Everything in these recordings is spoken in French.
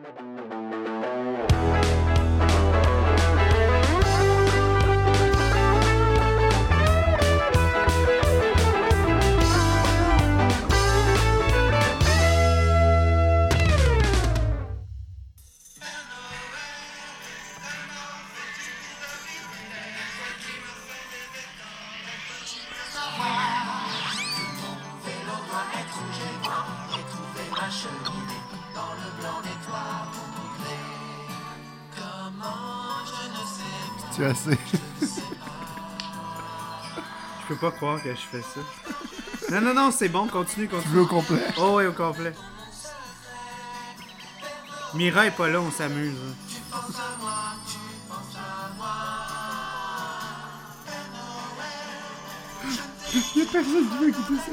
Tu as assez. Je peux pas croire que je fais ça. Non, c'est bon, continue. Tu veux au complet? Oh oui, au complet. Mira est pas là, on s'amuse. Il y a personne qui veut écouter ça.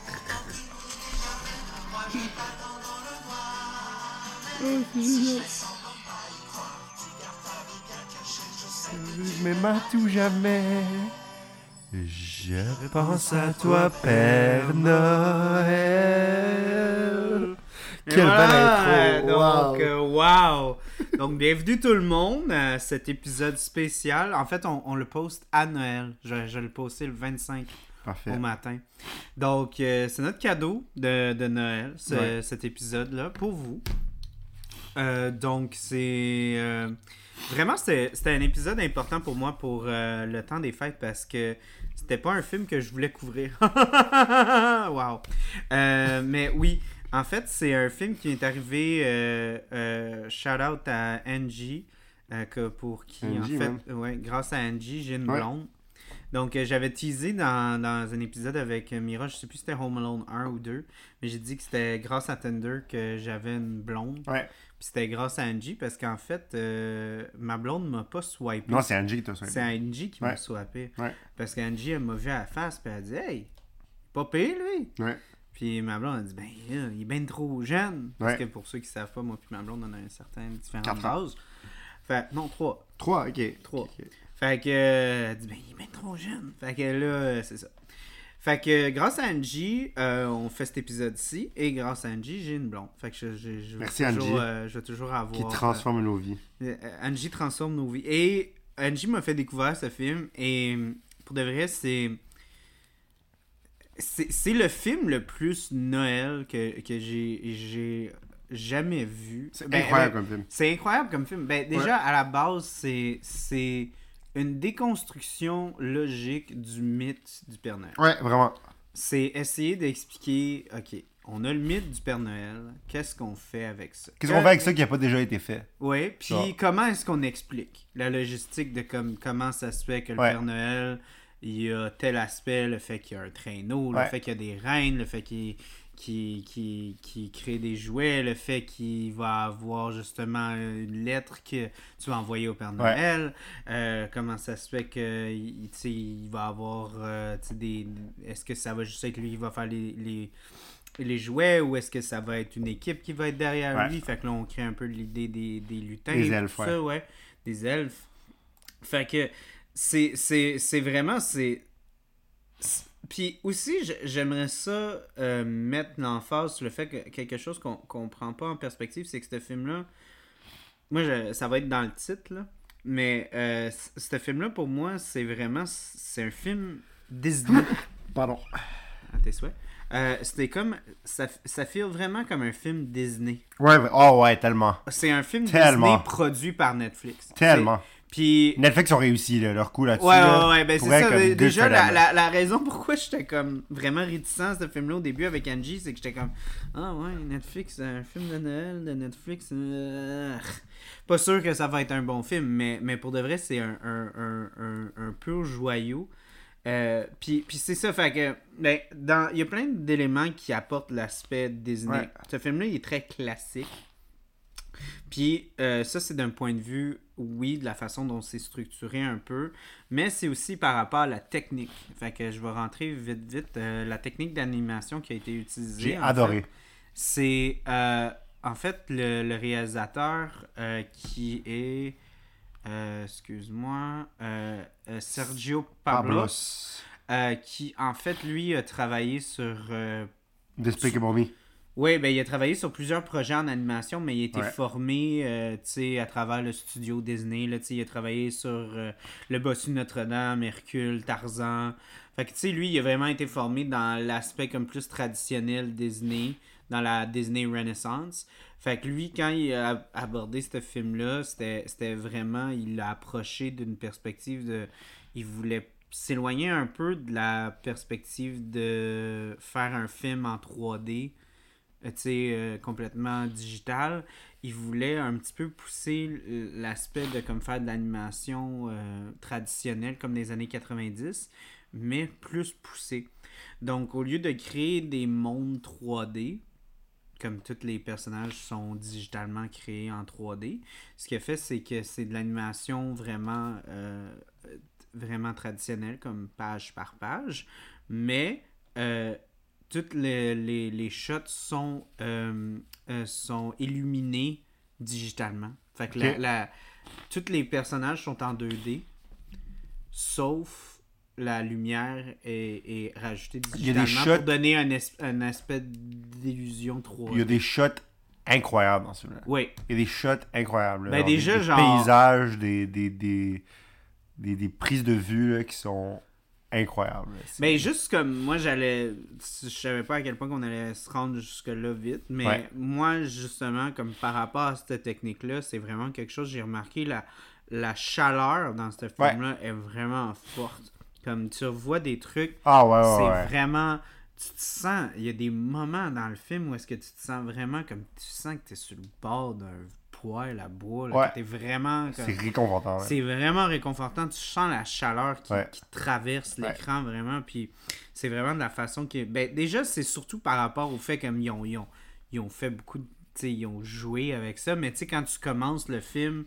Oh, c'est génial. Mais tout jamais. Je pense à toi, Père Noël. Quelle belle intro! Donc, wow! Donc, bienvenue tout le monde à cet épisode spécial. En fait, on le poste à Noël. Je vais le poster le 25 Parfait. au matin. Donc, c'est notre cadeau de Noël, cet épisode-là, pour vous. Donc, c'est... Vraiment, c'était un épisode important pour moi pour le temps des fêtes parce que c'était pas un film que je voulais couvrir. Wow! Mais oui, en fait, c'est un film qui est arrivé, shout-out à Angie, pour qui, Angie, en fait, grâce à Angie, j'ai une blonde. Donc, j'avais teasé dans un épisode avec Mira, je sais plus si c'était Home Alone 1 ou 2, mais j'ai dit que c'était grâce à Tinder que j'avais une blonde. Ouais. Puis c'était grâce à Angie parce qu'en fait, ma blonde m'a pas swipé. Non, c'est Angie qui t'a swipé. C'est Angie qui m'a swipé. Ouais. Parce qu'Angie, elle m'a vu à la face puis elle a dit « Hey, pas payé lui! » Ouais. Puis ma blonde a dit « Ben, il est bien trop jeune. » Parce Ouais. que pour ceux qui savent pas, moi puis ma blonde, on a un certain différent 4 ans. d'âge. Fait, non, 3. 3, ok. 3. Okay. Fait que, elle dit « Ben, il est bien trop jeune. » Fait que là, c'est ça. Fait que grâce à Angie, on fait cet épisode-ci. Et grâce à Angie, j'ai une blonde. Fait que je Merci toujours, Angie. je vais toujours avoir... Qui transforme nos vies. Angie transforme nos vies. Et Angie m'a fait découvrir ce film. Et pour de vrai, c'est le film le plus Noël que j'ai jamais vu. C'est incroyable comme film. C'est incroyable comme film. Ben, déjà, à la base, c'est une déconstruction logique du mythe du Père Noël. Ouais, vraiment. C'est essayer d'expliquer, OK, on a le mythe du Père Noël, qu'est-ce qu'on fait avec ça? Qu'est-ce qu'on fait avec ça qui n'a pas déjà été fait? Oui, puis comment est-ce qu'on explique la logistique de comment ça se fait que le Père Noël, il y a tel aspect, le fait qu'il y a un traîneau, le fait qu'il y a des reines, le fait qu'il crée des jouets, le fait qu'il va avoir justement une lettre que tu vas envoyer au Père Noël, comment ça se fait que il va avoir est-ce que ça va juste être lui qui va faire les jouets ou est-ce que ça va être une équipe qui va être derrière lui? Fait que là on crée un peu l'idée des lutins, des elfes, tout ça, des elfes. Fait que c'est vraiment puis aussi, j'aimerais ça mettre l'emphase sur le fait que quelque chose qu'on prend pas en perspective, c'est que ce film-là, moi, ça va être dans le titre, là, mais ce film-là, pour moi, c'est un film Disney. Pardon. À tes souhaits. C'était comme... Ça file vraiment comme un film Disney. Ouais, tellement. C'est un film Disney produit par Netflix. Tellement. Puis Netflix ont réussi leur coup là-dessus. Ouais, ben c'est ça. Déjà, la raison pourquoi j'étais comme vraiment réticent à ce film-là au début avec Angie, c'est que j'étais comme ah ouais, Netflix, un film de Noël de Netflix. Pas sûr que ça va être un bon film, mais pour de vrai, c'est un pur joyau. Puis c'est ça, fait que ben, il y a plein d'éléments qui apportent l'aspect Disney. Ouais. Ce film-là, il est très classique. Puis ça, c'est d'un point de vue, oui, de la façon dont c'est structuré un peu, mais c'est aussi par rapport à la technique. Fait que je vais rentrer vite. La technique d'animation qui a été utilisée. J'ai adoré. C'est en fait le réalisateur qui est, excuse-moi, Sergio Pablos. Qui, en fait, lui, a travaillé sur... Despicable Me. Oui, ben il a travaillé sur plusieurs projets en animation, mais il a été Ouais. formé tu sais, à travers le studio Disney. Là, tu sais, il a travaillé sur Le Bossu de Notre-Dame, Hercule, Tarzan. Fait que tu sais, lui, il a vraiment été formé dans l'aspect comme plus traditionnel Disney, dans la Disney Renaissance. Fait que lui, quand il a abordé ce film-là, c'était vraiment, il l'a approché d'une perspective de... Il voulait s'éloigner un peu de la perspective de faire un film en 3D complètement digital. Il voulait un petit peu pousser l'aspect de comme faire de l'animation traditionnelle comme des années 90, mais plus poussé. Donc, au lieu de créer des mondes 3D, comme tous les personnages sont digitalement créés en 3D, ce qu'il a fait, c'est que c'est de l'animation vraiment traditionnelle, comme page par page, mais toutes les shots sont illuminés digitalement. Fait que Ok. tous les personnages sont en 2D, sauf la lumière est rajoutée Il y a des digitalement shots, pour donner un aspect d'illusion il y a 3D. des shots incroyables dans ce film-là. Oui. Il y a des shots incroyables. Ben Genre déjà, des genre... paysages, des prises de vue là, qui sont incroyables. Là. Ben juste comme moi je savais pas à quel point qu'on allait se rendre jusque là vite, mais Ouais. moi justement comme par rapport à cette technique là, c'est vraiment quelque chose j'ai remarqué la chaleur dans ce Ouais. film là est vraiment forte. Comme tu vois des trucs, Ah ouais, ouais, c'est ouais. vraiment tu te sens, il y a des moments dans le film où est-ce que tu te sens vraiment comme tu sens que tu es sur le bord d'un poêle à bois, là, Ouais. que t'es vraiment comme... C'est réconfortant. Ouais. C'est vraiment réconfortant. Tu sens la chaleur Ouais. qui traverse l'écran vraiment. Puis c'est vraiment de la façon que. Ben, déjà, c'est surtout par rapport au fait qu'ils ont fait beaucoup de. Ils ont joué avec ça. Mais tu sais, quand tu commences le film,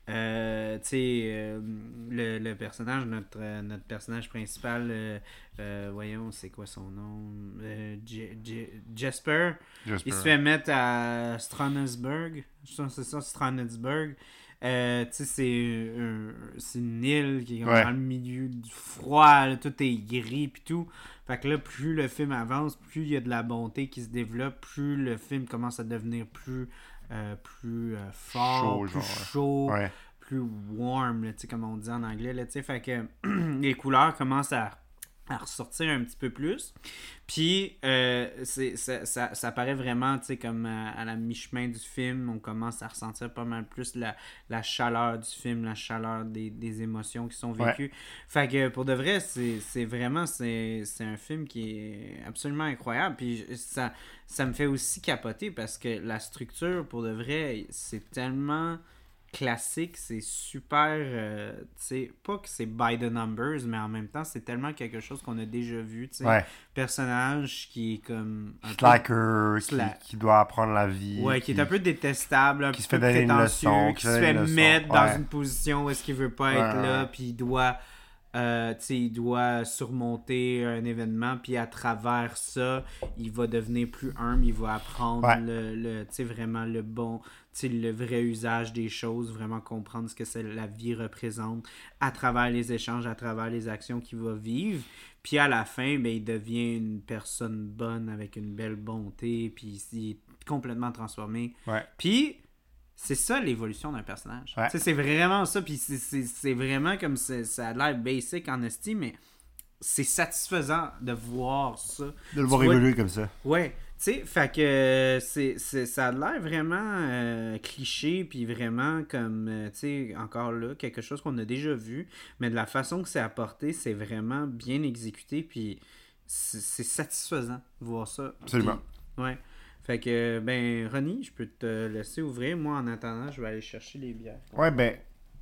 le personnage, notre personnage principal, voyons, c'est quoi son nom Jesper. J'espère. Il se fait mettre à Strasbourg. C'est ça, Strasbourg. C'est une île qui est comme dans le milieu du froid, là, tout est gris puis tout. Fait que là, plus le film avance, plus il y a de la bonté qui se développe, plus le film commence à devenir plus fort, plus chaud, plus warm, là, comme on dit en anglais. Là, fait que les couleurs commencent à ressortir un petit peu plus. Puis, ça paraît vraiment, comme à la mi-chemin du film, on commence à ressentir pas mal plus la chaleur du film, la chaleur des émotions qui sont vécues. Fait que, pour de vrai, c'est vraiment, c'est un film qui est absolument incroyable. Puis, ça me fait aussi capoter parce que la structure, pour de vrai, c'est tellement... classique, c'est super tu sais, pas que c'est by the numbers, mais en même temps c'est tellement quelque chose qu'on a déjà vu, tu sais, personnage qui est comme un slacker, qui doit apprendre la vie, qui est un peu détestable, un qui se peu fait donner une leçon, qui se fait mettre dans une position où est-ce qu'il veut pas être là, puis il doit surmonter un événement, puis à travers ça, il va devenir plus humble, il va apprendre vraiment le bon, le vrai usage des choses, vraiment comprendre ce que la vie représente à travers les échanges, à travers les actions qu'il va vivre. Puis à la fin, ben, il devient une personne bonne avec une belle bonté, puis il est complètement transformé. Puis c'est ça l'évolution d'un personnage. C'est vraiment ça, puis c'est vraiment comme ça a l'air basic en esti, mais c'est satisfaisant de voir ça. De le voir évoluer comme ça. Ouais, tu sais, fait que ça a l'air vraiment cliché, puis vraiment comme, tu sais, encore là, quelque chose qu'on a déjà vu, mais de la façon que c'est apporté, c'est vraiment bien exécuté, puis c'est satisfaisant de voir ça. Absolument. Puis, ouais. Fait que, ben, Ronnie, je peux te laisser ouvrir. Moi, en attendant, je vais aller chercher les bières. Ouais, ben,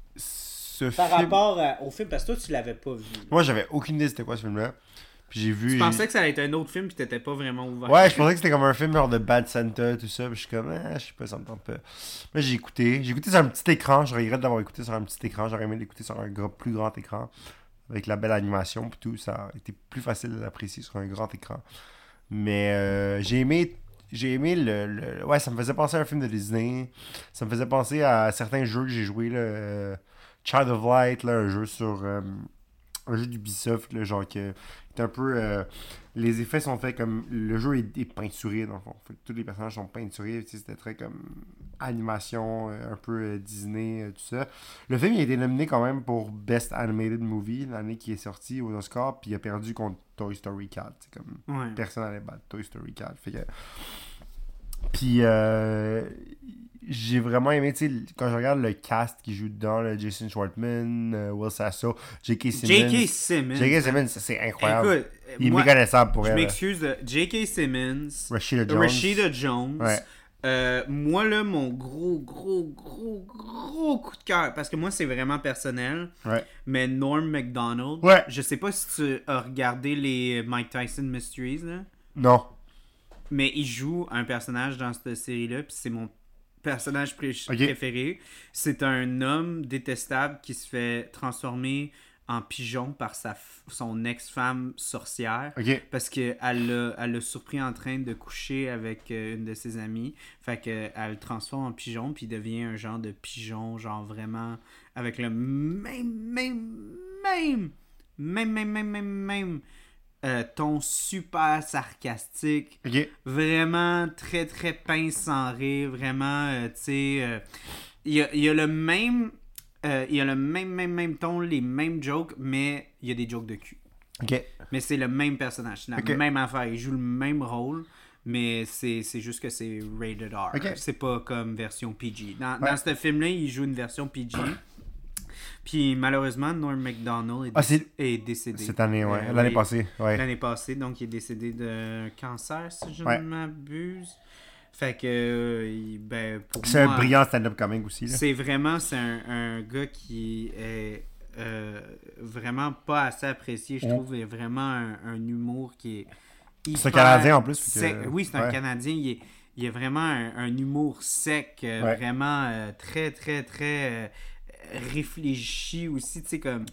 Par rapport au film, parce que toi, tu l'avais pas vu. Moi, j'avais aucune idée c'était quoi ce film-là. Puis j'ai vu... Tu pensais que ça allait être un autre film, puis t'étais pas vraiment ouvert. Ouais, je pensais que c'était comme un film genre de Bad Santa, tout ça. Puis je suis comme, je sais pas, ça me tente pas. Mais j'ai écouté. J'ai écouté sur un petit écran. Je regrette d'avoir écouté sur un petit écran. J'aurais aimé l'écouter sur un plus grand écran. Avec la belle animation, puis tout. Ça a été plus facile d'apprécier sur un grand écran. Mais j'ai aimé ouais, ça me faisait penser à un film de Disney. Ça me faisait penser à certains jeux que j'ai joués, là, Child of Light, là, un jeu d'Ubisoft, là, genre qui est un peu les effets sont faits comme... Le jeu est peinturé, dans le fond. Fait que tous les personnages sont peinturés. C'était très comme animation, un peu Disney, tout ça. Le film, il a été nominé quand même pour Best Animated Movie l'année qui est sorti aux Oscars, puis il a perdu contre Toy Story 4. C'est comme... Personne n'allait battre Toy Story 4. Fait que... Puis j'ai vraiment aimé, tu sais, quand je regarde le cast qui joue dedans, là, Jason Schwartzman, Will Sasso, J.K. Simmons. J.K. Simmons, c'est incroyable. Écoute, il est méconnaissable pour elle. Je m'excuse, J.K. Simmons, Rashida Jones. Ouais. Moi, là, mon gros coup de cœur, parce que moi, c'est vraiment personnel, mais Norm Macdonald, je sais pas si tu as regardé les Mike Tyson Mysteries, là. Non. Mais il joue un personnage dans cette série-là, puis c'est mon personnage préféré. C'est un homme détestable qui se fait transformer en pigeon par son ex-femme sorcière. Parce qu'elle l'a surpris en train de coucher avec une de ses amies. Fait qu'elle le transforme en pigeon, puis il devient un genre de pigeon, genre vraiment avec le même ton super sarcastique, vraiment très très pince sans rire, vraiment, tu sais, il y a le même ton, les mêmes jokes, mais il y a des jokes de cul. Mais c'est le même personnage, c'est la même affaire, il joue le même rôle, mais c'est juste que c'est rated R. C'est pas comme version PG. Dans ce film-là, il joue une version PG. Puis malheureusement, Norm Macdonald est décédé. Cette année, l'année passée. L'année passée, donc il est décédé d'un cancer, si je ne m'abuse. Fait que, pour c'est moi, un brillant stand-up comic aussi. Là. C'est un gars qui est vraiment pas assez apprécié, je trouve. Il a vraiment un humour qui est hyper... C'est un Canadien en plus. Oui, c'est un Canadien. Il a vraiment un humour sec, vraiment très, très, très... réfléchi aussi, tu sais, comme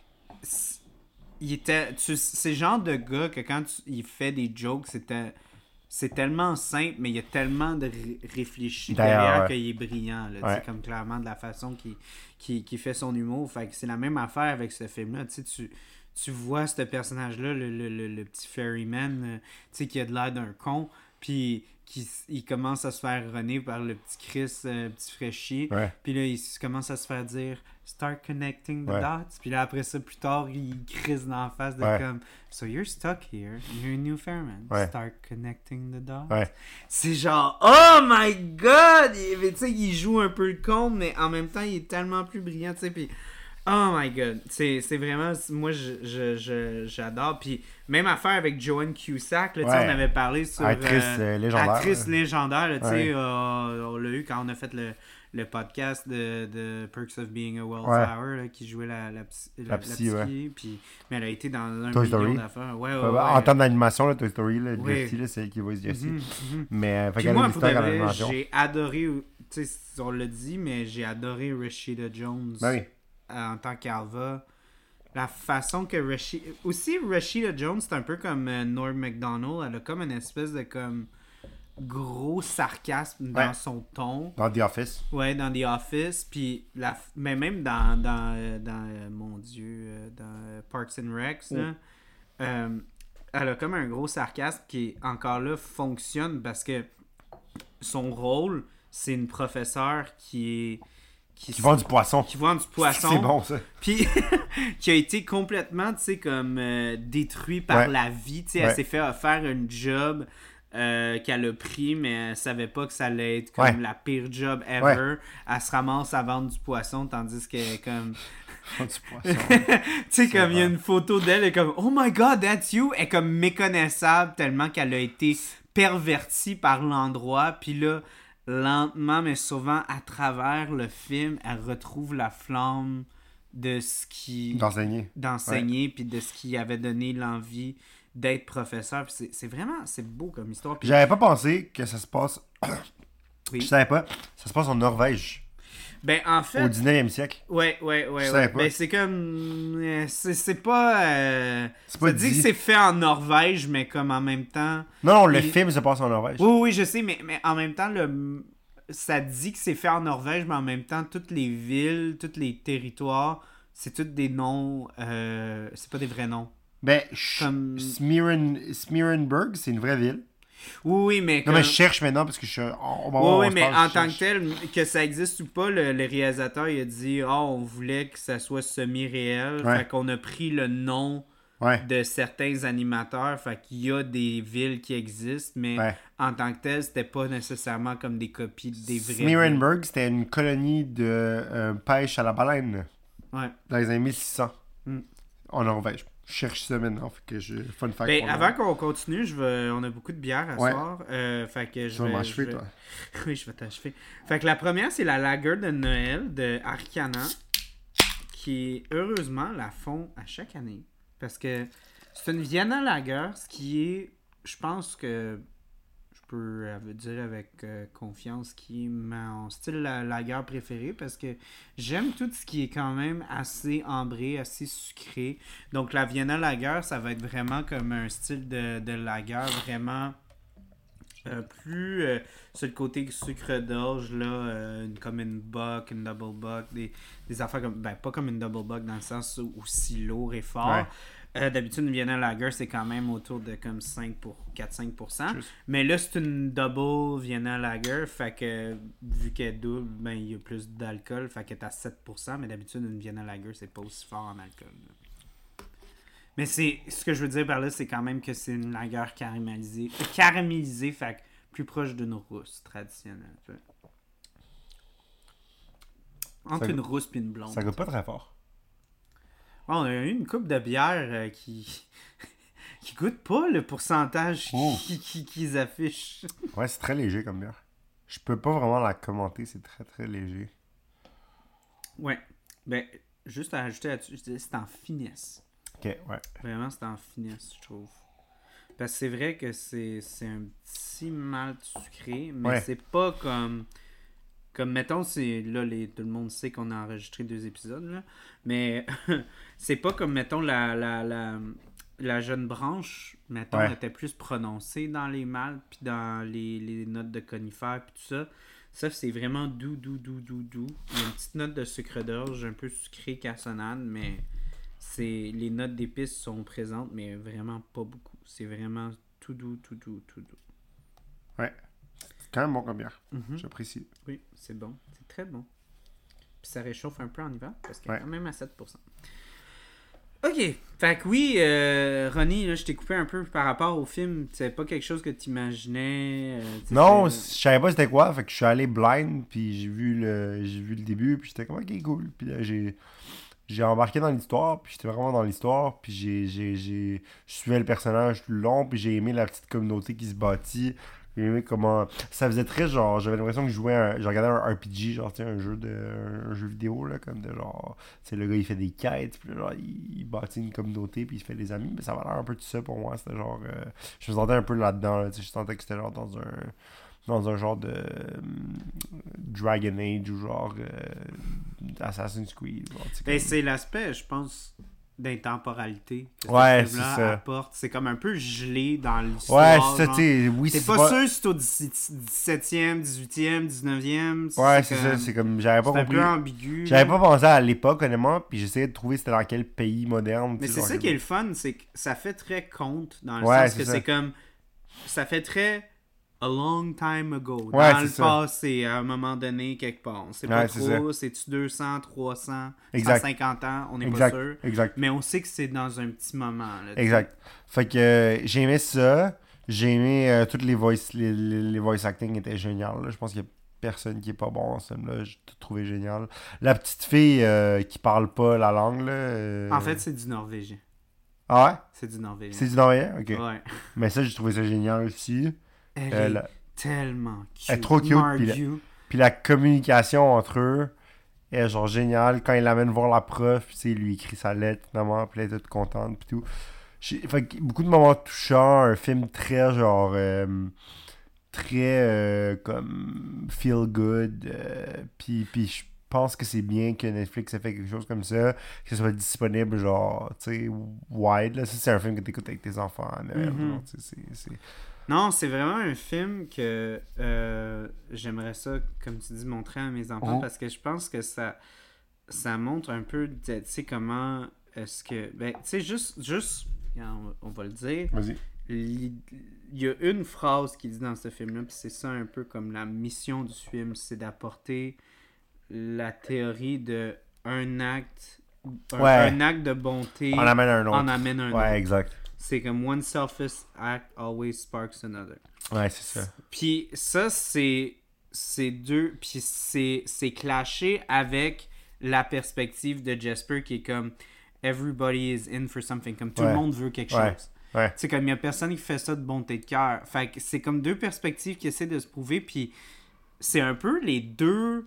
c'est le genre de gars que quand il fait des jokes, c'est tellement simple, mais il y a tellement de réfléchi derrière qu'il est brillant, là, tu sais, comme clairement de la façon qu'il fait son humour. Fait que c'est la même affaire avec ce film-là, tu sais, tu vois ce personnage-là, le petit ferryman, tu sais, qui a de l'air d'un con, puis il commence à se faire runner par le petit Chris, petit fraîchier. Puis là, il commence à se faire dire « Start connecting the dots ». Puis là, après ça, plus tard, il crisse dans la face de comme « So you're stuck here, you're a new fireman. Start connecting the dots ». C'est genre « Oh my God !» Tu sais, il joue un peu le con, mais en même temps, il est tellement plus brillant, tu sais, puis... Oh my God, c'est vraiment, moi j'adore, puis même affaire avec Joan Cusack, là, on avait parlé sur actrice légendaire, actrice légendaire, tu sais, on l'a eu quand on a fait le podcast de Perks of Being a Wallflower, là, qui jouait la psy, puis mais elle a été dans un million d'affaires. En termes d'animation, là, Toy Story, là, Jessie, là, c'est elle qui voit Jessie. Mais puis moi, pour de vrai, j'ai adoré, tu sais, on l'a dit, mais j'ai adoré Rashida Jones. En tant qu'Alva, la façon que Rashida Jones, c'est un peu comme Norm Macdonald, elle a comme une espèce de comme gros sarcasme dans son ton. Dans The Office. Ouais, dans The Office, puis mais même dans mon Dieu, dans Parks and Recs, là, elle a comme un gros sarcasme qui, encore là, fonctionne parce que son rôle, c'est une professeure qui vend du poisson. Qui vend du poisson. C'est bon, ça. Puis, qui a été complètement, tu sais, comme détruit par la vie. Tu sais, elle s'est fait offrir un job qu'elle a pris, mais elle savait pas que ça allait être comme la pire job ever. Elle se ramasse à vendre du poisson, tandis que comme... du poisson. Tu sais, comme il y a une photo d'elle, elle est comme « Oh my God, that's you! » Elle est comme méconnaissable tellement qu'elle a été pervertie par l'endroit. Puis là... lentement mais souvent à travers le film, elle retrouve la flamme de ce qui d'enseigner puis de ce qui avait donné l'envie d'être professeur. Puis c'est vraiment beau comme histoire. Puis... j'avais pas pensé que ça se passe je savais pas, ça se passe en Norvège. Ben, en fait... au 19e siècle. Ouais. Ben, c'est comme... c'est pas... c'est pas dit que c'est fait en Norvège, mais comme en même temps... Non, le film se passe en Norvège. Oui, je sais, mais en même temps, ça dit que c'est fait en Norvège, mais en même temps, toutes les villes, tous les territoires, c'est tous des noms... c'est pas des vrais noms. Ben, Comme... Smearenburg, c'est une vraie ville. Oui, mais Non, comme... mais je cherche maintenant parce que je suis. Oui, mais en tant que tel, que ça existe ou pas, le réalisateur il a dit on voulait que ça soit semi-réel. Ouais. Fait qu'on a pris le nom Ouais. de certains animateurs. Fait qu'il y a des villes qui existent, mais Ouais. en tant que tel, c'était pas nécessairement comme des copies des vraies villes. Smearenburg, c'était une colonie de pêche à la baleine Ouais. dans les années 1600 Mm. en Norvège. Je cherche ça maintenant. Fait que je... Fun fact. Ben, pour avant qu'on continue, on a beaucoup de bières à Ouais. soir. Fait que Tu vas m'achever, toi. Oui, je vais t'achever. Fait que la première, c'est la lager de Noël de Arcana, qui heureusement la font à chaque année. Parce que c'est une Vienna Lager, ce qui est, je pense que je peux dire avec confiance, qui est mon style lager préféré. Parce que j'aime tout ce qui est quand même assez ambré, assez sucré. Donc la Vienna Lager, ça va être vraiment comme un style de lager vraiment... plus sur le côté sucre d'orge, là, comme une buck, une double buck, des affaires comme. Ben, pas comme une double buck dans le sens aussi lourd et fort. Ouais. D'habitude, une Vienna Lager, c'est quand même autour de comme 4-5%. Juste. Mais là, c'est une double Vienna Lager, fait que vu qu'elle est double, ben, il y a plus d'alcool, fait qu'elle est à 7%. Mais d'habitude, une Vienna Lager, c'est pas aussi fort en alcool. Là. Mais c'est ce que je veux dire par là, c'est quand même que c'est une lager caramélisée, fait que plus proche d'une rousse traditionnelle. Tu vois. Entre une rousse et une blonde. Ça goûte pas très fort. Oh, on a eu une coupe de bière qui qui goûte pas le pourcentage qu'ils affichent. Ouais, c'est très léger comme bière. Je peux pas vraiment la commenter, c'est très très léger. Ouais. Ben, juste à ajouter là-dessus, je disais, c'est en finesse. Ok, ouais. Vraiment, c'est en finesse, je trouve. Parce que c'est vrai que c'est un petit malt sucré, mais c'est pas comme... Comme, mettons, c'est là, tout le monde sait qu'on a enregistré 2 épisodes, là, mais c'est pas comme, mettons, la jeune branche, mettons, était plus prononcée dans les maltes, puis dans les notes de conifères, puis tout ça. Ça, c'est vraiment doux. Il y a une petite note de sucre d'orge, un peu sucré, cassonade, mais les notes d'épices sont présentes, mais vraiment pas beaucoup. C'est vraiment tout doux. Ouais. C'est quand même bon comme bière. Mm-hmm. J'apprécie. Oui, c'est bon. C'est très bon. Puis ça réchauffe un peu en hiver, parce qu'elle est quand même à 7%. Ok. Fait que oui, Ronnie, là, je t'ai coupé un peu par rapport au film. C'est pas quelque chose que tu imaginais. Non, je savais pas c'était quoi. Fait que je suis allé blind, puis j'ai vu le début, puis j'étais comme, ok, cool. Puis là, j'ai embarqué dans l'histoire, puis j'étais vraiment dans l'histoire, puis je suivais le personnage tout le long, puis j'ai aimé la petite communauté qui se bâtit. J'ai aimé comment ça faisait très genre, j'avais l'impression que je regardais un RPG, genre tu sais, un jeu vidéo là, comme de genre, tu sais, le gars il fait des quêtes, puis là, genre il bâtit une communauté, puis il se fait des amis, mais ça va l'air un peu tout ça pour moi. C'était genre, je me sentais un peu là-dedans, là, tu sais, je sentais que c'était genre dans un genre de Dragon Age ou genre Assassin's Creed. Genre, ben, c'est l'aspect, je pense, d'intemporalité. Ouais, c'est ça. Apporte. C'est comme un peu gelé dans l'histoire. Ouais, c'est ça, tu sais. Oui, c'est pas sûr si c'est au 17e, 18e, 19e. Ouais, c'est ça. C'est comme. J'avais pas compris. C'est un peu ambigu. J'avais pas pensé à l'époque, honnêtement, puis j'essayais de trouver c'était dans quel pays moderne. Mais c'est ça qui est le fun, c'est que ça fait très conte dans le ouais, sens que c'est comme. Ça fait très. A long time ago. Ouais, dans le ça. Passé, à un moment donné, quelque part. On sait pas trop, c'est-tu 200, 300, exact. 150 ans, on n'est pas sûr. Exact. Mais on sait que c'est dans un petit moment. Là, exact. Fait que j'ai aimé ça. J'ai aimé toutes les voice acting étaient géniales. Là. Je pense qu'il y a personne qui est pas bon en ce film-là. J'ai tout trouvé génial. La petite fille qui parle pas la langue, là. En fait, c'est du norvégien. Ah ouais? C'est du norvégien. C'est du norvégien? Ok. Ouais. Mais ça, j'ai trouvé ça génial aussi. Elle est tellement cute. Elle est trop cute. Puis la communication entre eux est genre géniale. Quand il l'amène voir la prof, tu sais, il lui écrit sa lettre, finalement, puis elle est toute contente, puis tout. Fait que beaucoup de moments touchants, un film très genre très comme feel good. Puis je pense que c'est bien que Netflix ait fait quelque chose comme ça, que ce soit disponible genre, tu sais, wide. Là. Ça, c'est un film que t'écoutes avec tes enfants à Noël. Genre, c'est... Non, c'est vraiment un film que j'aimerais ça, comme tu dis, montrer à mes enfants parce que je pense que ça montre un peu, tu sais, comment est-ce que... Ben, tu sais, juste on va le dire. Vas-y. Il y a une phrase qu'il dit dans ce film-là, puis c'est ça un peu comme la mission du film, c'est d'apporter la théorie de un acte de bonté On amène un autre. en amène un autre. Ouais, exact. C'est comme one selfish act always sparks another. Ouais, c'est ça. Puis ça, c'est deux. Puis c'est clashé avec la perspective de Jasper qui est comme everybody is in for something. Comme tout le monde veut quelque chose. Ouais. C'est comme il n'y a personne qui fait ça de bonté de cœur. Fait que c'est comme deux perspectives qui essaient de se prouver. Puis c'est un peu les deux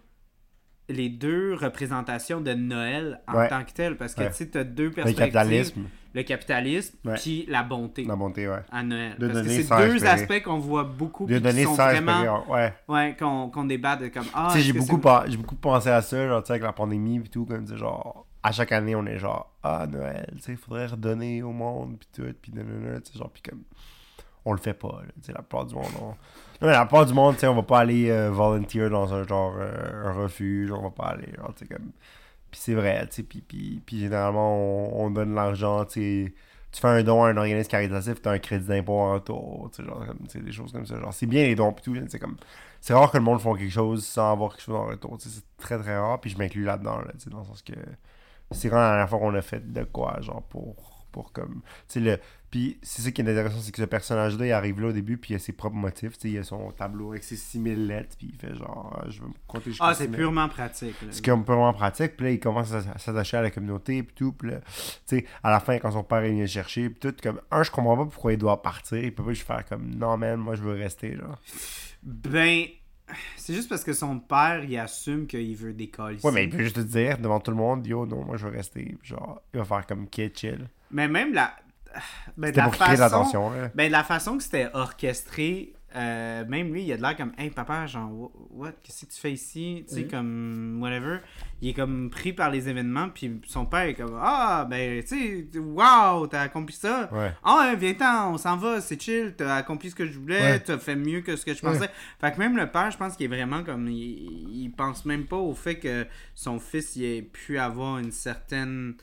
représentations de Noël en tant que tel. Parce que tu sais, tu as deux perspectives. Le capitalisme, puis la bonté. La bonté, ouais. À Noël. De Parce que donner c'est sans deux espérer. aspects qu'on voit beaucoup. De Puis donner qui sont sans vraiment. espérer, Ouais, qu'on débat de comme. Ah, tu sais, j'ai beaucoup pensé à ça, genre, tu sais, avec la pandémie et tout, comme, tu sais, genre, à chaque année, on est genre, Noël, tu sais, il faudrait redonner au monde, puis tout, puis nanana, tu sais, genre, puis comme, on le fait pas, là, tu sais, la plupart du monde, Non, mais la plupart du monde, tu sais, on va pas aller volunteer dans un genre, un refuge, on va pas aller, genre, tu sais, comme, puis c'est vrai, tu sais, puis généralement, on donne l'argent, tu sais, tu fais un don à un organisme caritatif, tu as un crédit d'impôt en retour, tu sais, genre, comme, tu sais, des choses comme ça, genre, c'est bien les dons, pis tout, c'est comme, c'est rare que le monde fasse quelque chose sans avoir quelque chose en retour, tu sais, c'est très très rare, puis je m'inclus là-dedans, là, tu sais, dans le sens que c'est vraiment la dernière fois qu'on a fait de quoi, genre, pour comme, tu sais, puis c'est ça qui est intéressant, c'est que ce personnage-là, il arrive là au début, puis il a ses propres motifs, tu sais, il a son tableau avec ses 6000 lettres, puis il fait genre, je veux me compter jusqu'à 6000. C'est purement pratique. Là. C'est purement pratique, puis là, il commence à s'attacher à la communauté, puis tout, puis là, tu sais, à la fin, quand son père, il vient le chercher, puis tout, comme, je comprends pas pourquoi il doit partir, il peut pas juste faire comme, non, man, moi, je veux rester, là. Ben, c'est juste parce que son père, il assume qu'il veut décoller. Ouais, mais il peut juste te dire, devant tout le monde, yo, non, moi, je veux rester, puis genre, il va faire comme, kid, chill. Mais même c'était pour créer de l'attention, là. Ben, de la façon que c'était orchestré, même lui, il a de l'air comme, hey, papa, genre, what, qu'est-ce que tu fais ici? Tu sais, comme, whatever. Il est comme pris par les événements, puis son père est comme, ben, tu sais, wow, t'as accompli ça. Ouais. Viens-t'en, on s'en va, c'est chill, t'as accompli ce que je voulais, t'as fait mieux que ce que je pensais. Fait que même le père, je pense qu'il est vraiment comme, il pense même pas au fait que son fils, il ait pu avoir une certaine.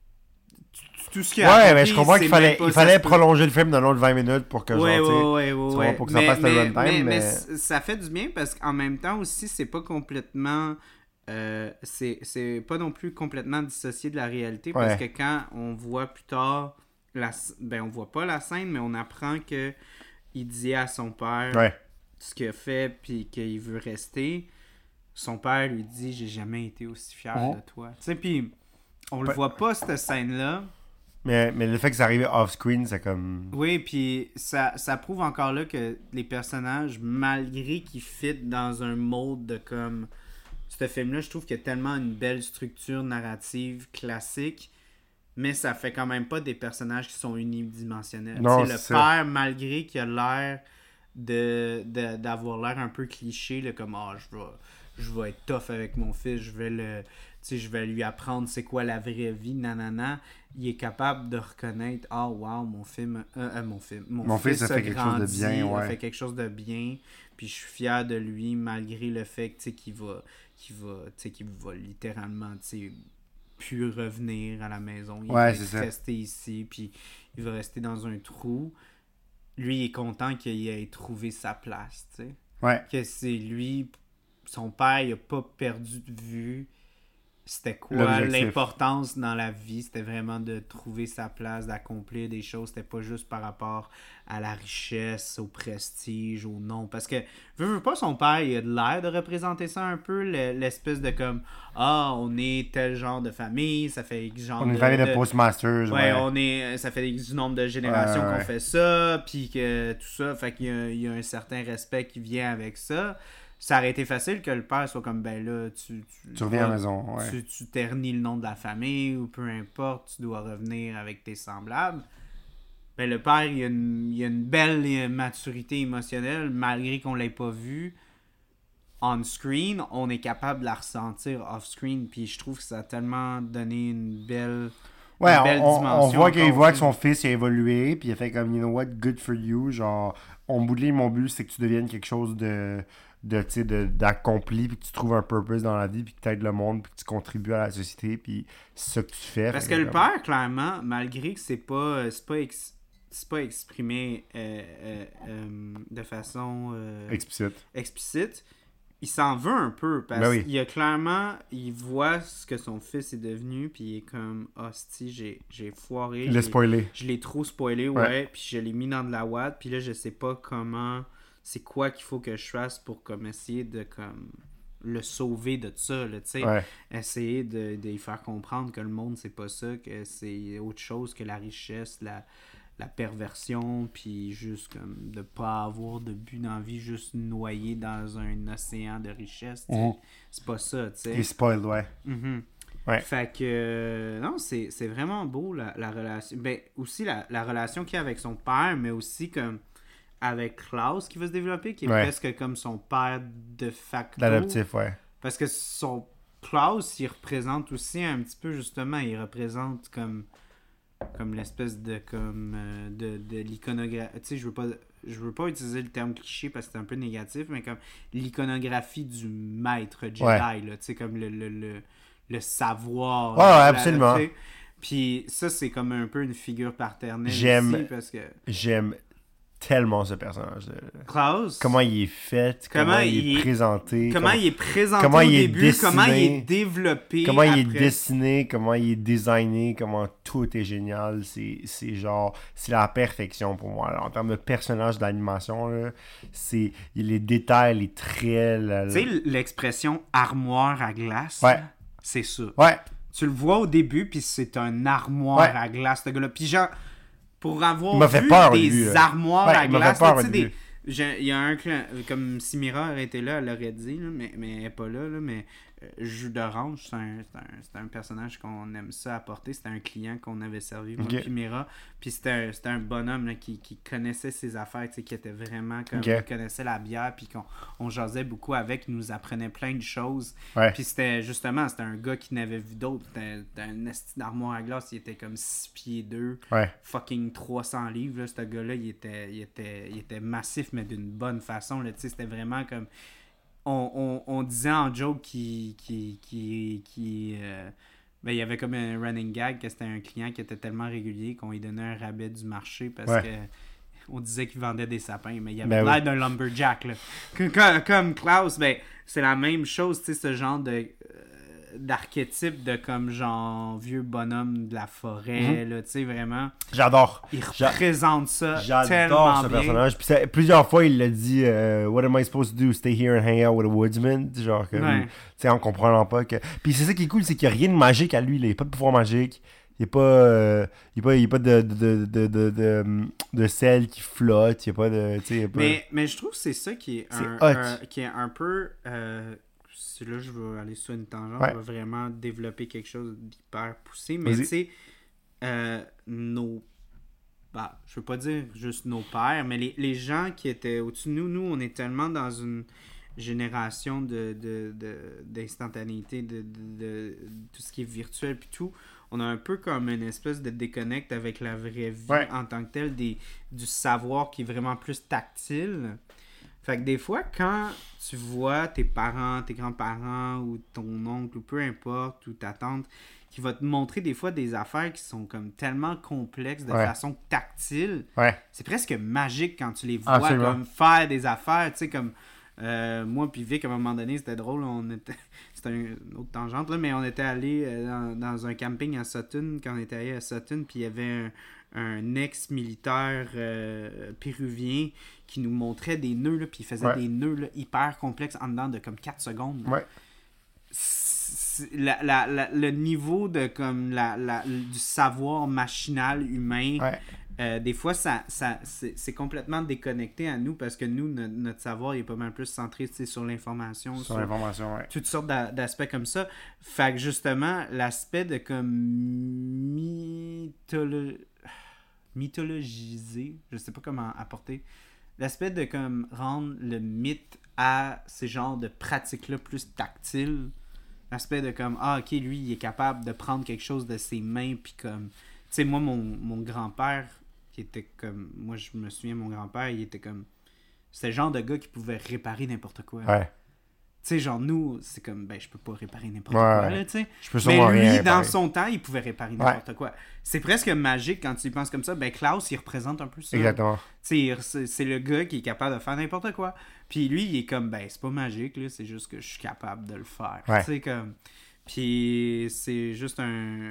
Tout ce qu'il a accompli, mais je comprends qu'il fallait prolonger le film d'un autre 20 minutes pour que pour que ça passe le runtime, mais ça fait du bien parce qu'en même temps aussi, c'est pas complètement c'est pas non plus complètement dissocié de la réalité parce que quand on voit plus tard on voit pas la scène, mais on apprend que il dit à son père ce qu'il a fait puis qu'il veut rester. Son père lui dit, j'ai jamais été aussi fier de toi. Tu sais, puis on le voit pas cette scène-là. Mais le fait que ça arrive off-screen, c'est comme... Oui, puis ça prouve encore là que les personnages, malgré qu'ils fit dans un mode de comme... Ce film-là, je trouve qu'il y a tellement une belle structure narrative classique, mais ça fait quand même pas des personnages qui sont unidimensionnels. Non, le père, malgré qu'il a l'air d'avoir l'air un peu cliché, là, comme je vais être tough avec mon fils, je vais lui apprendre c'est quoi la vraie vie, nanana. Il est capable de reconnaître, wow, mon fils a fait quelque chose de bien, a fait quelque chose de bien, puis je suis fier de lui malgré le fait qu'il va littéralement, plus revenir à la maison. Il va rester ici, puis il va rester dans un trou. Lui, il est content qu'il ait trouvé sa place, tu sais. Ouais. Que c'est lui, son père, il a pas perdu de vue c'était quoi l'importance dans la vie. C'était vraiment de trouver sa place, d'accomplir des choses. C'était pas juste par rapport à la richesse, au prestige, au nom. Parce que, veux pas, son père, il a de l'air de représenter ça un peu, l'espèce de comme, on est tel genre de famille, ça fait X genre on est une famille de postmasters. Ça fait X nombre de générations qu'on fait ça, puis que tout ça, fait qu'il y a un certain respect qui vient avec ça. Ça aurait été facile que le père soit comme, ben là, tu reviens à la maison, tu ternis le nom de la famille, ou peu importe, tu dois revenir avec tes semblables. Ben le père, il a une belle maturité émotionnelle, malgré qu'on l'ait pas vu on-screen, on est capable de la ressentir off-screen, puis je trouve que ça a tellement donné une belle dimension. On voit qu'il voit que son fils a évolué, puis il a fait comme, you know what, good for you, genre, on bout de ligne, mon but, c'est que tu deviennes quelque chose de d'accompli, puis que tu trouves un purpose dans la vie, puis que tu aides le monde, puis que tu contribues à la société, puis c'est ça que tu fais. Parce que le père, clairement, malgré que c'est pas exprimé de façon explicite, il s'en veut un peu parce qu'il a clairement, il voit ce que son fils est devenu, puis il est comme hostie, j'ai foiré, je l'ai trop spoilé, ouais, puis je l'ai mis dans de la ouate, puis là je sais pas comment, c'est quoi qu'il faut que je fasse pour comme essayer de comme le sauver de ça, tu sais, essayer de lui faire comprendre que le monde c'est pas ça, que c'est autre chose que la richesse, la perversion, puis juste comme de pas avoir de but dans la vie, juste noyé dans un océan de richesse. C'est pas ça, tu sais. Il est spoiled, ouais. Ouais. Fait que, non, c'est vraiment beau la relation. Ben, aussi la relation qu'il a avec son père, mais aussi comme avec Klaus qui va se développer, qui est presque comme son père de facto. L'adoptif, ouais. Parce que son Klaus, il représente aussi un petit peu, justement, il représente comme l'espèce de de l'iconographie, tu sais, je veux pas utiliser le terme cliché parce que c'est un peu négatif, mais comme l'iconographie du maître Jedi, là, tu sais, comme le savoir. Ouais, absolument. Puis ça, c'est comme un peu une figure paternelle aussi, parce que j'aime tellement ce personnage. Klaus. Comment il est fait, comment il est présenté. Comment il est présenté au début, dessiné, comment il est développé. Comment il est dessiné, comment il est designé, comment tout est génial. C'est genre, c'est la perfection pour moi. Là. En termes de personnage d'animation, là, c'est les détails, les traits. Tu sais, l'expression armoire à glace, ouais. Là, c'est ça. Ouais. Tu le vois au début, puis c'est un armoire à glace, ce gars-là. Puis genre, pour avoir vu des armoires à glace, il y a un client, comme si Mira aurait été là, elle l'aurait dit, là, mais elle n'est pas là, mais Jus d'orange, c'est un personnage qu'on aime ça apporter. C'était un client qu'on avait servi, moi puis Mira. Puis c'était un bonhomme là, qui connaissait ses affaires, qui était vraiment comme il connaissait la bière, puis qu'on jasait beaucoup avec, il nous apprenait plein de choses. Puis c'était un gars qui n'avait vu d'autres. C'était un esti d'armoire à glace, il était comme 6 pieds 2, fucking 300 livres. Là, ce gars-là, il était massif, mais d'une bonne façon. Là, c'était vraiment comme... On disait en joke qu'il ben, il y avait comme un running gag que c'était un client qui était tellement régulier qu'on lui donnait un rabais du marché parce que on disait qu'il vendait des sapins, mais il avait l'air d'un lumberjack. Là. Comme Klaus, ben, c'est la même chose, tu sais, ce genre d'archétype de comme genre vieux bonhomme de la forêt, là, tu sais, vraiment. J'adore. Il représente ça J'adore tellement ce bien. personnage. Puis plusieurs fois, il l'a dit What am I supposed to do? Stay here and hang out with a woodsman? Genre, comme, tu sais, en comprenant pas que... Puis c'est ça qui est cool, c'est qu'il n'y a rien de magique à lui. Il n'y a pas de pouvoir magique. Il n'y a pas de sel qui flotte. Il n'y a pas de... Mais je trouve que c'est ça qui est un peu... là, je vais aller sur une tangente, je vais vraiment développer quelque chose d'hyper poussé, mais tu sais, je veux pas dire juste nos pères, mais les gens qui étaient au-dessus de nous, on est tellement dans une génération d'instantanéité, de tout ce qui est virtuel puis tout, on a un peu comme une espèce de déconnecte avec la vraie vie en tant que telle, du savoir qui est vraiment plus tactile. Fait que des fois, quand tu vois tes parents, tes grands-parents ou ton oncle ou peu importe, ou ta tante, qui va te montrer des fois des affaires qui sont comme tellement complexes de façon tactile, c'est presque magique quand tu les vois comme faire des affaires, tu sais, comme moi puis Vic, à un moment donné, c'était drôle, c'était une autre tangente, là, mais on était allé dans un camping à Sutton, quand on était allé à Sutton, puis il y avait un ex-militaire péruvien qui nous montrait des nœuds, là, puis il faisait des nœuds là, hyper complexes en dedans de comme 4 secondes. Le niveau de comme du savoir machinal humain, des fois, c'est complètement déconnecté à nous parce que nous, notre savoir il est pas mal plus centré sur l'information. Sur l'information, toutes sortes d'aspects comme ça. Fait que justement, l'aspect de comme mythologiser, je sais pas comment apporter, l'aspect de comme rendre le mythe à ces genres de pratiques-là plus tactiles, l'aspect de comme, ok, lui, il est capable de prendre quelque chose de ses mains, puis comme, tu sais, moi, mon grand-père, qui était comme, moi, je me souviens, mon grand-père, il était comme, c'était le genre de gars qui pouvait réparer n'importe quoi. Ouais. Tu sais, genre, nous, c'est comme, ben, je peux pas réparer n'importe Ouais, quoi, ouais. là, tu sais. Je peux sûrement Mais rien lui, réparer. dans son temps, il pouvait réparer n'importe quoi. C'est presque magique quand tu y penses comme ça. Ben, Klaus, il représente un peu ça. Exactement. Tu sais, c'est le gars qui est capable de faire n'importe quoi. Puis lui, il est comme, ben, c'est pas magique, là, c'est juste que je suis capable de le faire. Ouais. Tu sais, comme... Puis c'est juste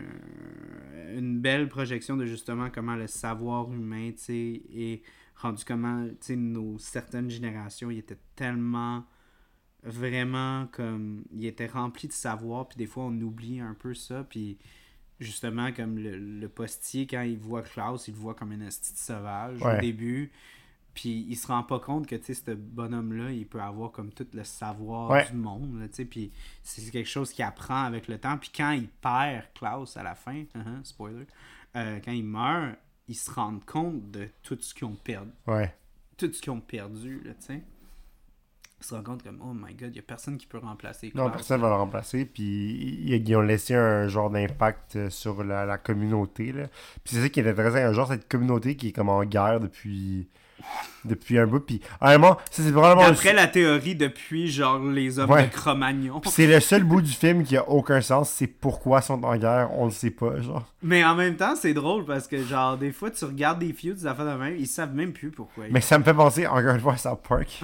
une belle projection de justement comment le savoir humain, tu sais, est rendu comment, tu sais, nos certaines générations, ils étaient tellement... vraiment comme il était rempli de savoir, puis des fois on oublie un peu ça, puis justement comme le postier, quand il voit Klaus, il le voit comme une hostie de sauvage au début, puis il se rend pas compte que, tu sais, ce bonhomme-là, il peut avoir comme tout le savoir du monde, tu sais, puis c'est quelque chose qu'il apprend avec le temps, puis quand il perd Klaus à la fin, spoiler, quand il meurt, ils se rendent compte de tout ce qu'ils ont perdu, tout ce qu'ils ont perdu, là, tu sais. Ils se rendent compte comme, oh my god, il n'y a personne qui peut remplacer Klaus. Non, personne ne va le remplacer. Puis ils ont laissé un genre d'impact sur la communauté. Là. Puis c'est ça qui est intéressant. Il y a un genre cette communauté qui est comme en guerre depuis un bout. Puis honnêtement, ça c'est probablement... D'après la théorie, depuis genre les hommes de Cro-Magnon. Puis c'est le seul bout du film qui a aucun sens. C'est pourquoi ils sont en guerre, on le sait pas, genre. Mais en même temps, c'est drôle parce que genre des fois tu regardes des feuds, des affaires de même, ils savent même plus pourquoi. Mais ça me fait penser encore une fois à South Park.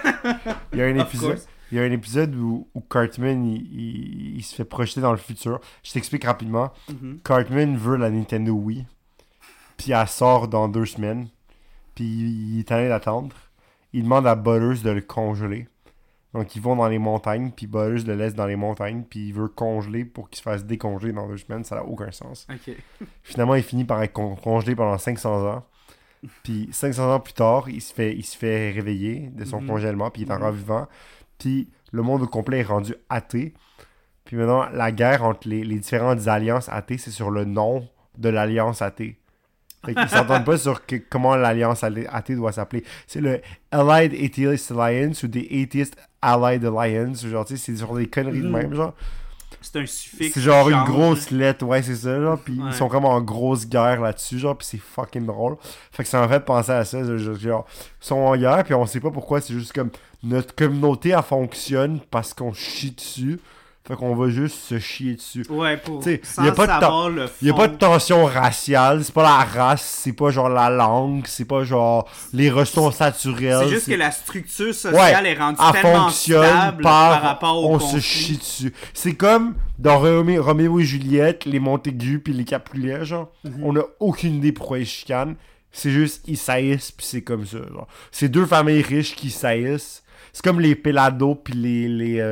Il y a un épisode où Cartman il se fait projeter dans le futur. Je t'explique rapidement. Cartman veut la Nintendo Wii. Puis elle sort dans 2 semaines. Puis il est allé d'attendre. Il demande à Butters de le congeler. Donc ils vont dans les montagnes. Puis Butters le laisse dans les montagnes. Puis il veut congeler pour qu'il se fasse décongeler dans 2 semaines. Ça n'a aucun sens. Okay. Finalement, il finit par être congelé pendant 500 ans. Puis 500 ans plus tard, il se fait réveiller de son congèlement. Puis il est encore vivant. Puis le monde au complet est rendu athée. Puis maintenant, la guerre entre les différentes alliances athées, c'est sur le nom de l'alliance athée. Fait qu'ils s'entendent pas sur comment l'alliance athée doit s'appeler. C'est le Allied Atheist Alliance ou des Atheist Allied Alliance. Genre, tu sais, c'est sur des conneries de même, genre. C'est un suffixe. C'est genre une grosse lettre, ouais, c'est ça, genre. Puis ils sont comme en grosse guerre là-dessus, genre. Puis c'est fucking drôle. Fait que ça m'a fait penser à ça. Genre, ils sont en guerre, puis on sait pas pourquoi. C'est juste comme notre communauté, elle fonctionne parce qu'on chie dessus. Fait qu'on va juste se chier dessus. Ouais, pour sans savoir le fond. Il n'y a pas de tension raciale, c'est pas la race, c'est pas genre la langue, c'est pas genre les ressources naturelles. C'est juste que la structure sociale est rendue tellement stable par rapport au conflit. On se chie dessus. C'est comme dans Roméo et Juliette, les Montaigu puis les Capulet, genre. On a aucune idée pourquoi ils chicanent. C'est juste, ils saillissent pis c'est comme ça, genre. C'est 2 familles riches qui saillissent. C'est comme les Pelado puis les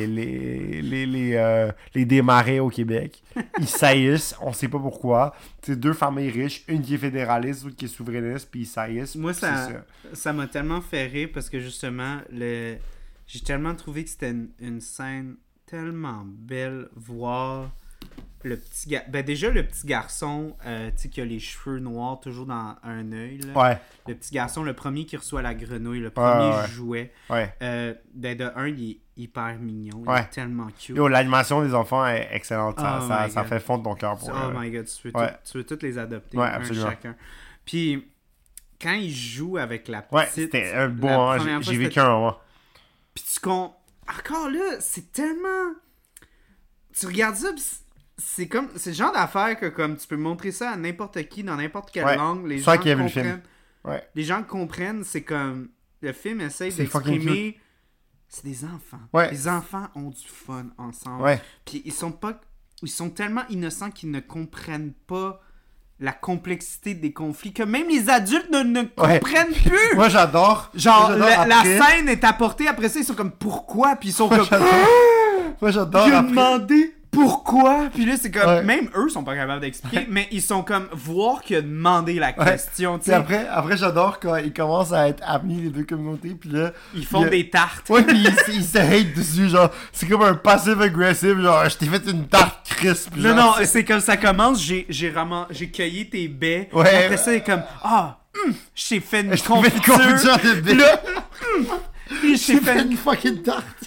Desmarais au Québec. Ils saillissent, on sait pas pourquoi. C'est 2 familles riches, une qui est fédéraliste, l'autre qui est souverainiste, puis ils saillissent. Moi, ça m'a tellement fait rire parce que justement, j'ai tellement trouvé que c'était une scène tellement belle, voir le petit gars. Ben déjà, le petit garçon, tu sais, qui a les cheveux noirs toujours dans un œil. Là. Ouais. Le petit garçon, le premier qui reçoit la grenouille, le premier jouet. Ouais. Ben de un, il est hyper mignon. Il est tellement cute. Yo, l'animation des enfants est excellente. Ça fait fondre ton cœur pour Oh my god, tu veux tous les adopter, un chacun. Puis, quand il joue avec la petite... Ouais, c'était un beau moment. J'ai vécu un moment. Puis encore là, c'est tellement... Tu regardes ça, c'est le genre d'affaire que comme tu peux montrer ça à n'importe qui, dans n'importe quelle langue. Les gens comprennent. Ouais. Les gens comprennent, c'est comme... Le film essaie d'exprimer... C'est des enfants. Ouais. Les enfants ont du fun ensemble. Ouais. Puis ils sont tellement innocents qu'ils ne comprennent pas la complexité des conflits, que même les adultes ne comprennent plus. Moi, j'adore. Genre, la scène est apportée, après ça, ils sont comme, pourquoi? Puis ils sont comme... Moi, j'adore. J'ai demandé pourquoi? Puis là, c'est comme... Même eux sont pas capables d'expliquer, mais ils sont comme... Voir qu'il a demandé la question, tu sais. Après, j'adore quand ils commencent à être amis, les 2 communautés, puis là... Ils font des tartes. Ouais, puis ils se hate dessus, genre... C'est comme un passive-aggressive, genre, je t'ai fait une tarte crisp. Non, c'est comme ça commence, j'ai cueilli tes baies, après ça, c'est comme... je t'ai fait une confiture de baies. Puis j'ai fait une fucking tarte.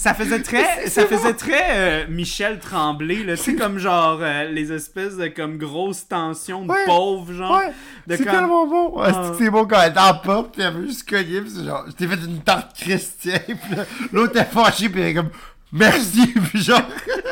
Ça faisait très Michel Tremblay, là, tu sais, comme genre les espèces de comme grosses tensions de pauvres, genre. Ouais, de c'est comme... tellement bon. C'est bon quand elle est en porte, puis elle veut juste cogner, puis c'est genre, je t'ai fait une tarte chrétien, puis là, l'autre est fâché, puis elle est comme, merci, puis genre...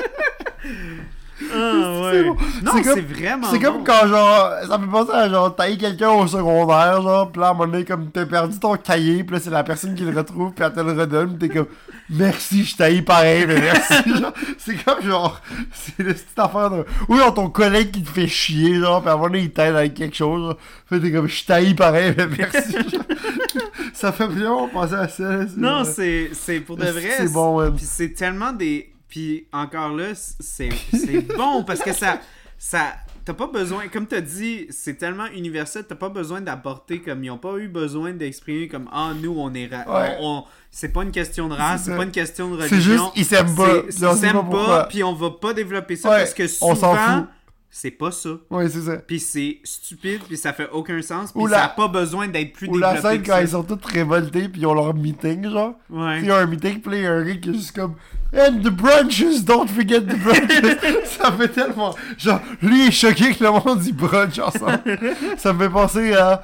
ouais. Bon. Non, c'est vraiment c'est comme bon. quand genre ça me fait penser à genre tailler quelqu'un au secondaire, genre pis là à un moment donné comme t'as perdu ton cahier, pis là c'est la personne qui le retrouve pis elle te le redonne, pis t'es comme merci, je taille pareil, mais merci. Genre, c'est comme genre c'est une petite affaire de ou genre ton collègue qui te fait chier, genre pis à un moment donné il t'aide avec quelque chose, genre, fait t'es comme je taille pareil, mais merci. Genre. Ça fait vraiment penser à ça. Non, c'est pour de vrai. C'est bon, ouais. Pis c'est tellement des... Puis encore là, c'est bon parce que ça t'as pas besoin, comme t'as dit, c'est tellement universel, t'as pas besoin d'apporter comme ils ont pas eu besoin d'exprimer comme nous on est c'est pas une question de race, c'est pas une question de religion. C'est juste ils s'aiment pas. Ils s'aiment pas, puis on va pas développer ça parce que souvent c'est pas ça. Ouais, c'est ça. Puis c'est stupide, puis ça fait aucun sens, puis ça a pas besoin d'être plus développé. Ou la scène quand ils sont tous révoltés, puis ils ont leur meeting, genre. Ouais. Ils ont un meeting, puis il y a un gars qui est juste comme And the brunches, don't forget the brunches. Ça fait tellement. Genre, lui est choqué que le monde dit brunch ensemble. Ça me fait penser à.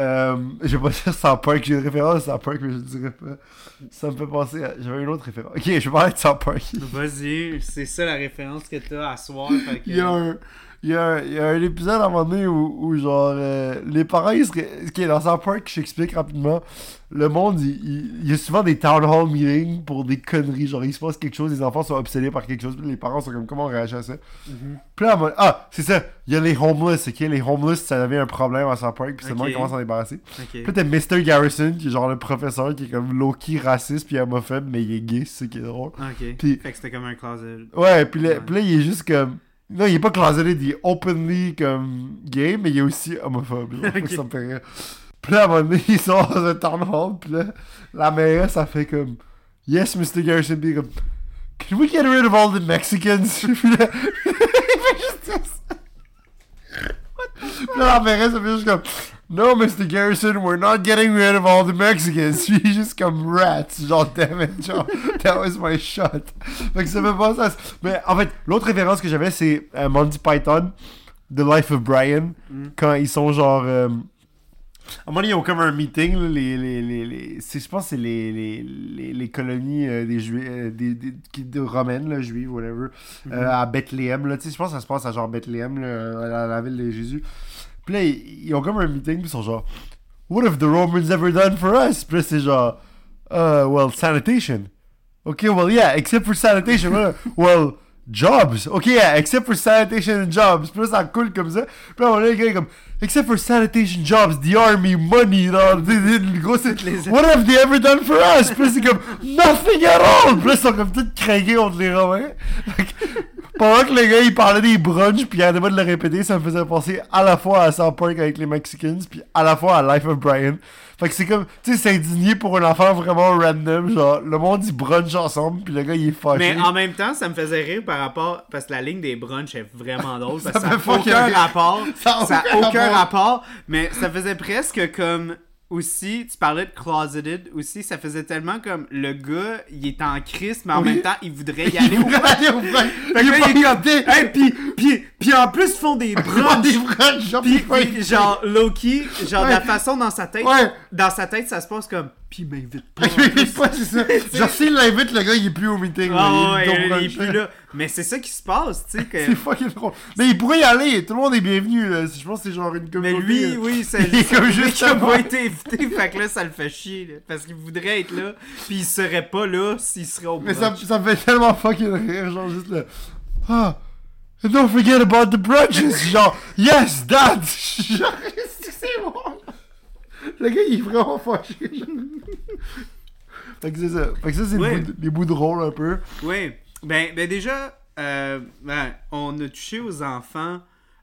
Je vais pas dire South Park, j'ai une référence à South Park, mais je le dirais pas. Ça me fait penser à. J'avais une autre référence. Ok, je vais parler de South Park. Vas-y, c'est ça la référence que t'as à soir. Fait que... Il y a un épisode à un moment donné où genre, les parents, ils seraient... qui est dans South Park, je t'explique rapidement. Le monde, il y a souvent des town hall meetings pour des conneries. Genre, il se passe quelque chose, les enfants sont obsédés par quelque chose, puis les parents sont comme, comment on réagit à ça? Puis là, c'est ça, il y a les homeless, ok? Les homeless, ça devient un problème à South Park, puis c'est le monde qui commence à s'en débarrasser. Puis là, t'as Mr. Garrison, qui est genre le professeur, qui est comme low-key raciste, puis homophobe, mais il est gay, c'est ça qui est drôle. Puis, fait que c'était comme un closet. Ouais, puis là, il est juste comme... Non, il est pas closeté, il est openly comme gay, mais il est aussi homophobe. Genre, ça me fait rire. Puis là, à un moment donné, ils sont dans un town hall, puis là, la mairesse, ça fait comme Yes, Mr. Garrison, puis comme Can we get rid of all the Mexicans? Puis là, il fait juste ça. Puis là, la mairesse, elle fait juste comme No, Mr. Garrison, we're not getting rid of all the Mexicans. Puis il est juste comme rats. Genre, damn it, genre, that was my shot. Fait que ça fait pas ça. Mais en fait, l'autre référence que j'avais, c'est Monty Python, The Life of Brian. Quand ils sont genre. À un moment donné, ils ont comme un meeting, là, je pense que c'est les colonies des juifs, de romaines, là, juives, whatever, à Bethléem, là, tu sais, je pense que ça se passe à genre Bethléem, là, à la ville de Jésus. Puis là, ils ont comme un meeting, puis ils sont genre What have the Romans ever done for us? Puis là, c'est genre well, sanitation. Ok, well, yeah, except for sanitation. Well, jobs. Ok, yeah, except for sanitation and jobs. Puis là, ça coule comme ça. Puis là, on a le gars est comme Except for sanitation jobs, the army, money, le gros, c'est What have they ever done for us? Puis là, c'est comme Nothing at all. Puis là, ils sont comme tous craqués contre les Romains. Pendant que les gars ils parlaient des brunchs puis ils arrêtaient pas de le répéter, ça me faisait penser à la fois à South Park avec les Mexicans puis à la fois à Life of Brian. Fait que c'est comme, tu sais, s'indigner pour une affaire vraiment random, genre le monde dit brunch ensemble puis le gars il est fâché. Mais en même temps, ça me faisait rire par rapport, parce que la ligne des brunchs est vraiment drôle, parce que Ça ça fait n'a aucun fucking rapport. Ça a aucun rapport, mais ça faisait presque comme... Aussi, tu parlais de closeted aussi, ça faisait tellement comme le gars, il est en crise, mais en même temps, il voudrait y aller au brunch. Fait que là, il est comme, hey, puis en plus, ils font des brunchs. Puis genre, Loki, genre, de la façon dans sa tête, ça se passe comme, puis il m'invite pas. Il m'invite pas, c'est ça. Genre, s'il l'invite, le gars, il est plus au meeting. Il est plus là. Mais c'est ça qui se passe, tu sais. C'est fucking drôle. Mais il pourrait y aller, tout le monde est bienvenu, là. Je pense que c'est genre une communauté. Mais lui, oui, c'est comme juste qui a pas été invité, fait que là, ça le fait chier, là, parce qu'il voudrait être là, puis il serait pas là s'il serait au brunch. Mais ça me fait tellement fucking rire, genre juste là. And don't forget about the brunches. Genre, yes, dad. Genre, c'est bon. Le gars, il est vraiment fâché. Fait que c'est ça. Fait que ça, c'est les bouts drôles un peu. Oui. Ben déjà, on a touché aux enfants.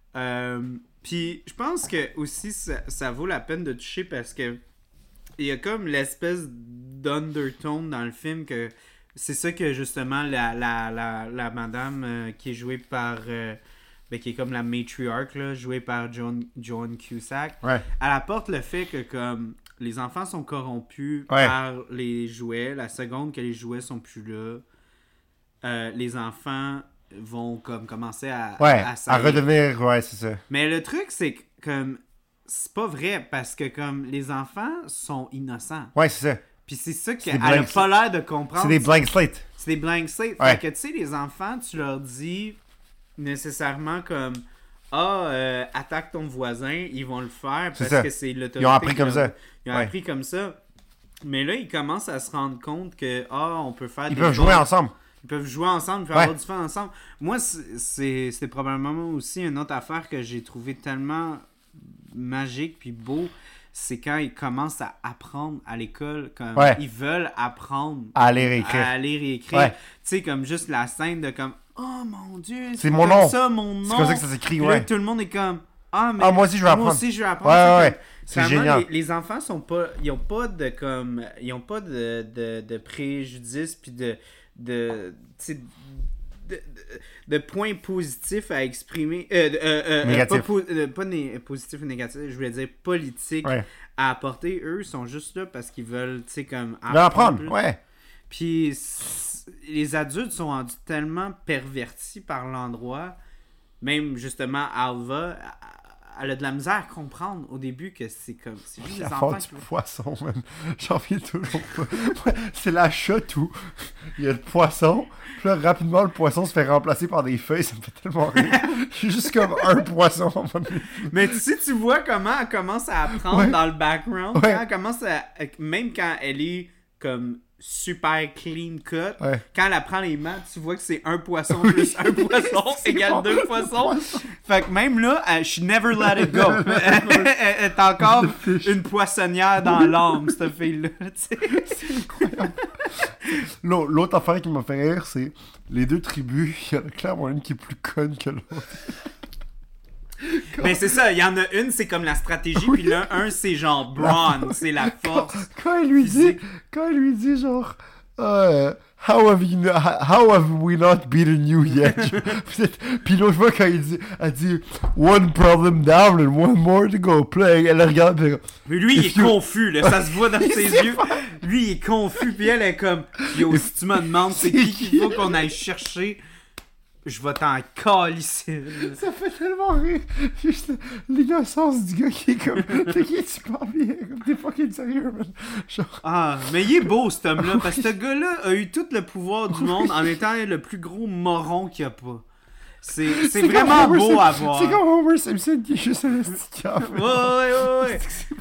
Puis je pense que aussi ça vaut la peine de toucher parce que il y a comme l'espèce d'undertone dans le film que c'est ça que justement la madame qui est jouée par qui est comme la matriarche là, jouée par Joan Cusack. Ouais. Elle apporte le fait que comme les enfants sont corrompus par les jouets. La seconde que les jouets sont plus là, les enfants vont comme commencer à redevenir, c'est ça. Mais le truc, c'est que comme c'est pas vrai parce que comme les enfants sont innocents. Ouais, c'est ça. Puis c'est ça qu'elle a pas l'air de comprendre. C'est des blank slates. C'est des blank slates. Fait que tu sais, les enfants, tu leur dis nécessairement comme attaque ton voisin, ils vont le faire parce que c'est l'autorité. Ils ont appris comme ça. Ils ont appris comme ça. Mais là, ils commencent à se rendre compte que on peut faire Ils peuvent jouer ensemble. Ils peuvent jouer ensemble, ils peuvent avoir du fun ensemble. Moi, c'était probablement aussi une autre affaire que j'ai trouvé tellement magique puis beau. C'est quand ils commencent à apprendre à l'école, comme ils veulent apprendre à lire et écrire. Tu sais, comme juste la scène de comme oh mon Dieu, c'est mon nom. Ça, mon nom. C'est comme ça que ça s'écrit, là, tout le monde est comme mais moi aussi je veux apprendre. Ouais. C'est génial. Les enfants sont pas, ils ont pas de comme, ils ont pas de préjudice puis de points positifs à exprimer. Négatif. Pas positif ou négatif, je voulais dire politique à apporter. Eux sont juste là parce qu'ils veulent, tu sais, comme apprendre. Puis les adultes sont rendus tellement pervertis par l'endroit. Même justement, Alva, elle a de la misère à comprendre au début que c'est comme. C'est juste des enfants du poisson, man. J'en viens toujours pas. C'est la chute où il y a le poisson. Puis là, rapidement, le poisson se fait remplacer par des feuilles. Ça me fait tellement rire. Je suis juste comme un poisson. Mais tu vois comment elle commence à apprendre dans le background. Quand elle commence même quand elle est comme super clean cut. Quand elle apprend les maths, tu vois que c'est un poisson plus un poisson égale deux poissons. Fait que même là, she never let it go. Elle est encore une poissonnière dans l'âme, cette fille-là. C'est incroyable. L'autre affaire qui m'a fait rire, c'est les deux tribus. Il y en a clairement une qui est plus conne que l'autre. Mais c'est ça, il y en a une, c'est comme la stratégie, puis là, un, c'est genre brawn, c'est la force. Quand elle lui dit genre, how have we not beaten you yet? Puis l'autre fois, quand elle dit, one problem down and one more to go, puis là, elle regarde, puis mais lui, il est confus, là, ça se voit dans ses yeux. Lui, il est confus, puis elle est comme, yo, si tu me demandes c'est qui qu'il faut qu'on aille chercher, je vais t'en calisser. Ça fait tellement rire. Juste l'innocence du gars qui est comme. T'es qui tu parles bien? Comme t'es fucking sérieux, man. Genre... mais il est beau, cet homme-là. Parce que ce gars-là a eu tout le pouvoir du monde en étant le plus gros moron qu'il n'y a pas. C'est vraiment beau à voir. C'est comme Homer Simpson qui est juste un esticable. Ouais.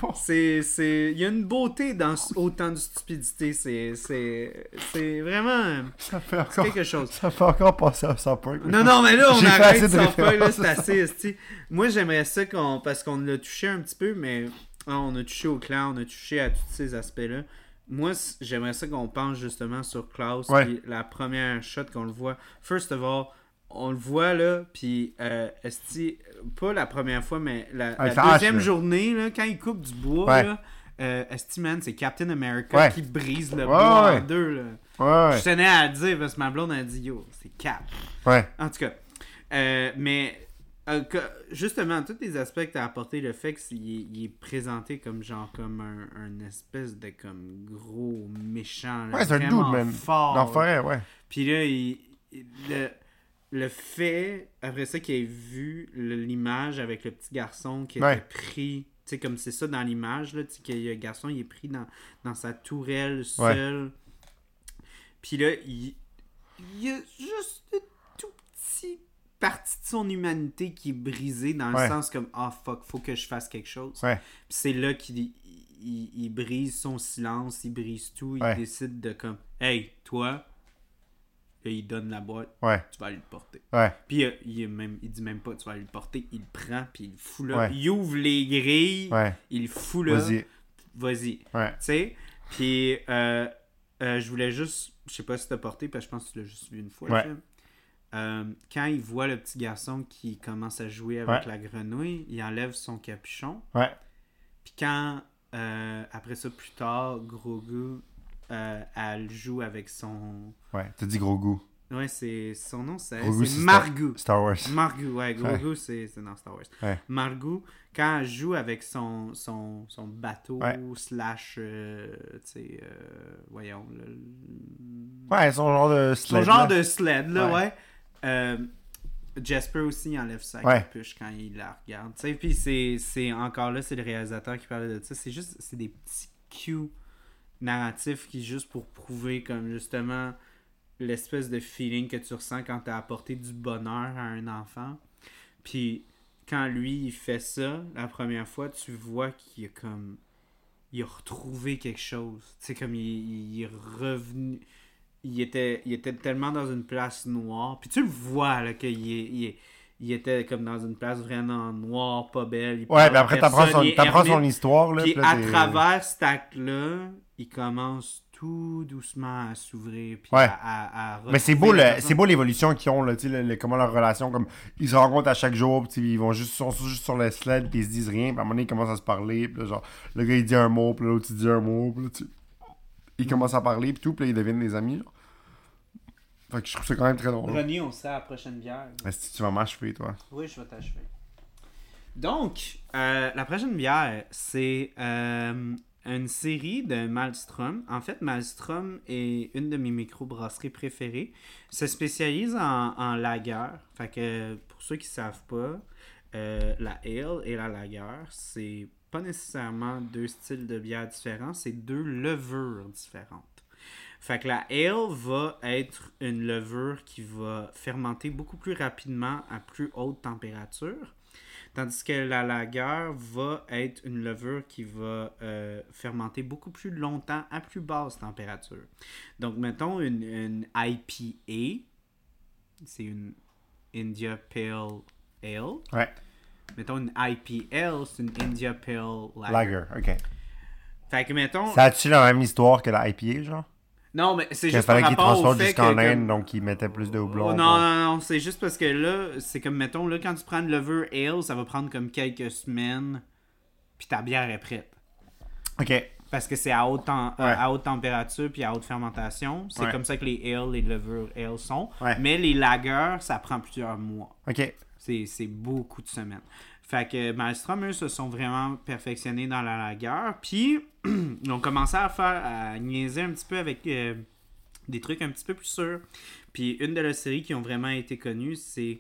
Il y a une beauté dans autant de stupidité. C'est vraiment. Ça fait encore quelque chose. Ça fait encore passer à South Park. Non, mais là, on arrête South Park. Là, c'est assez. Moi, j'aimerais ça parce qu'on l'a touché un petit peu, mais on a touché au clan, on a touché à tous ces aspects-là. Moi, j'aimerais ça qu'on pense justement sur Klaus. Puis la première shot qu'on le voit. First of all, on le voit là, puis pas la première fois, mais la deuxième journée, là, quand il coupe du bois, là, man, c'est Captain America qui brise le bois en deux. Là. Je tenais à le dire parce que ma blonde a dit yo, c'est Cap. En tout cas, mais justement, tous les aspects que tu as apporté, le fait qu'il est présenté comme genre comme un espèce de comme gros méchant. Là, c'est un dude, man. Fort. L'enfer, Puis là, le fait, après ça, qu'il ait vu l'image avec le petit garçon qui était pris, tu sais, comme c'est ça dans l'image, là, tu sais, que le garçon, il est pris dans sa tourelle seul. Puis là, il y a juste une toute petite partie de son humanité qui est brisée dans le sens comme, fuck, faut que je fasse quelque chose. Puis c'est là qu'il il brise son silence, il brise tout, il décide de comme, hey, toi... Là, il donne la boîte, tu vas aller le porter. Puis il dit même pas tu vas aller le porter, il le prend, puis il le fout là. Il ouvre les grilles, il le fout là. Vas-y. Tu sais? Puis je voulais juste, je sais pas si t'as porté, parce que je pense que tu l'as juste vu une fois le film. Quand il voit le petit garçon qui commence à jouer avec la grenouille, il enlève son capuchon. Puis quand, après ça, plus tard, Grogu... elle joue avec son... t'as dit gros goût. Ouais, son nom, c'est Grogu, Margou. Star Wars. Margou, ouais, Grogu, c'est dans Star Wars. Ouais. Margou, quand elle joue avec son bateau, slash, tu sais, voyons, Ouais, son genre de sled. son genre là. de sled, là, ouais. Jasper aussi il enlève sa Ouais. capuche quand il la regarde. Tu sais, puis c'est encore là, c'est le réalisateur qui parlait de ça. C'est des petits cues narratifs qui juste pour prouver comme justement l'espèce de feeling que tu ressens quand t'as apporté du bonheur à un enfant. Puis quand lui il fait ça la première fois, tu vois qu'il a comme il a retrouvé quelque chose. Tu sais comme il est revenu. Il était tellement dans une place noire. Puis tu le vois là qu'il était comme dans une place vraiment noire, pas belle. Ouais, puis après t'apprends son histoire là. Puis là, à travers cet acte-là, il commence tout doucement à s'ouvrir puis Ouais. à Mais c'est beau, c'est beau l'évolution qu'ils ont, là, tu sais, comment leur relation, comme, ils se rencontrent à chaque jour, puis ils sont juste sur le sled, puis ils se disent rien, puis à un moment donné, ils commencent à se parler, puis là, genre, le gars, il dit un mot, puis l'autre, il dit un mot, puis là, ils commencent à parler, puis tout, puis là, ils deviennent des amis, genre. Fait que je trouve ça quand même très drôle. René, on sait à la prochaine bière. Est-ce que tu vas m'achever, toi? Oui, je vais t'achever. Donc, la prochaine bière, c'est une série de Malmstrom. En fait, Malmstrom est une de mes microbrasseries préférées. Elle se spécialise en lager. Fait que, pour ceux qui ne savent pas, la ale et la lager, c'est pas nécessairement deux styles de bière différents, c'est deux levures différentes. Fait que la ale va être une levure qui va fermenter beaucoup plus rapidement à plus haute température. Tandis que la lager va être une levure qui va fermenter beaucoup plus longtemps à plus basse température. Donc, mettons une IPA, c'est une India Pale Ale. Ouais. Mettons une IPL, c'est une India Pale Lager. Lager, ok. Fait que mettons... Ça a-tu la même histoire que la IPA, genre? Non, mais c'est Qu'il juste par fallait qu'ils rapport au transportent fait jusqu'en que... Inde, donc ils mettaient plus de houblon. Oh, non, c'est juste parce que là, c'est comme, mettons, là, quand tu prends une levure ale, ça va prendre comme quelques semaines, puis ta bière est prête. Ok. Parce que c'est à haute température puis à haute fermentation. C'est comme ça que les ales, les levures ale sont. Ouais. Mais les lagers, ça prend plusieurs mois. Ok. C'est beaucoup de semaines. Fait que Malmstrom, eux, se sont vraiment perfectionnés dans la lager. Puis, ils ont commencé à niaiser un petit peu avec des trucs un petit peu plus sûrs. Puis, une de leurs séries qui ont vraiment été connues, c'est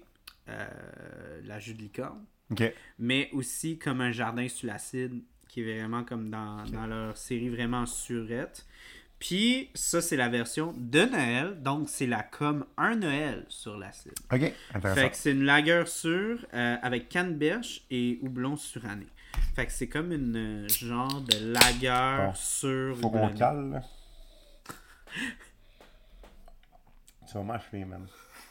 la jus de licorne. Ok. Mais aussi comme un jardin sur l'acide, qui est vraiment comme dans leur série vraiment surette. Puis, ça, c'est la version de Noël. Donc, c'est la comme un Noël sur l'acide. Ok, intéressant. Fait que c'est une lager sûre avec canneberge et houblon suranné. Fait que c'est comme une genre de lager sûre. Faut qu'on cale, là. Tu vas m'achever, man.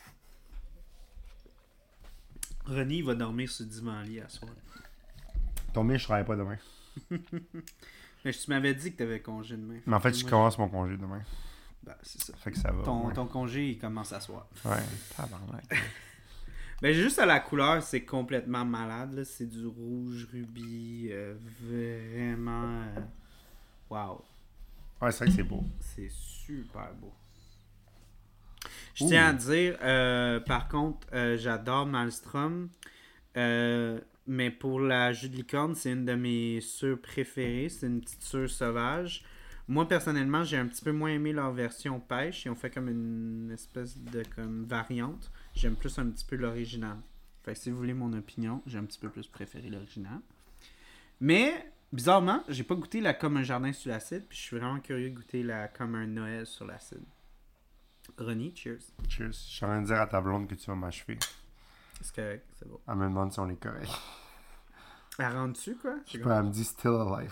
René, il va dormir sur le divan-lit à soir. Tombé, je travaille pas demain. Mais tu m'avais dit que tu avais congé demain. Mais en fait, je commence mon congé demain. Ben, c'est ça. Fait que ça va. Ton congé, il commence à soir. Ouais, tabarnak. Ben, juste à la couleur, c'est complètement malade. Là. C'est du rouge rubis. Vraiment. Wow. Ouais, c'est vrai que c'est beau. C'est super beau. Je tiens à dire, par contre, j'adore Malmstrom. Mais pour la jus de licorne, c'est une de mes sûres préférées. C'est une petite sûre sauvage. Moi, personnellement, j'ai un petit peu moins aimé leur version pêche. Ils ont fait comme une espèce de comme variante. J'aime plus un petit peu l'original. Fait que si vous voulez mon opinion, j'ai un petit peu plus préféré l'original. Mais, bizarrement, j'ai pas goûté la comme un jardin sur l'acide. Puis je suis vraiment curieux de goûter la comme un Noël sur l'acide. Ronnie, cheers. Cheers. Je suis en train de dire à ta blonde que tu vas m'achever. C'est correct, c'est bon. Elle me demande si on est correct. Elle rentre dessus, quoi? Je sais pas, elle me dit still alive.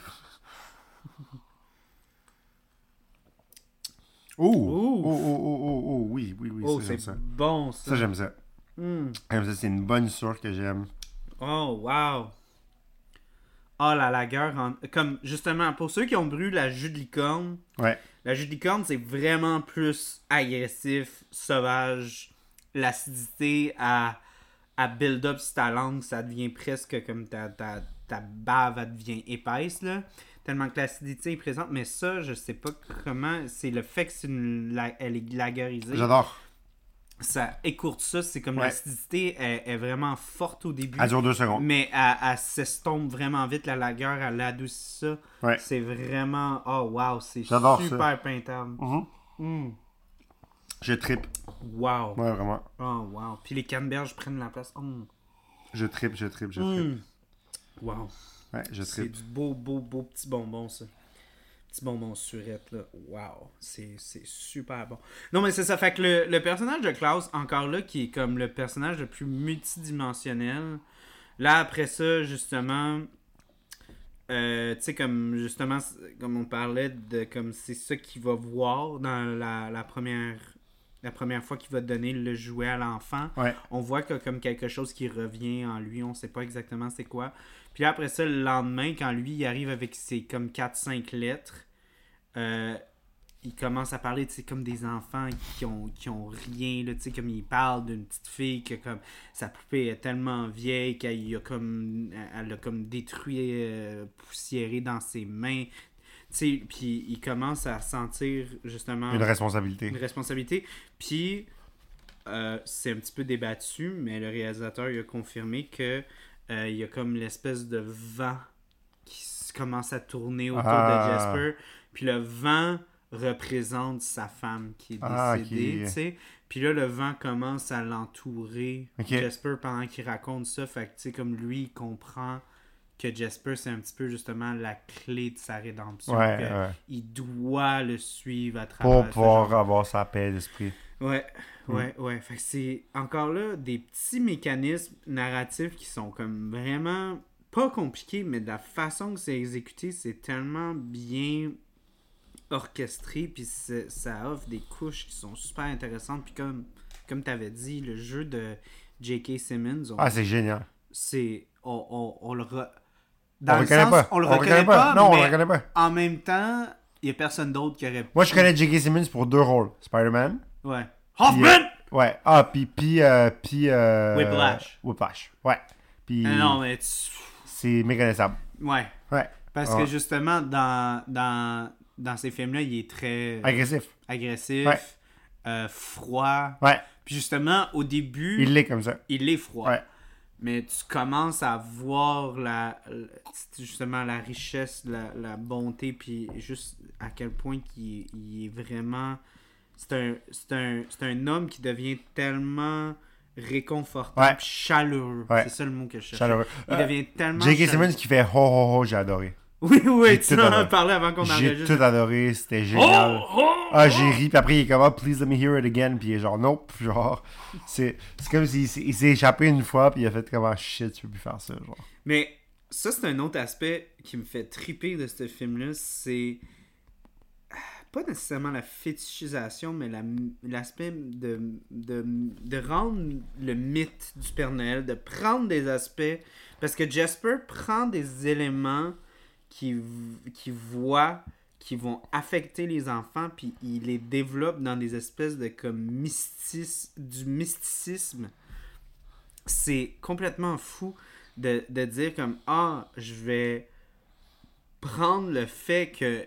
Oh, oui, Oh, ça, c'est j'aime ça. bon, ça. Ça, j'aime ça. J'aime ça, c'est une bonne sûre que j'aime. Oh, wow. Ah, la lager, comme justement, pour ceux qui ont bu la jus de licorne, Ouais. la jus de licorne, c'est vraiment plus agressif, sauvage. L'acidité à build up sur ta langue, ça devient presque comme ta bave, elle devient épaisse, là. Tellement que l'acidité est présente. Mais ça, je sais pas comment. C'est le fait que elle est lagerisée. J'adore. ça écourte ça. C'est comme l'acidité est vraiment forte au début. Elle dure 2 secondes. Mais elle s'estompe vraiment vite. La lagueur, elle adoucit ça. Ouais. C'est vraiment... Oh, wow, c'est J'adore super peintable. Je trippe. Wow. Ouais, vraiment. Oh, wow. Puis les canneberges prennent la place. Je trippe. Wow. Ouais, je C'est trippe. du beau petit bonbon, ça. Petit bonbon surette, là. Wow. C'est super bon. Non, mais c'est ça. Fait que le personnage de Klaus, encore là, qui est comme le personnage le plus multidimensionnel. Là, après ça, justement... tu sais, comme justement, comme on parlait de comme c'est ça qu'il va voir dans la première fois qu'il va donner le jouet à l'enfant. Ouais. On voit qu'il y a comme quelque chose qui revient en lui, on sait pas exactement c'est quoi. Puis après ça, le lendemain, quand lui il arrive avec ses comme 4-5 lettres, il commence à parler, tu sais, comme des enfants qui ont rien, là, tu sais, comme il parle d'une petite fille que comme sa poupée est tellement vieille elle a comme détruit, poussiéré dans ses mains, tu sais, puis il commence à sentir justement Une responsabilité. Puis c'est un petit peu débattu, mais le réalisateur il a confirmé que il y a comme l'espèce de vent qui commence à tourner autour de Jasper, puis le vent représente sa femme qui est décédée, tu sais. Puis là, le vent commence à l'entourer, Jasper, pendant qu'il raconte ça. Fait que, tu sais, comme lui, il comprend que Jasper, c'est un petit peu, justement, la clé de sa rédemption. Il doit le suivre à travers... Pour pouvoir avoir sa paix d'esprit. Ouais. Fait que c'est, encore là, des petits mécanismes narratifs qui sont comme vraiment pas compliqués, mais de la façon que c'est exécuté, c'est tellement bien... orchestré, puis ça offre des couches qui sont super intéressantes. Puis comme tu avais dit, le jeu de J.K. Simmons, c'est génial. C'est on le dans le sens, on le reconnaît pas. Non, mais on le reconnaît pas. En même temps, il y a personne d'autre qui aurait... Moi, je connais J.K. Simmons pour 2 rôles. Spider-Man. Ouais. Hoffman! Ouais. Puis Whiplash. Ouais. Puis non, mais c'est méconnaissable. Ouais. Parce que justement, dans ces films-là, il est très... agressif. Froid. Ouais. Puis justement, au début... Il l'est comme ça. Il est froid. Ouais. Mais tu commences à voir justement la richesse, la bonté, puis juste à quel point il est vraiment... C'est un homme qui devient tellement réconfortant, chaleureux. Ouais. C'est ça le mot que je cherche. Chaleureux. Il devient tellement J.K. Simmons qui fait ho ho ho, j'ai adoré. Oui, tu en as parlé avant qu'on enregistre. J'ai tout adoré, c'était génial. J'ai ri, puis après il est comme please let me hear it again, puis il est genre nope, genre c'est comme s'il s'est échappé une fois, puis il a fait comme shit, tu peux plus faire ça, genre. Mais ça, c'est un autre aspect qui me fait triper de ce film-là, c'est pas nécessairement la fétichisation, mais l'aspect de rendre le mythe du Père Noël, de prendre des aspects, parce que Jasper prend des éléments qui voit, qui vont affecter les enfants, puis il les développe dans des espèces de comme du mysticisme. C'est complètement fou de dire comme je vais prendre le fait que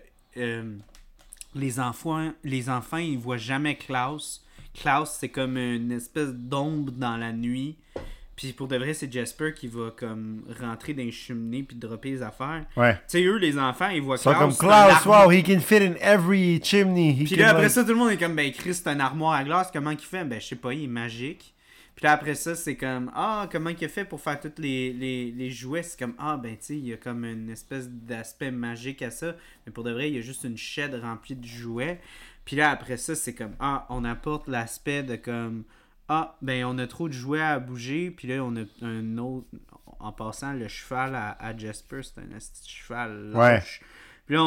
les enfants ils voient jamais Klaus. Klaus, c'est comme une espèce d'ombre dans la nuit. Puis pour de vrai, c'est Jasper qui va comme rentrer dans les cheminées puis dropper les affaires. Ouais. Tu sais, eux, les enfants, ils voient Klaus. Klaus. C'est comme Klaus, wow, he can fit in every chimney. Puis là, après ça, tout le monde est comme, ben Chris, c'est un armoire à glace. Comment il fait? Ben, je sais pas, il est magique. Puis là, après ça, c'est comme, comment il a fait pour faire tous les jouets? C'est comme, ben tu sais, il y a comme une espèce d'aspect magique à ça. Mais pour de vrai, il y a juste une chaîne remplie de jouets. Puis là, après ça, c'est comme, on apporte l'aspect de comme... ben on a trop de jouets à bouger, puis là on a un autre, en passant le cheval à Jasper, c'est un petit cheval lâche. Puis là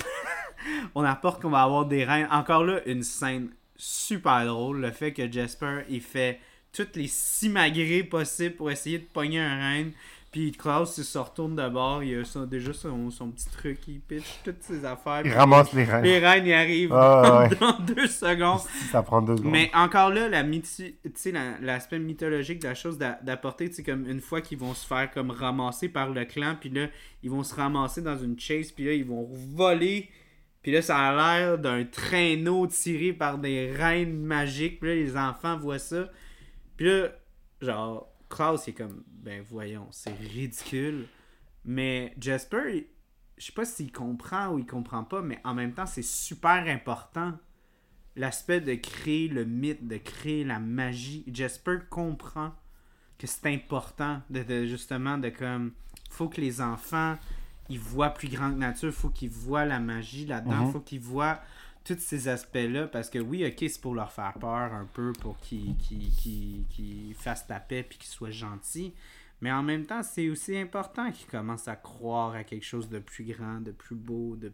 on apporte qu'on va avoir des reines. Encore là, une scène super drôle, le fait que Jasper il fait toutes les simagrées possibles pour essayer de pogner un reine. Puis Klaus, il se retourne de bord, il a déjà son petit truc, il pitch toutes ses affaires. Il ramasse les reines. Les reines, ils arrivent dans 2 secondes. Ça prend 2 secondes. Mais encore là, l'aspect mythologique de la chose d'apporter, comme une fois qu'ils vont se faire comme ramasser par le clan, puis là, ils vont se ramasser dans une chase, puis là, ils vont voler Puis là, ça a l'air d'un traîneau tiré par des reines magiques. Puis là, les enfants voient ça. Puis là, genre, Klaus, il est comme, ben voyons, c'est ridicule. Mais Jasper, je sais pas s'il comprend ou il comprend pas, mais en même temps, c'est super important. L'aspect de créer le mythe, de créer la magie. Jasper comprend que c'est important justement de comme, faut que les enfants ils voient plus grand que nature, faut qu'ils voient la magie là-dedans, faut qu'ils voient tous ces aspects-là, parce que oui, ok, c'est pour leur faire peur un peu, pour qu'ils fassent la paix puis qu'ils soient gentils, mais en même temps, c'est aussi important qu'ils commencent à croire à quelque chose de plus grand, de plus beau, de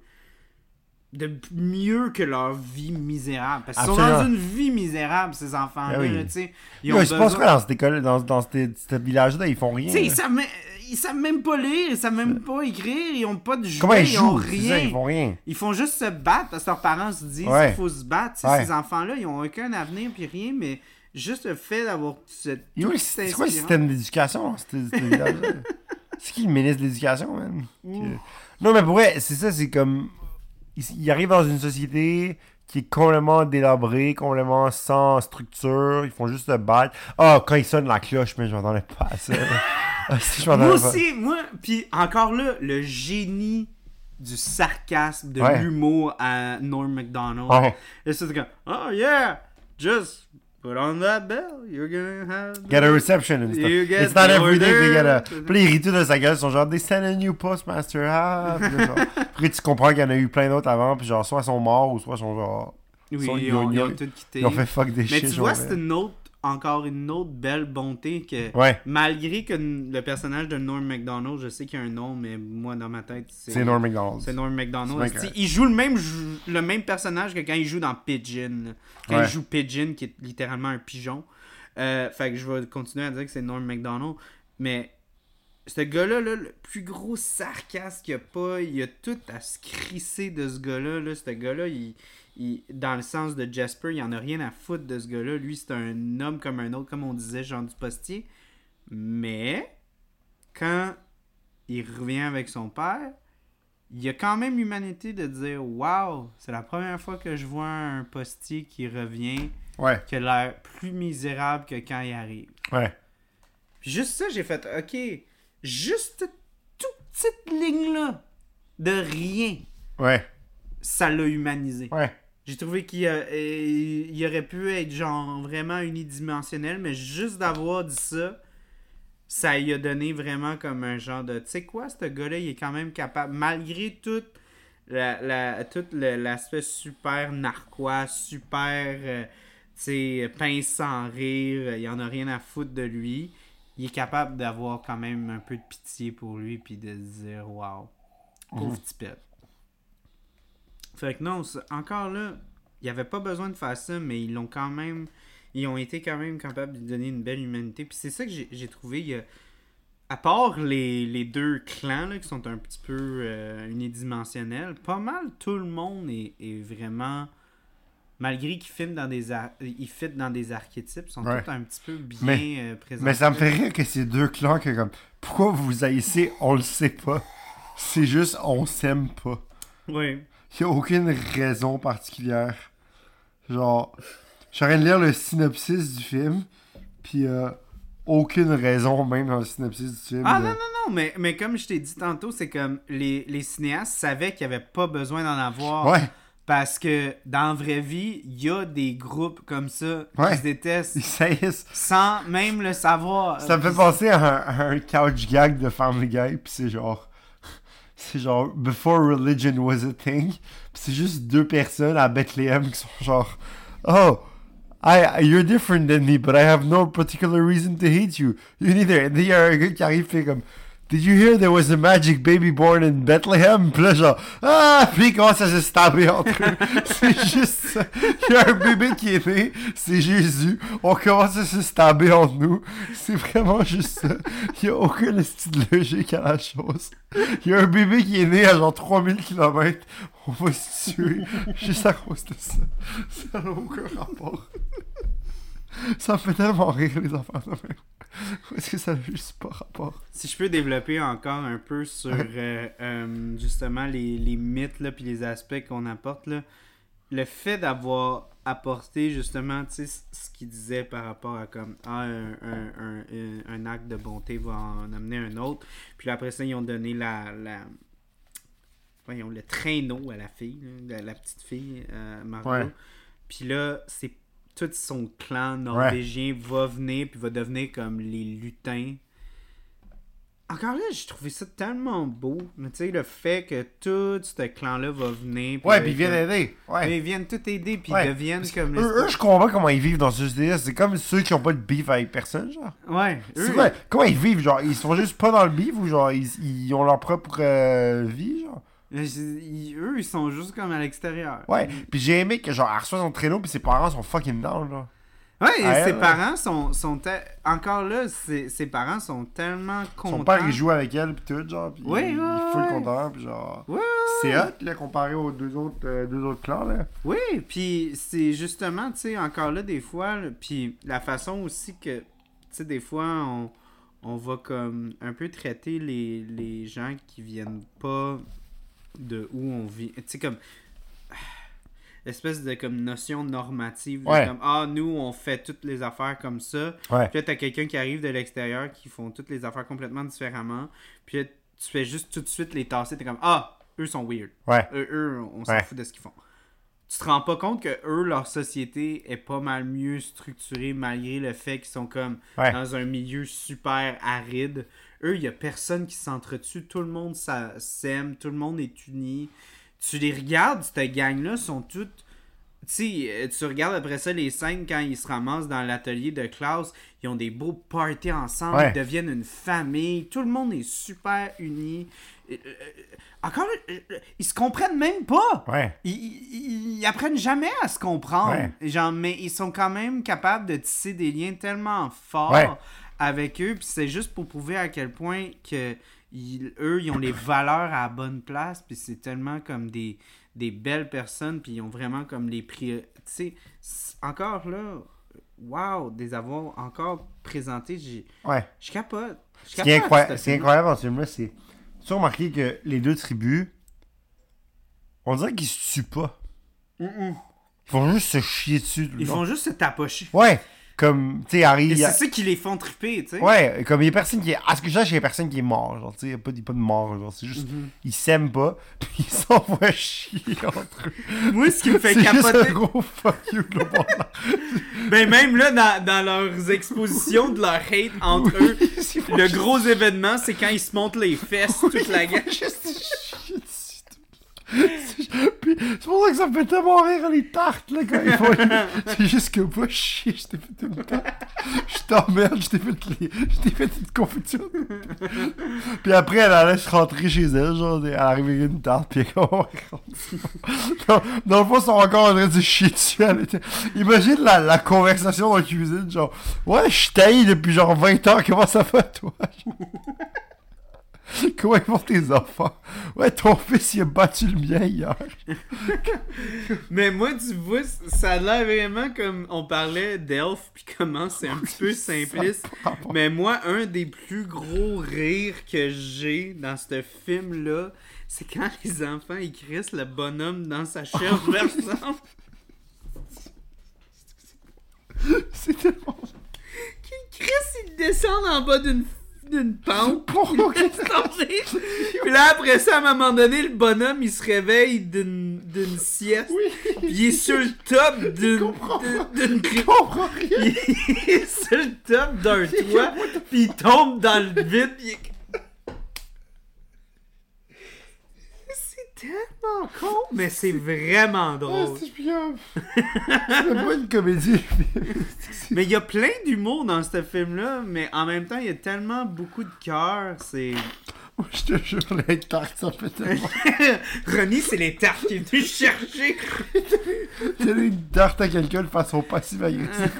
mieux que leur vie misérable. Parce qu'ils sont dans une vie misérable, ces enfants-là. Oui. Là, t'sais, Il se passe quoi dans cette école, dans ce village-là? Ils font rien. Ils savent même pas lire, ils savent même pas écrire, ils ont pas de jouets, comment ils ont jouent? rien. Ça, ils font rien. Ils font juste se battre parce que leurs parents se disent qu'il faut se battre. Ces enfants-là, ils ont aucun avenir puis rien, mais juste le fait d'avoir cette... C'est quoi le système d'éducation dans ce village-là? C'est qui le ministre de l'éducation, man? Non, mais pour vrai, c'est ça, c'est comme... Ils arrivent dans une société qui est complètement délabrée, complètement sans structure. Ils font juste se battre. Quand ils sonnent la cloche, mais je m'attendais pas à ça. Moi aussi, puis encore là, le génie du sarcasme, de l'humour à Norm Macdonald. Et c'est comme, oh yeah, just put on that bell, you're gonna get a reception and stuff. It's not every day they get a... Puis ils rient tout de sa gueule, ils sont genre, they send a new postmaster. Après tu comprends qu'il y en a eu plein d'autres avant, puis genre, soit ils sont morts, ou soit ils sont genre... Oui, ils ont tout quitté. Ils ont fait fuck des shit. Mais tu vois, c'est encore une autre belle bonté que malgré que le personnage de Norm Macdonald, je sais qu'il y a un nom, mais moi dans ma tête c'est Norm Macdonald. C'est Norm Macdonald. Il joue le même personnage que quand il joue dans Pigeon. Quand il joue Pigeon, qui est littéralement un pigeon. Fait que je vais continuer à dire que c'est Norm Macdonald. Mais ce gars-là, le plus gros sarcasme qu'il y a pas, il a tout à se crisser de ce gars-là. Ce gars-là, dans le sens de Jasper, il en a rien à foutre de ce gars-là. Lui, c'est un homme comme un autre, comme on disait, Jean du Postier. Mais, quand il revient avec son père, il y a quand même l'humanité de dire « Wow, c'est la première fois que je vois un postier qui revient, qui a l'air plus misérable que quand il arrive. » Puis juste ça, j'ai fait « Ok, juste toute petite ligne-là de rien. » Ça l'a humanisé. J'ai trouvé qu'il aurait pu être genre vraiment unidimensionnel, mais juste d'avoir dit ça, ça lui a donné vraiment comme un genre de... Tu sais quoi, ce gars-là, il est quand même capable, malgré tout l'aspect super narquois, super, tu sais, pince sans rire, il en a rien à foutre de lui. Il est capable d'avoir quand même un peu de pitié pour lui, puis de se dire « Wow, pauvre petit pet. » Fait que non, encore là, il n'y avait pas besoin de faire ça, mais ils ont été quand même capables de donner une belle humanité. Puis c'est ça que j'ai trouvé. À part les deux clans là, qui sont un petit peu unidimensionnels, pas mal tout le monde est vraiment... Malgré qu'ils fit dans des archétypes, ils sont tous un petit peu bien présentés. Mais ça me fait rire que ces deux clans, que comme, pourquoi vous vous haïssez, on le sait pas. C'est juste, on s'aime pas. Oui. Il n'y a aucune raison particulière. Genre, je suis en train de lire le synopsis du film, puis aucune raison même dans le synopsis du film. Non, mais comme je t'ai dit tantôt, c'est comme les cinéastes savaient qu'il n'y avait pas besoin d'en avoir. Parce que dans la vraie vie, il y a des groupes comme ça qui se détestent sans même le savoir. Ça me fait penser à un couch gag de Family Guy, puis c'est genre Before Religion Was a Thing. Pis c'est juste deux personnes à Bethléem qui sont genre Oh, you're different than me, but I have no particular reason to hate you. You neither. Et il y a un gars qui arrive fait comme Did you hear there was a magic baby born in Bethlehem? Pis là genre puis il commence à se stabber entre eux. C'est juste ça. Il y a un bébé qui est né, c'est Jésus. On commence à se stabber entre nous. C'est vraiment juste ça. Il y a aucune style logique à la chose. Il y a un bébé qui est né à genre 3000 km. On va se tuer juste à cause de ça. Ça n'a aucun rapport. Ça me fait tellement rire les enfants de même. Est-ce que ça n'a juste pas rapport? Si je peux développer encore un peu sur justement les mythes là, puis les aspects qu'on apporte, là, le fait d'avoir apporté justement ce qu'il disait par rapport à comme un acte de bonté va en amener un autre, puis après ça ils ont donné voyons, le traîneau à la fille, là, la petite fille Margot, Ouais. puis là c'est tout son clan norvégien va venir puis va devenir comme les lutins. Encore là, j'ai trouvé ça tellement beau. Mais tu sais, le fait que tout ce clan-là va venir. Ouais, puis ils viennent aider. Ouais. Ils viennent tout aider, puis Ouais. ils deviennent comme... Eux, je comprends comment ils vivent dans ce société-là. C'est comme ceux qui ont pas de beef avec personne, genre. Ouais. C'est vrai. Comment ils vivent, genre? Ils sont juste pas dans le beef ou genre ils ont leur propre vie, genre? Eux, ils sont juste comme à l'extérieur. Ouais. Puis j'ai aimé que genre elle reçoit son traîneau puis ses parents sont fucking down, genre. Ouais, et Ah, ses elle, parents sont encore là, ses parents sont tellement contents. Son père il joue avec elle puis tout, genre. Puis Ouais, il ouais, est full ouais. content puis genre. Ouais, C'est hot, là, comparé aux deux autres clans, là. oui, puis c'est justement, tu sais, encore là, des fois, là, puis la façon aussi que, tu sais, des fois, on va comme un peu traiter les gens qui viennent pas de où on vit. Tu sais, comme, espèce de comme notion normative, Ouais. comme, nous, on fait toutes les affaires comme ça. Ouais. Puis là, t'as quelqu'un qui arrive de l'extérieur qui font toutes les affaires complètement différemment. Puis là, tu fais juste tout de suite les tasser. T'es comme, eux sont weird. Ouais. Eux, on s'en Ouais. fout de ce qu'ils font. Tu te rends pas compte que eux, leur société est pas mal mieux structurée malgré le fait qu'ils sont comme Ouais. dans un milieu super aride. Eux, il y a personne qui s'entretue. Tout le monde s'aime. Tout le monde est uni. Tu les regardes, cette gang-là, sont toutes... Tu sais, tu regardes après ça les scènes quand ils se ramassent dans l'atelier de Klaus, ils ont des beaux parties ensemble, Ouais. ils deviennent une famille, tout le monde est super uni. Encore, ils se comprennent même pas. Ouais. Ils apprennent jamais à se comprendre. Ouais. Genre, mais ils sont quand même capables de tisser des liens tellement forts Ouais. avec eux. Puis c'est juste pour prouver à quel point que eux, ils ont les valeurs à la bonne place. Puis c'est tellement comme des belles personnes. Puis ils ont vraiment comme les priorités. Tu sais, encore là, wow, des avoir encore présentés. Ouais. Je capote. Ce qui est incroyable dans ce film-là, c'est. Tu as remarqué que les deux tribus, on dirait qu'ils se tuent pas. Mm-mm. Ils font juste se chier dessus. tout le Ils long. font juste se tapocher. Ouais. Comme, tu sais, Harry. Et c'est ça qui les font triper, tu sais. Ouais, comme il y a personne qui est. À ce que je sache, il y a personne qui est mort. Genre, tu sais, il n'y a pas de mort. Genre, c'est juste. Ils s'aiment pas. Puis ils s'envoient chier entre eux. Moi, ce qui me fait C'est juste capoter. un gros fuck you global. Ben, même là, dans leurs expositions de leur hate entre eux, le gros événement, c'est quand ils se montent les fesses, toute la gang. Juste chier dessus. Puis c'est pour ça que ça me fait tellement rire les tartes là quand ils font. C'est juste que moi chier, je t'ai fait une tarte. Je t'emmerde, je t'ai fait une confiture. Puis après elle allait se rentrer chez elle, genre elle arrivait avec une tarte, puis dans le fond ils sont encore en train de se chier dessus. Imagine la conversation dans la cuisine, genre ouais je taille depuis genre 20 ans, comment ça va toi? Comment ils vont tes enfants? Ouais, ton fils, il a battu le mien hier. Mais moi, tu vois, ça a l'air vraiment comme on parlait d'Elf, puis comment c'est un petit peu simpliste. Mais moi, un des plus gros rires que j'ai dans ce film-là, c'est quand les enfants, ils crissent le bonhomme dans sa chaise versante. C'est tellement... Ils crissent, ils descendent en bas d'une pente. Pourquoi? Puis là, après ça, à un moment donné, le bonhomme, il se réveille d'une sieste. Oui. Puis il est sur le top d'une... Je comprends rien. Il est sur le top d'un toit, puis il tombe dans le vide, puis il est... C'est tellement con, mais c'est vraiment drôle. C'est bien. C'est pas une comédie. Mais il y a plein d'humour dans ce film-là, mais en même temps, il y a tellement beaucoup de cœur, c'est... Moi, je te jure, les tartes, ça fait tellement... Ronnie, c'est les tartes qu'il est venu chercher. Donner une tarte à quelqu'un de façon passive-agressive.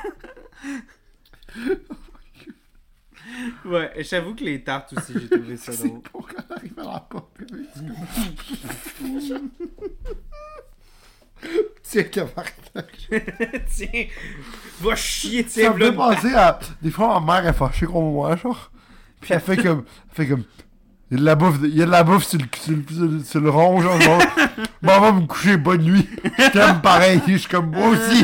Ouais, j'avoue que les tartes aussi, j'ai trouvé ça C'est drôle. pour qu'on arrive à la porte. Tiens, camarade. Tiens, va chier, Ça tiens, me fait là. penser à... Des fois, ma mère est fâchée contre moi, genre. Puis elle fait comme... Il y a de la bouffe sur le rond, genre. Bon, va me coucher, bonne nuit. Je t'aime pareil. Je suis comme moi aussi.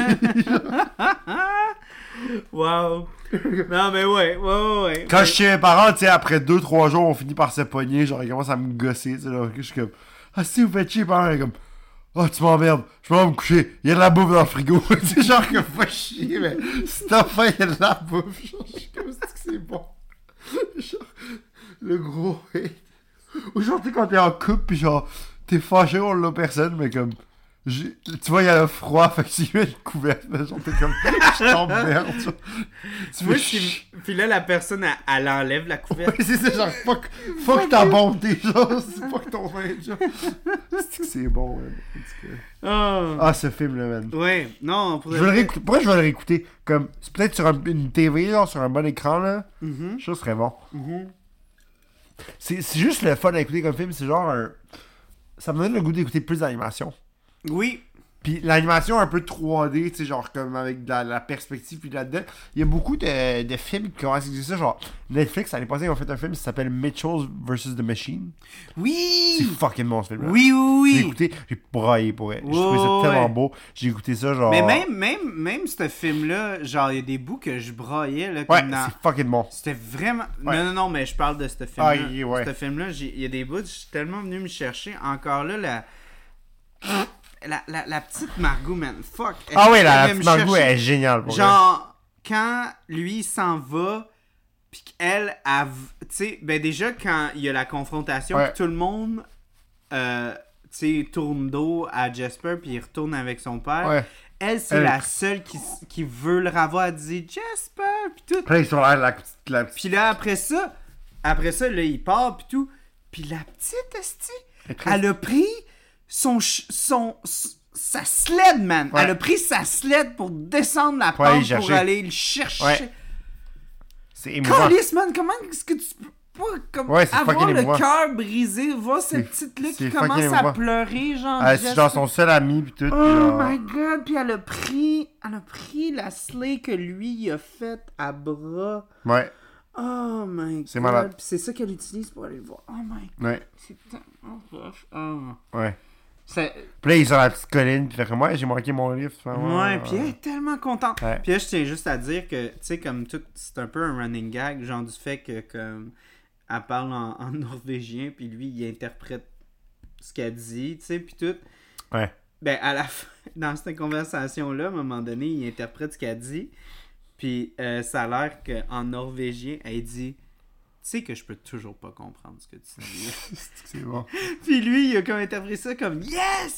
Wow. Non, mais ouais. Quand je suis chez mes parents, tu sais, après 2-3 jours, on finit par se pogner. Genre, ils commencent à me gosser, tu sais. Là, je suis comme... Ah, si vous faites chier, parents, comme... Oh, tu m'emmerdes, je vais me coucher. Il y a de la bouffe dans le frigo. C'est genre que pas chier, mais si t'as faim, il y a de la bouffe. Genre, je suis comme si c'est bon. Genre, le gros hate. Ou genre, tu sais, quand t'es en couple, pis genre, t'es fâché contre l'autre personne, mais comme. Tu vois, il y a le froid, fait que tu mets une couverte, mais genre, t'es comme. Je t'emmerde, genre. Tu veux Puis là, la personne, elle enlève la couverture. Ouais, c'est ça, genre, fuck ta bonté, genre. C'est fuck ton vin, genre. C'est que c'est bon, man. Ah, ce film-là, man. Ouais, non, Je vais le réécouter. Pourquoi je vais le réécouter? Comme, c'est peut-être sur une TV, genre, sur un bon écran, là. Je trouve que ce serait bon. C'est juste le fun à écouter comme film, c'est genre un... Ça me donne le goût d'écouter plus d'animation. Oui. Puis l'animation un peu 3D, tu sais, genre comme avec de la perspective, puis là-dedans, il y a beaucoup de films qui commencent à exister ça, genre Netflix, l'année passée, ils ont fait un film qui s'appelle Mitchell vs. The Machine. Oui! C'est fucking bon, ce film-là. Oui. J'ai écouté, j'ai braillé pour elle. J'ai trouvé ça tellement beau. J'ai écouté ça, genre... Mais même ce film-là, genre, il y a des bouts que je braillais, là, Ouais, comme dans... c'est fucking bon. C'était vraiment... Ouais. Non, mais je parle de ce film-là. Ah, ouais. Ce film-là, il y a des bouts, je suis tellement venu me chercher. Encore là, la petite Margot, man, fuck. Ah ouais, la petite Margot est géniale pour genre, quand lui s'en va, pis qu'elle, tu sais, ben déjà, quand il y a la confrontation, ouais. pis tout le monde, tu sais, tourne dos à Jasper, puis il retourne avec son père. Ouais. Elle, c'est la seule qui veut le revoir, elle dit Jasper, pis tout. Puis là, ils sont là, la petite... Puis là, après ça, là, il part, pis tout. Puis la petite, esti, elle a pris sa sled, man. Ouais. Elle a pris sa sled pour descendre la pente pour aller le chercher. Ouais. C'est émouvant. Calice, man, comment est-ce que tu peux pas comme, avoir le cœur brisé, voir cette petite-là qui commence à pleurer, genre. C'est genre son seul ami, pis tout. Oh my god, puis elle a pris la sled que lui il a faite à bras. Ouais. Oh my god. C'est malade. Puis c'est ça qu'elle utilise pour aller le voir. Oh my god. Ouais. C'est tellement rough. Oh. Ouais. C'est... Puis là, ils sont sur la petite colline, puis fait comme, ouais, j'ai manqué mon livre. Ouais, puis elle est tellement contente. Ouais. Puis là, je tiens juste à dire que, tu sais, comme tout, c'est un peu un running gag, genre du fait que, comme, elle parle en norvégien, puis lui, il interprète ce qu'elle dit, tu sais, puis tout. Ouais. Ben, à la fin, dans cette conversation-là, à un moment donné, il interprète ce qu'elle dit, puis ça a l'air qu'en norvégien, elle dit... Tu sais que je peux toujours pas comprendre ce que tu dis. C'est bon. Puis lui, il a comme interprété ça comme yes!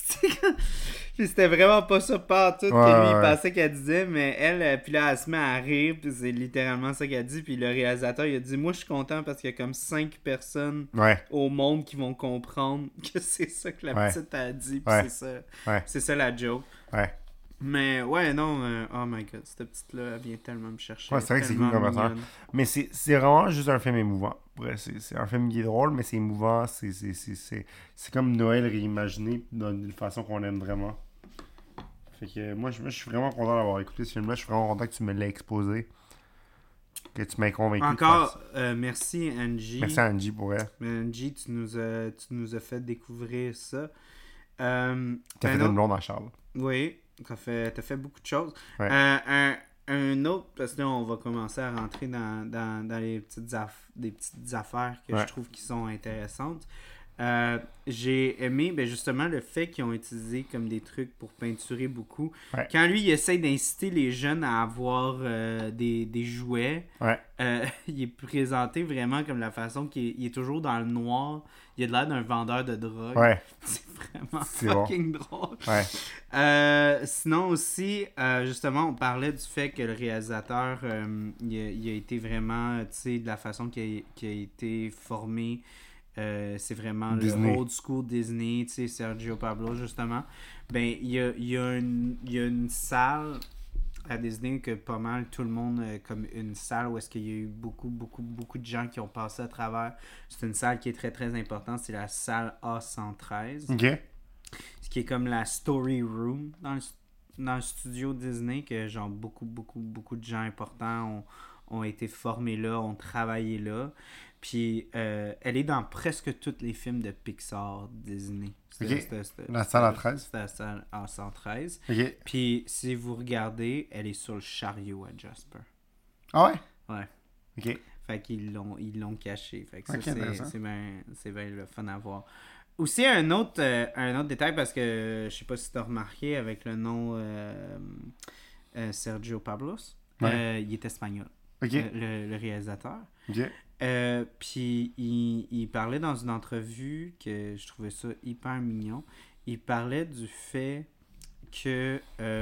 Puis c'était vraiment pas ça partout que lui, il pensait qu'elle disait, mais elle, puis là, elle se met à rire, puis c'est littéralement ça qu'elle dit. Puis le réalisateur, il a dit, moi, je suis content parce qu'il y a comme 5 personnes au monde qui vont comprendre que c'est ça que la petite a dit, puis c'est ça la joke. Ouais. Mais ouais, non, oh my god, cette petite-là, elle vient tellement me chercher. Ouais, c'est vrai que c'est cool comme ça. Mais c'est vraiment juste un film émouvant. Ouais, c'est un film qui est drôle, mais c'est émouvant. C'est comme Noël reimaginé d'une façon qu'on aime vraiment. Fait que moi, je suis vraiment content d'avoir écouté ce film-là. Je suis vraiment content que tu me l'aies exposé. Que tu m'aies convaincu. Encore, merci Angie. Merci à Angie pour elle. Angie, tu nous as fait découvrir ça. T'as fait une blonde à Charles. Oui. T'as fait beaucoup de choses. Ouais. Un autre, parce que là, on va commencer à rentrer dans les petites affaires que je trouve qui sont intéressantes. J'ai aimé justement le fait qu'ils ont utilisé comme des trucs pour peinturer beaucoup. Ouais. Quand lui, il essaie d'inciter les jeunes à avoir des jouets, il est présenté vraiment comme la façon qu'il est toujours dans le noir. Il a l'air d'un vendeur de drogue. Ouais. C'est vraiment fucking drôle. Ouais. Sinon aussi, justement, on parlait du fait que le réalisateur, il a été vraiment, tu sais, de la façon qu'il a été formé. C'est vraiment Disney. le old school Disney, tu sais, Sergio Pablo, justement. Ben, il y a une salle à Disney que pas mal tout le monde comme une salle où est-ce qu'il y a eu beaucoup de gens qui ont passé à travers. C'est une salle qui est très très importante, c'est la salle A113. OK. Ce qui est comme la story room dans le studio Disney que genre beaucoup de gens importants ont été formés là, ont travaillé là. Puis elle est dans presque tous les films de Pixar Disney. La salle à 13. C'était la salle à 113. Ok. Puis si vous regardez, elle est sur le chariot à Jasper. Ah ouais? Ouais. Ok. Fait qu'ils l'ont caché. Fait que ça, Ok, c'est bien le fun à voir. Aussi, un autre détail, parce que je sais pas si tu as remarqué avec le nom Sergio Pablos, il est espagnol, Ok. le réalisateur. Ok. Puis il parlait dans une entrevue que je trouvais ça hyper mignon. Il parlait du fait que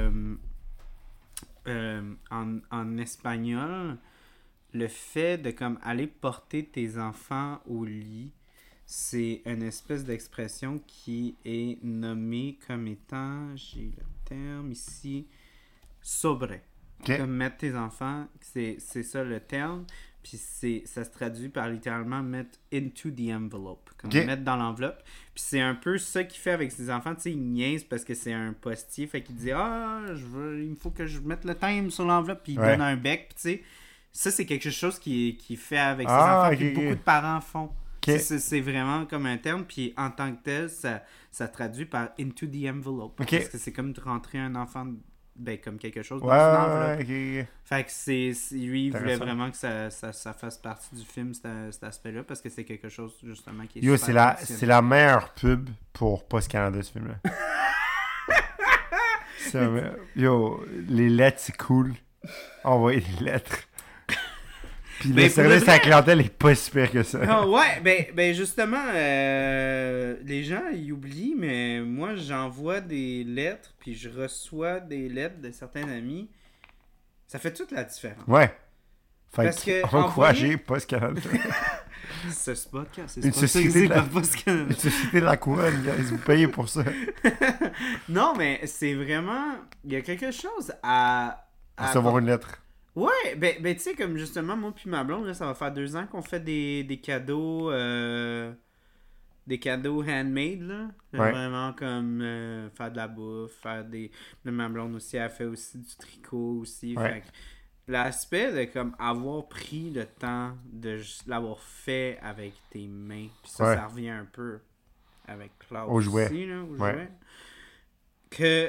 en espagnol, le fait de comme aller porter tes enfants au lit, c'est une espèce d'expression qui est nommée comme étant, j'ai le terme ici, sobre. Ok. Comme mettre tes enfants, c'est ça le terme. Puis ça se traduit par littéralement mettre into the envelope. Comme Ok. mettre dans l'enveloppe. Puis c'est un peu ça qu'il fait avec ses enfants. Tu sais, il niaise parce que c'est un postier. Fait qu'il dit il me faut que je mette le time sur l'enveloppe. Puis il donne un bec. Puis tu sais, ça c'est quelque chose qu'il fait avec ses enfants. Puis beaucoup de parents font. Ok. C'est vraiment comme un terme. Puis en tant que tel, ça traduit par into the envelope. Ok. Parce que c'est comme de rentrer un enfant comme quelque chose dans Ouais, une enveloppe. ok. Fait que lui, il voulait Intéressant. vraiment que ça fasse partie du film, cet aspect-là, parce que c'est quelque chose, justement, qui est Yo, super c'est la meilleure pub pour Post Canada, ce film-là. Yo, les lettres, c'est cool. Envoyer des lettres. Puis le service à la clientèle est pas si pire que ça. Ah, ouais, ben justement, les gens, ils oublient, mais moi, j'envoie des lettres, puis je reçois des lettres de certains amis. Ça fait toute la différence. Ouais. Fait Parce que encourager Post Canada. Ce podcast, Une société de la... Post Canada. Une société de la couronne, guys. Vous payez pour ça. Non, mais c'est vraiment... Il y a quelque chose à Recevoir une lettre. Ouais, ben tu sais, comme justement, moi puis ma blonde, là, ça va faire 2 ans qu'on fait des cadeaux handmade, là. Ouais. Vraiment comme faire de la bouffe, faire des... Ma blonde aussi, elle fait aussi du tricot aussi. Ouais. Fait que l'aspect de comme avoir pris le temps de juste l'avoir fait avec tes mains, puis ça revient un peu avec Klaus Au jouet. aussi, là, au Ouais. jouet. Que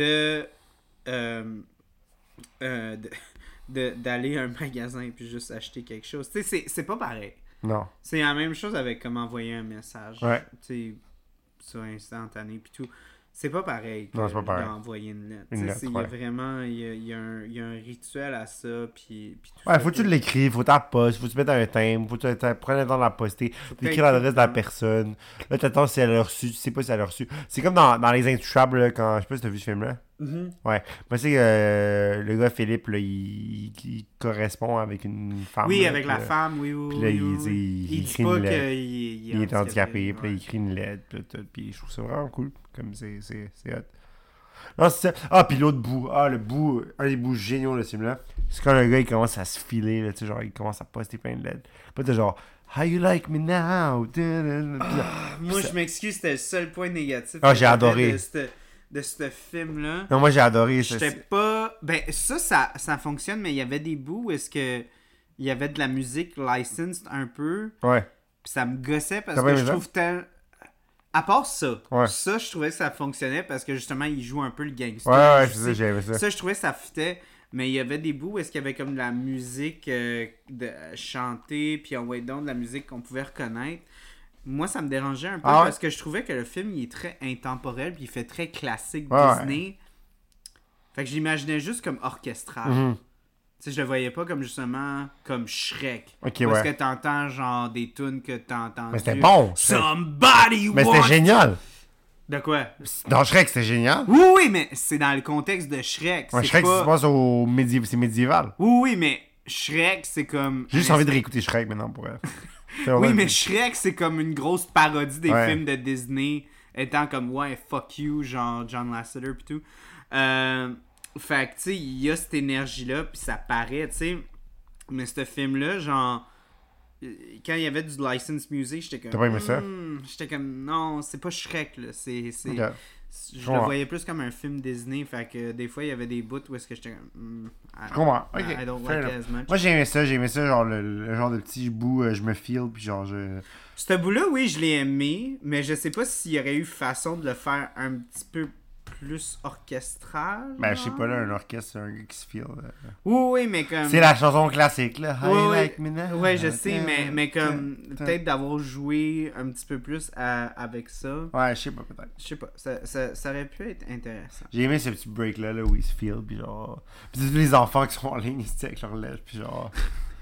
d'aller à un magasin puis juste acheter quelque chose. Tu sais, c'est pas pareil. Non. C'est la même chose avec comme envoyer un message. Ouais. Tu sais, sur instantané puis tout. C'est pas pareil que Non, c'est pas pareil. d'envoyer une lettre. Une Tu sais, lettre, il y a ouais. vraiment... Il y a un rituel à ça, puis tout Ouais, ça. faut que tu l'écrives, faut que tu la postes, faut que tu mettes un thème, faut que tu prennes le temps de la poster, faut que écrire l'adresse de la t'écris, personne. Là, t'attends si elle a reçu, tu sais pas si elle a reçu. C'est comme dans Les Intouchables, là, quand. Je sais pas si t'as vu ce film-là. Mhm. Ouais. Moi, c'est le gars Philippe, là, il correspond avec une femme. Oui, là, avec puis la là- femme, oui. puis là, il Il écrit dit une pas lettre. qu'il Il est handicapé, puis là, il ouais. écrit une lettre, puis tout. Puis je trouve ça vraiment cool. Comme c'est hot. Non, c'est ça. Ah, puis l'autre bout. Ah, le bout. Un des bouts géniaux de ce film-là. C'est quand le gars, il commence à se filer, là, tu sais, genre, il commence à poster plein de lettres. Puis t'es genre, How you like me now? Puis là, Moi, je m'excuse, c'était le seul point négatif Ah, que j'ai j'avais adoré. de ce film-là. non, moi, j'ai adoré ça. J'étais pas... Ben, ça fonctionne, mais il y avait des bouts où est-ce que il y avait de la musique licensed un peu, Ouais. puis ça me gossait parce T'as que pas je aimé ça? trouve tel... À part ça, Ouais. ça, je trouvais que ça fonctionnait parce que justement, il joue un peu le gangster. Ouais, Je c'est ça, sais. j'ai aimé ça. Ça, je trouvais que ça fitait. Mais il y avait des bouts où est-ce qu'il y avait comme de la musique chantée, puis en way down de la musique qu'on pouvait reconnaître. Moi, ça me dérangeait un peu Ah ouais? parce que je trouvais que le film, il est très intemporel, puis il fait très classique Ouais, Disney. Fait que je l'imaginais juste comme orchestral. Mhm. Tu sais, je le voyais pas comme justement comme Shrek. Ok, Parce ouais. que t'entends genre des tunes que t'as entendues. Mais c'était bon. Somebody Mais wants... c'était génial. De quoi? Dans Shrek, c'était génial. Oui, oui, mais c'est dans le contexte de Shrek. Ouais, C'est Shrek, pas... se passe au c'est médiéval. Oui, oui, mais Shrek, c'est comme... J'ai juste envie de réécouter Shrek maintenant pour elle. Oui, mais Shrek, c'est comme une grosse parodie des Ouais. films de Disney, étant comme, ouais, fuck you, genre John Lasseter pis tout. Fait que, tu sais, il y a cette énergie-là, puis ça paraît, tu sais. Mais ce film-là, genre, quand il y avait du licensed music, j'étais comme... T'as pas aimé ça? J'étais comme, non, c'est pas Shrek, là. C'est Ok. Je le voyais plus comme un film Disney, fait que des fois, il y avait des bouts où est-ce que j'étais comme... Je comprends. Ok. I don't like it as much. Moi, j'ai aimé ça, genre le genre de petit bout, je me feel, puis genre, Ce bout-là, oui, je l'ai aimé, mais je sais pas s'il y aurait eu façon de le faire un petit peu plus orchestral. Ben, je sais pas, là, un orchestre, c'est un gars qui se feel. Oui, mais comme... C'est la chanson classique, là. Oui, Like me now. ouais, je sais, mais comme peut-être d'avoir joué un petit peu plus avec ça. Ouais, je sais pas, peut-être. Je sais pas, ça aurait pu être intéressant. J'ai aimé ce petit break-là, là, où il se feel, puis genre... Puis tous les enfants qui sont en ligne, ils se tiennent avec leurs lèvres, puis genre...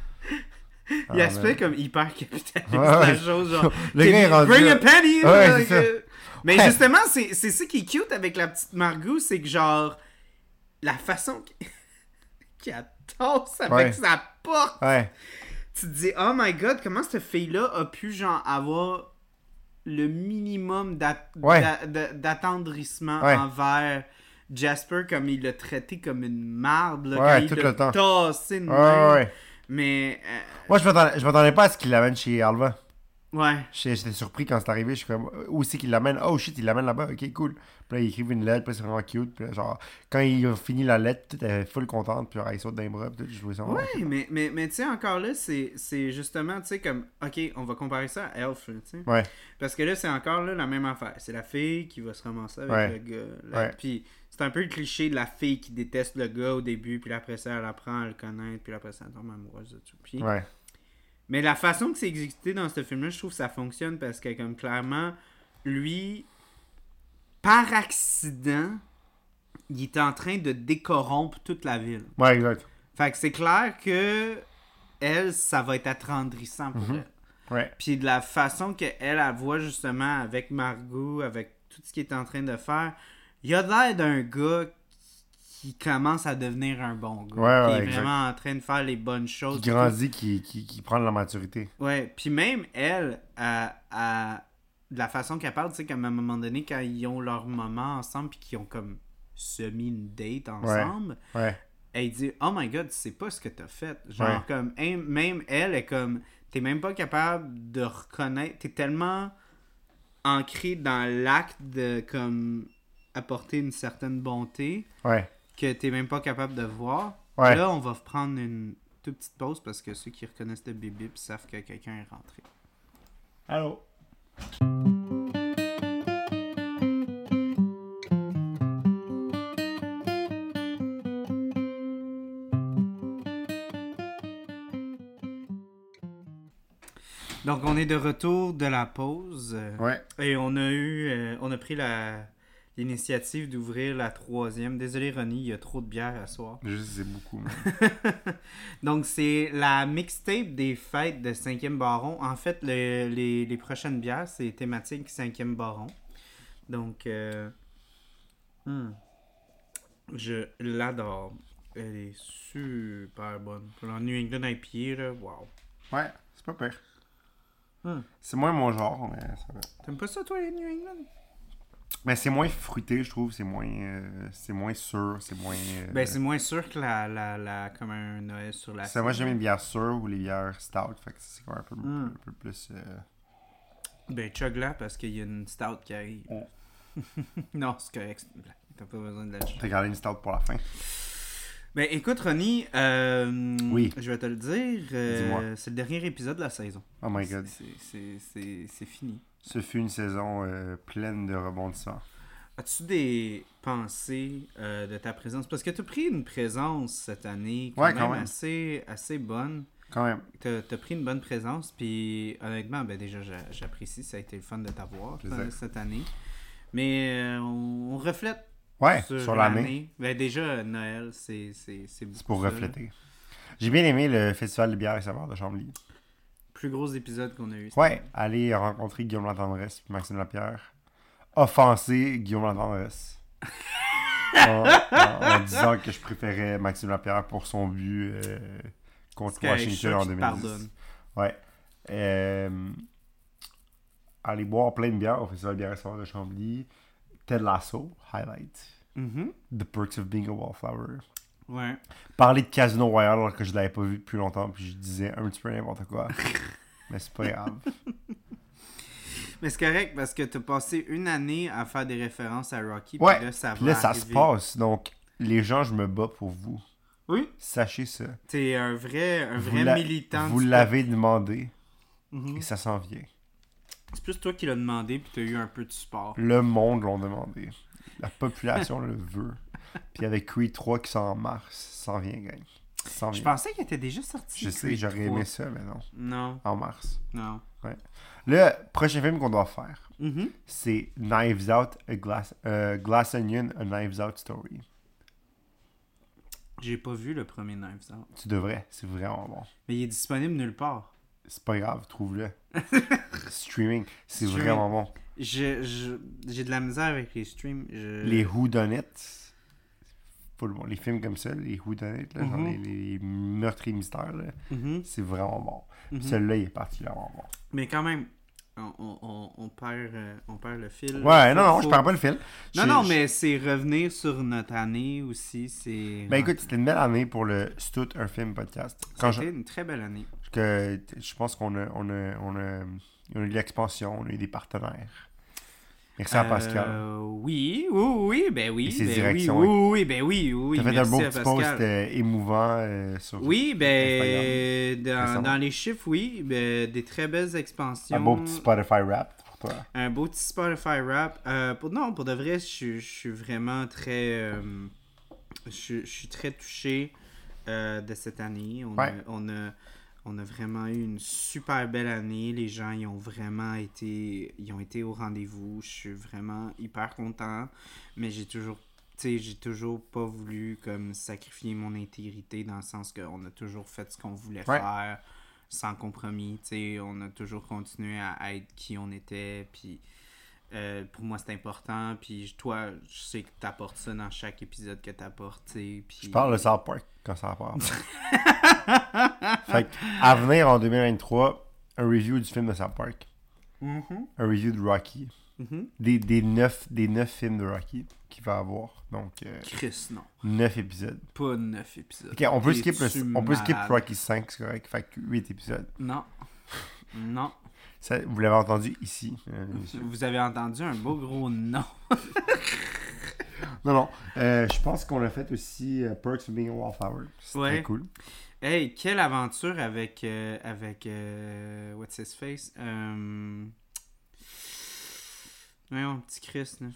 Il aspect comme hyper capitaliste, Ouais, la chose, genre... Le gars est rendu... Bring a penny! Ouais, là, c'est ça. Mais justement, c'est ça qui est cute avec la petite Margot, c'est que genre... La façon qu'elle tasse avec Ouais. sa porte! Ouais. Tu te dis, oh my god, comment cette fille-là a pu, genre, avoir le minimum d'attendrissement Ouais. envers Jasper, comme il l'a traité comme une marde, là, Ouais, quand tout il l'a le temps. tassé de Ouais, même. ouais. Mais, Moi, je m'attendais pas à ce qu'il l'amène chez Alva. ouais. J'étais surpris quand c'est arrivé. Je suis comme, où c'est qu'il l'amène? Oh shit, il l'amène là-bas. Ok, cool. Puis là, il écrivent une lettre, puis là, c'est vraiment cute. Puis là, genre, quand il a fini la lettre, tout était full contente. Puis genre, il saute d'un bras. Puis tout, je trouvais ça vraiment Ouais, cool. mais tu sais, encore là, c'est justement, tu sais, comme, ok, on va comparer ça à Elf, tu sais. Ouais. Parce que là, c'est encore là, la même affaire. C'est la fille qui va se ramasser avec Ouais. le gars. Ouais. Puis c'est un peu le cliché de la fille qui déteste le gars au début, puis après ça, elle apprend à le connaître, puis après ça, elle tombe amoureuse de tout. Puis... Ouais. Mais la façon que c'est exécuté dans ce film-là, je trouve que ça fonctionne parce que, comme clairement, lui, par accident, il est en train de décorrompre toute la ville. Ouais, exact. Fait que c'est clair que elle, ça va être attendrissant pour elle. Ouais. Puis de la façon qu'elle, elle voit justement avec Margot, avec tout ce qu'il est en train de faire, il a l'air d'un gars qui commence à devenir un bon gars. Ouais, qui ouais, est exact. vraiment en train de faire les bonnes choses. Qui grandit, qui prend de la maturité. Ouais, puis même elle, de la façon qu'elle parle, tu sais, comme à un moment donné, quand ils ont leur moment ensemble, puis qu'ils ont comme semi une date ensemble, Ouais. elle dit « Oh my God, tu sais pas ce que t'as fait. » Genre, Ouais. comme, même elle est comme, t'es même pas capable de reconnaître, t'es tellement ancré dans l'acte de, comme, apporter une certaine bonté Ouais. que t'es même pas capable de voir. Ouais. Là, on va prendre une toute petite pause parce que ceux qui reconnaissent le bip bip savent que quelqu'un est rentré. Allô? Donc, on est de retour de la pause. Ouais. Et on a pris l'initiative d'ouvrir la 3e. Désolé, Ronnie, il y a trop de bière à soir. Juste, c'est beaucoup. Mais... Donc, c'est la mixtape des fêtes de 5e Baron. En fait, les prochaines bières, c'est thématique 5e Baron. Donc, je l'adore. Elle est super bonne. Pour la New England IPA, là, wow. Ouais, c'est pas pire. C'est moins mon genre, mais ça va. T'aimes pas ça, toi, les New England? Mais c'est moins fruité, je trouve. C'est moins sûr. C'est moins. Ben, c'est moins sûr que la comme un Noël sur la Moi, j'aime les bières sûres ou les bières stout. Fait que c'est quand même un peu plus. Ben, chug-la parce qu'il y a une stout qui arrive. Oh. Non, c'est correct. T'as pas besoin de la chug. T'as gardé une stout pour la fin. Ben, écoute, Ronnie, Oui. je vais te le dire. Dis-moi. C'est le dernier épisode de la saison. Oh my god. C'est fini. Ce fut une saison pleine de rebondissements. As-tu des pensées de ta présence? Parce que tu as pris une présence cette année Ouais, quand quand même même. assez bonne. Quand même. T'as pris une bonne présence, puis honnêtement, ben déjà, j'apprécie. Ça a été le fun de t'avoir Plaisir. cette année. Mais on reflète Ouais, sur l'année. Ben déjà, Noël, c'est beaucoup C'est pour ça, refléter. là. J'ai bien aimé le festival de bière et saveurs de Chambly. Plus gros épisode qu'on a eu. Ouais, aller rencontrer Guillaume Latendresse et Maxime Lapierre. Offenser Guillaume Latendresse. en disant que je préférais Maxime Lapierre pour son but contre Washington en 2010. Ouais. Aller boire plein de bières au festival de bière et saveurs de Chambly. Ted Lasso, highlight. Mm-hmm. The Perks of Being a Wallflower. Ouais. Parler de Casino Royale alors que je l'avais pas vu depuis longtemps puis je disais un petit peu n'importe quoi. Mais c'est pas grave. Mais c'est correct parce que t'as passé une année à faire des références à Rocky. Ouais. Puis là, ça Puis va là, ça se arriver. passe. Donc, les gens, je me bats pour vous. Oui. Sachez ça. T'es un vrai Vous militant. Vous du l'avez demandé. Mhm. Et ça s'en vient. C'est plus toi qui l'as demandé puis t'as eu un peu de support. Le monde l'ont demandé. La population le veut. Puis avec Creed 3 qui sort en mars, ça s'en vient, gang. Ça s'en Je vient. pensais qu'il était déjà sorti. Je sais, Creed j'aurais 3. aimé ça, mais non. Non, En mars. non. Le prochain film qu'on doit faire, Mhm. c'est Knives Out, Glass Onion, A Knives Out Story. J'ai pas vu le premier Knives Out. Tu devrais, c'est vraiment bon. Mais il est disponible nulle part. C'est pas grave, trouve-le. Streaming, c'est Streaming. vraiment bon. J'ai de la misère avec les streams. Les whodunits, pas le bon. Les films comme ça, les whodunits, là, genre Mhm. les meurtres et mystères, là, Mhm. c'est vraiment bon. Puis Mhm. celui-là, il est particulièrement bon. Mais quand même, on perd le fil. Ouais, non, Faut- je perds pas le fil. Non, mais c'est revenir sur notre année aussi. Ben écoute, c'était une belle année pour le Stout, un film podcast. Quand c'était une très belle année. je pense qu'on a eu de l'expansion, on a eu des partenaires. Merci à Pascal. Oui, ben oui. Et ses ben directions, oui, ben oui. T'as fait un merci beau à petit Pascal. post émouvant sur Oui, Instagram. ben Récemment. dans les chiffres, oui, ben, des très belles expansions. Un beau petit Spotify rap pour toi. Un beau petit Spotify rap. Pour de vrai, je suis vraiment très... je suis très touché de cette année. On a vraiment eu une super belle année. Les gens ils ont été au rendez-vous. Je suis vraiment hyper content. Mais j'ai toujours pas voulu comme sacrifier mon intégrité dans le sens qu'on a toujours fait ce qu'on voulait faire sans compromis. On a toujours continué à être qui on était. Puis pour moi, c'est important. Puis toi, je sais que tu apportes ça dans chaque épisode que tu apportes. Puis... Je parle de South Park quand ça part. Fait à venir en 2023, un review du film de South Park. Mhm. Un review de Rocky. Mhm. Des 9 films de Rocky qu'il va avoir. Donc, Chris, non. 9 épisodes. Pas 9 épisodes. Ok, on peut T'es-tu skip malade? Rocky 5, c'est correct. Fait que 8 épisodes. Non. Non. Ça, vous l'avez entendu ici. Vous avez entendu un beau gros non. Non. Je pense qu'on a fait aussi Perks of Being a Wallflower. C'est très cool. Hey, quelle aventure avec What's His Face? Voyons, petit Chris, là.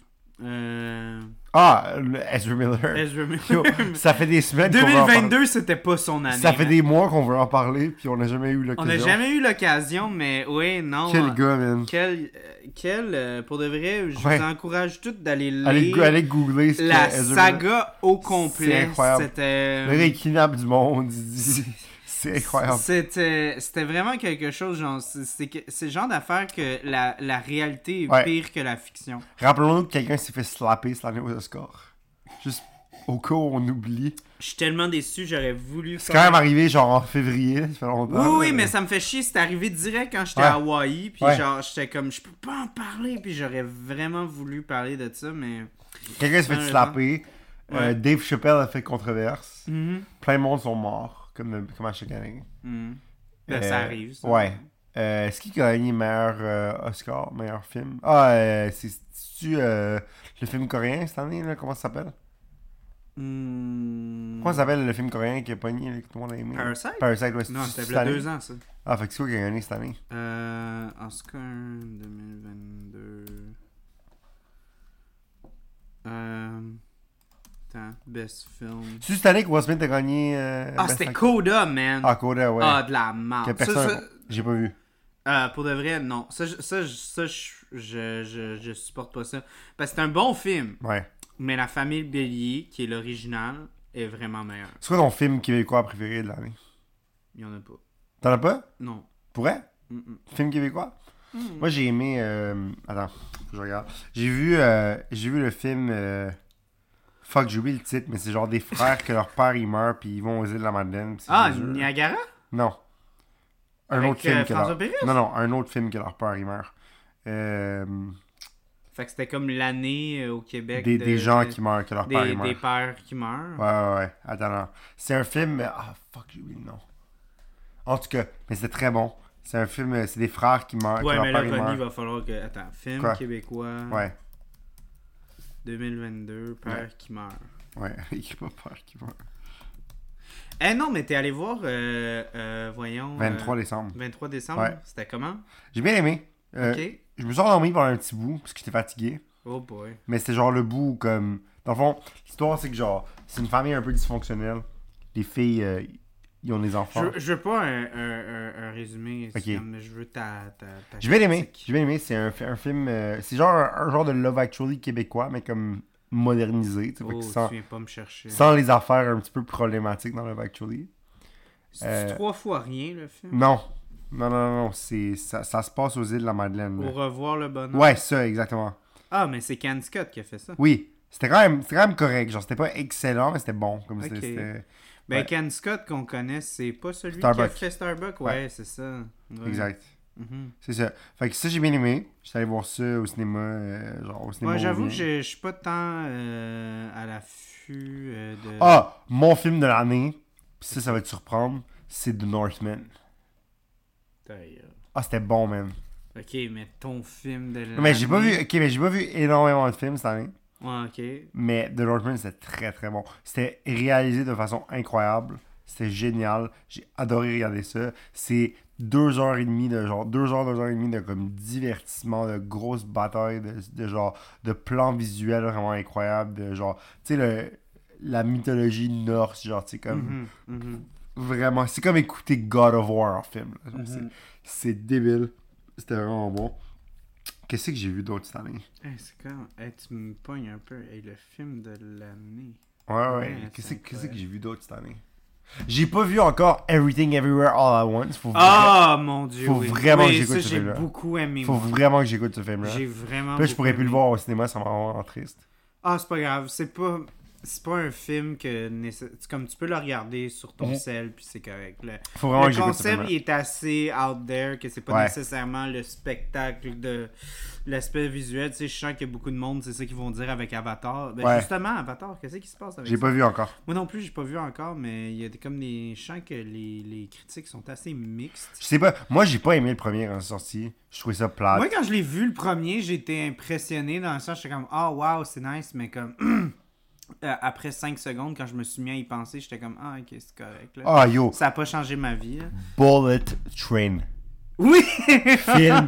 Ezra Miller. Ezra Miller. Yo, ça fait des semaines qu'on veut en parler. 2022, c'était pas son année. Ça fait man. des mois qu'on veut en parler, puis on n'a jamais eu On l'occasion. n'a jamais eu l'occasion, mais oui, non. Quel gars, man. Pour de vrai, je Ouais. vous encourage tous d'aller lire Allez googler ce la qu'est Ezra Miller. saga au C'est complet. incroyable. C'était... Le gars, il kidnappe du monde. C'est incroyable. C'était vraiment quelque chose, genre, c'est le genre d'affaire que la réalité est Ouais. pire que la fiction. Rappelons-nous que quelqu'un s'est fait slapper cette année aux Oscars. Juste au cas où on oublie. Je suis tellement déçu, j'aurais voulu C'est quand même arrivé genre en février, ça fait longtemps. Oui, mais ça me fait chier, c'est arrivé direct quand j'étais Ouais. à Hawaï, puis Ouais. genre, j'étais comme, je peux pas en parler, puis j'aurais vraiment voulu parler de ça, mais... Quelqu'un s'est fait Ouais, slapper. Ouais. Dave Chappelle a fait controverse. Mhm. Plein de monde sont morts, comme à chaque année. Mhm. Ben, ça arrive, ça. Ouais. Est-ce qu'il a gagné meilleur Oscar, meilleur film? C'est-tu le film coréen cette année, là? Comment ça s'appelle? Comment ça s'appelle le film coréen qui a pogné, là, que tout le monde a aimé? Parasite? Parasite, ouais. Non, c'est-tu c'était cette il y a année? 2 ans, ça. Ah, fait que c'est quoi qui a gagné cette année? Oscar 2022... Attends, Best Film... C'est cette année que Will Smith a gagné... Best c'était Actor? Coda, man! Ah, Coda, ouais. Ah, de la merde. Que personne... J'ai pas vu. Pour de vrai, non. Je supporte pas ça. Parce que c'est un bon film, Ouais. mais La Famille Bélier, qui est l'original, est vraiment meilleure. C'est quoi ton film québécois préféré de l'année? Il y en a pas. T'en as pas? Non. Pourrais? Mm-mm. Film québécois? Moi, j'ai aimé... Attends, faut que je regarde. J'ai vu le film... Fuck, j'ai oublié le titre, mais c'est genre des frères que leur père, il meurt, puis ils vont aux îles de la Madeleine. puis c'est Ah, Jésus. Niagara? Non. Un Avec, autre film que François leur... Pérez? Non, un autre film que leur père, il meurt. Fait que c'était comme l'année au Québec. Des gens qui meurent, que leur père, il meurt. Des pères qui meurent. Ouais. Attends, non. C'est un film... Ah, fuck, j'ai oublié le nom. En tout cas, mais c'est très bon. C'est un film, c'est des frères qui meurent. Ouais, que mais là, leur père, il Ronnie, meurt. va falloir que... Attends, film Quoi? québécois, Ouais, 2022, père qui meurt. ouais, écrit pas père qui meurt. Eh non, mais t'es allé voir, voyons... 23 décembre. 23 décembre, Ouais. c'était comment? J'ai bien aimé. Ok. Je me suis endormi pendant un petit bout, parce que j'étais fatigué. Oh boy. Mais c'était genre le bout où, comme... Dans le fond, l'histoire, c'est que genre, c'est une famille un peu dysfonctionnelle. Les filles, ils ont des enfants. Je veux pas un résumé, Ok. comme, je veux ta J'ai bien aimé. critique. J'ai bien aimé. C'est un film... c'est genre un genre de Love Actually québécois, mais comme modernisé. Tu sais, fait que Oh, sans, tu viens pas me chercher. sans les affaires un petit peu problématiques dans Love Actually. C'est 3 fois rien, le film? Non. Non. Ça se passe aux îles de la Madeleine. là. Au revoir, le bonhomme? Ouais, ça, exactement. Ah, mais c'est Can Scott qui a fait ça. Oui. C'était quand même correct. Genre, c'était pas excellent, mais c'était bon. Comme Ok. c'était... Ben, Ouais. Can Scott qu'on connaît, c'est pas celui qui a Starbuck. fait Starbuck? Ouais, c'est ça. Ouais. Exact. Mhm. C'est ça. Fait que ça, j'ai bien aimé. J'étais allé voir ça au cinéma. Genre, au cinéma. Ouais, j'avoue Odeon. que je suis pas tant à l'affût de... Ah, mon film de l'année. Pis ça va te surprendre. C'est The Northman. D'ailleurs. Ah, c'était bon, man. Ok, mais ton film de l'année... Mais j'ai pas vu. Ok, mais j'ai pas vu énormément de films cette année. Ouais, ok. Mais The Northman, c'était très très bon. C'était réalisé de façon incroyable. C'était génial. J'ai adoré regarder ça. C'est 2h30 de genre 2h30 de comme divertissement, de grosses batailles, de genre de plans visuels vraiment incroyables, de genre, tu sais, la mythologie norse, genre, tu sais, comme vraiment, c'est comme écouter God of War en film. Là. Genre, c'est débile. C'était vraiment bon. Qu'est-ce que j'ai vu d'autre cette année? Hey, c'est quand... Hey, tu me pognes un peu. Hey, le film de l'année. Ouais. Ouais, Qu'est-ce c'est que incroyable. j'ai vu d'autre cette année? J'ai pas vu encore Everything Everywhere All at Once. Ah, mon Dieu, faut oui. vraiment Oui, que j'écoute ça, ce j'ai film-là. beaucoup aimé, Faut moi. vraiment que j'écoute ce film-là. J'ai vraiment Puis là, je pourrais beaucoup plus le aimé. voir au cinéma, ça m'a vraiment triste. Ah, c'est pas grave. C'est pas un film que... Comme tu peux le regarder sur ton cell, puis c'est correct. Faut vraiment Le que j'écoute ce concept, film-là. il est assez out there, que c'est pas Ouais. nécessairement le spectacle de l'aspect visuel. Tu sais, je sens qu'il y a beaucoup de monde, c'est ça qu'ils vont dire avec Avatar. Ben, Ouais. justement, Avatar, qu'est-ce qui se passe avec J'ai ça? pas vu encore. Moi non plus, j'ai pas vu encore, mais il y a comme des... Je sens que les critiques sont assez mixtes. Je sais pas. Moi, j'ai pas aimé le premier quand c'est sorti. Je trouvais ça plate. Moi, quand je l'ai vu le premier, j'ai été impressionné dans le sens, j'étais comme, oh wow, c'est nice, mais comme, après 5 secondes, quand je me suis mis à y penser, j'étais comme, ah ok, c'est correct. Là. Ah, yo. Ça a pas changé ma vie. Là. Bullet Train. Oui! Film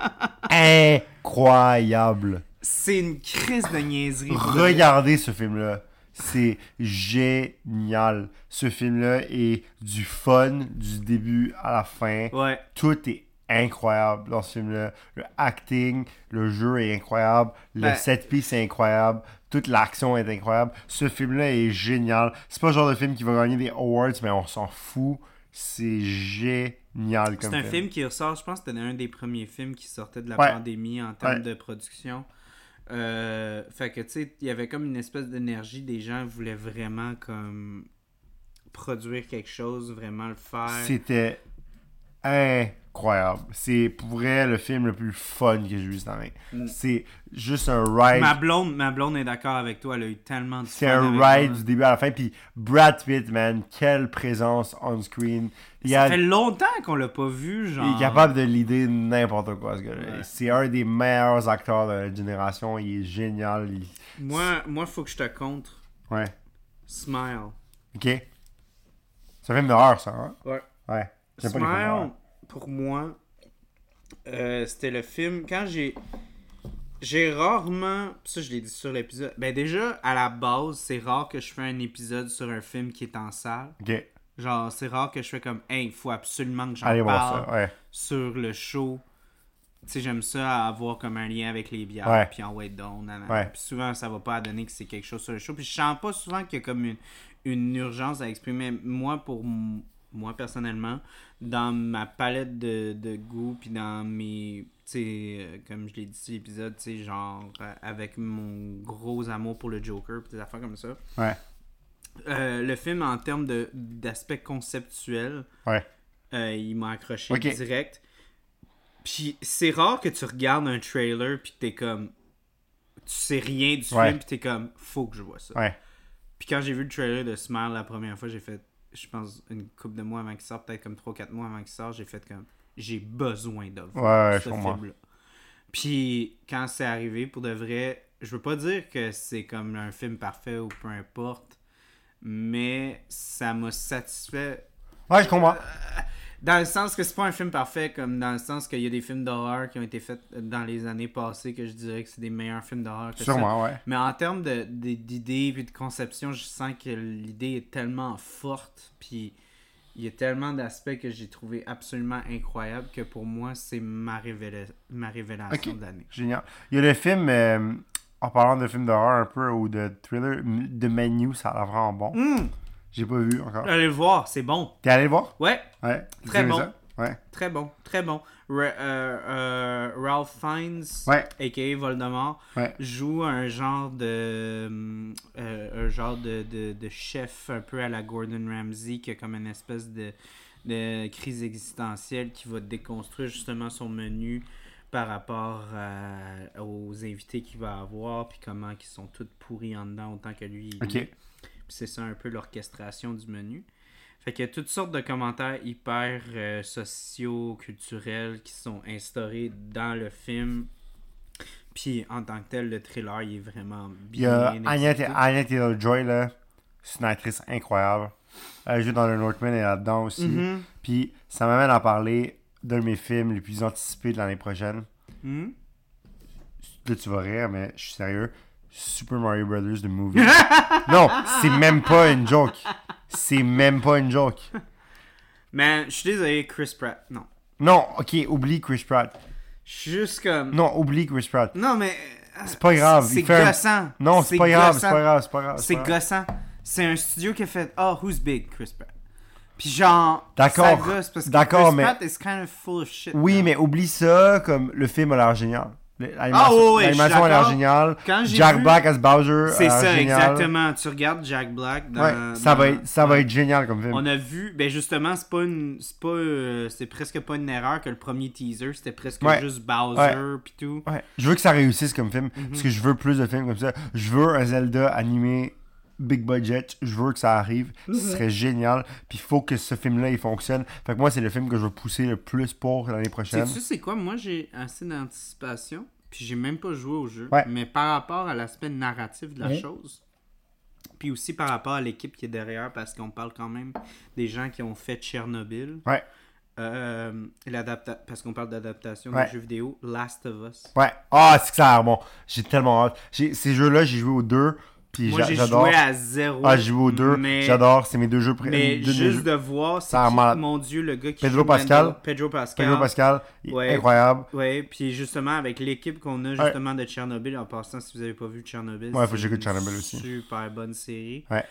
incroyable. C'est une crise de niaiserie. Regardez ce film-là. C'est génial. Ce film-là est du fun du début à la fin. Ouais. Tout est incroyable dans ce film-là. Le acting, le jeu est incroyable. Le Ben- set piece est incroyable. Toute l'action est incroyable. Ce film-là est génial. C'est pas le genre de film qui va gagner des awards, mais on s'en fout. C'est génial comme C'est un film qui ressort, je pense que c'était un des premiers films qui sortait de la Ouais. pandémie en termes Ouais. de production. Fait que tu sais, il y avait comme une espèce d'énergie, des gens voulaient vraiment comme produire quelque chose, vraiment le faire. C'était incroyable. C'est pour vrai le film le plus fun que j'ai vu cette année. C'est juste un ride. Ma blonde est d'accord avec toi, elle a eu tellement de C'est fun un avec ride moi. du début à la fin. Puis Brad Pitt, man, quelle présence on-screen. Ça fait longtemps qu'on l'a pas vu, genre. Il est capable de leader n'importe quoi, ce gars-là. Ouais. C'est un des meilleurs acteurs de la génération. Il est génial. Moi, faut que je te contre. Ouais. Smile. Ok. C'est un film d'horreur, ça, hein? Ouais. Ouais. J'aime pas les films Smile, d'horreur. pour moi, c'était le film. Quand j'ai rarement. Ça, je l'ai dit sur l'épisode. Ben, déjà, à la base, c'est rare que je fais un épisode sur un film qui est en salle. Ok. Genre, c'est rare que je fais comme, hey, il faut absolument que j'en Allez voir parle ça. Ouais. sur le show. Tu sais, j'aime ça avoir comme un lien avec les bières, Ouais. puis en wait down. Ouais. Puis souvent, ça va pas donner que c'est quelque chose sur le show. Puis je sens pas souvent qu'il y a comme une urgence à exprimer. Moi, personnellement, dans ma palette de goût, puis dans mes... Tu sais, comme je l'ai dit sur l'épisode, tu sais, genre, avec mon gros amour pour le Joker, puis des affaires comme ça. Ouais. Le film, en termes d'aspect conceptuel, Ouais. il m'a accroché Ok. direct. Puis c'est rare que tu regardes un trailer puis que t'es comme... Tu sais rien du Ouais. film puis t'es comme... Faut que je vois ça. Ouais. Puis quand j'ai vu le trailer de Smile la première fois, j'ai fait... je pense, une couple de mois avant qu'il sorte, peut-être comme 3-4 mois avant qu'il sorte, j'ai fait comme, j'ai besoin de voir ce film-là. Puis, quand c'est arrivé, pour de vrai, je veux pas dire que c'est comme un film parfait ou peu importe, mais ça m'a satisfait. Ouais, je comprends. Dans le sens que c'est pas un film parfait, comme dans le sens qu'il y a des films d'horreur qui ont été faits dans les années passées que je dirais que c'est des meilleurs films d'horreur que Sûrement, ça. ouais. Mais en termes d'idées et de conception, je sens que l'idée est tellement forte, puis il y a tellement d'aspects que j'ai trouvé absolument incroyables que pour moi, c'est ma révélation de l'année. Génial. Il y a le film, en parlant de film d'horreur un peu, ou de thriller, The Menu, ça a l'air vraiment bon. J'ai pas vu encore. Allez le voir, c'est bon. T'es allé le voir? Ouais. Ouais. Très bon. Ça? Ouais. Très bon, très bon. Ralph Fiennes, Ouais. a.k.a. Voldemort, Ouais. joue un genre de chef un peu à la Gordon Ramsay qui a comme une espèce de crise existentielle qui va déconstruire justement son menu par rapport aux invités qu'il va avoir puis comment ils sont tous pourris en dedans autant que lui. Ok. Puis c'est ça un peu l'orchestration du menu. Fait qu'il y a toutes sortes de commentaires hyper socio-culturels qui sont instaurés dans le film. Puis en tant que tel, le thriller, il est vraiment Il y a bien Anya exécuté. Taylor-Joy, là. C'est une actrice incroyable. Elle joue dans The Northman, elle est là-dedans aussi. Mhm. Puis ça m'amène à parler d'un de mes films les plus anticipés de l'année prochaine. Mhm. Là, tu vas rire, mais je suis sérieux. Super Mario Brothers, the movie. Non, c'est même pas une joke. C'est même pas une joke. Mais je suis désolé, Chris Pratt. Non. Non, ok, oublie Chris Pratt. Je suis juste comme. Non, oublie Chris Pratt. Non, mais. C'est pas grave. C'est il fait gossant. Non, c'est pas grave, gossant. c'est pas grave, c'est pas grave. C'est pas grave. gossant. C'est un studio qui a fait Oh, who's big? Chris Pratt. Puis genre. D'accord. Ça gosse parce que D'accord, Chris mais- Pratt is kind of full of shit. Oui, now. mais oublie ça, comme le film a l'air génial. Ah, ouais, L'animation a l'air d'accord. géniale. Quand j'ai Jack vu- Black as Bowser C'est a l'air ça, génial. exactement. Tu regardes Jack Black dans. Ouais, ça va ouais. être génial comme film. On a vu, ben justement, c'est presque pas une erreur que le premier teaser, c'était presque Ouais. juste Bowser pis tout. Ouais. Je veux que ça réussisse comme film, Mhm. parce que je veux plus de films comme ça. Je veux un Zelda animé big budget. Je veux que ça arrive. Mhm. Ce serait génial. Puis il faut que ce film-là, il fonctionne. Fait que moi, c'est le film que je veux pousser le plus pour l'année prochaine. Sais-tu c'est quoi? Moi, j'ai assez d'anticipation, puis j'ai même pas joué au jeu. Ouais. Mais par rapport à l'aspect narratif de la Ouais. chose, puis aussi par rapport à l'équipe qui est derrière, parce qu'on parle quand même des gens qui ont fait Tchernobyl. Ouais. Parce qu'on parle d'adaptation Ouais. de jeux vidéo, Last of Us. Ouais. Ah, c'est que ça a l'air bon. J'ai tellement hâte. Ces jeux-là, j'ai joué aux deux. Puis Moi, j'ai j'adore. joué à 0. Ah, j'ai joué aux deux. mais- J'adore. C'est mes deux jeux Mais deux de mes juste jeux. de voir, c'est Ça a qui, mal- mon Dieu, le gars qui Pedro joue Pascal. Mendel- Pedro Pascal. Pedro Pascal, il est Ouais. incroyable. Ouais, puis justement, avec l'équipe qu'on a justement de Tchernobyl, en passant, si vous avez pas vu Tchernobyl, Ouais, faut que c'est j'écoute une Tchernobyl aussi. super bonne série. Ouais.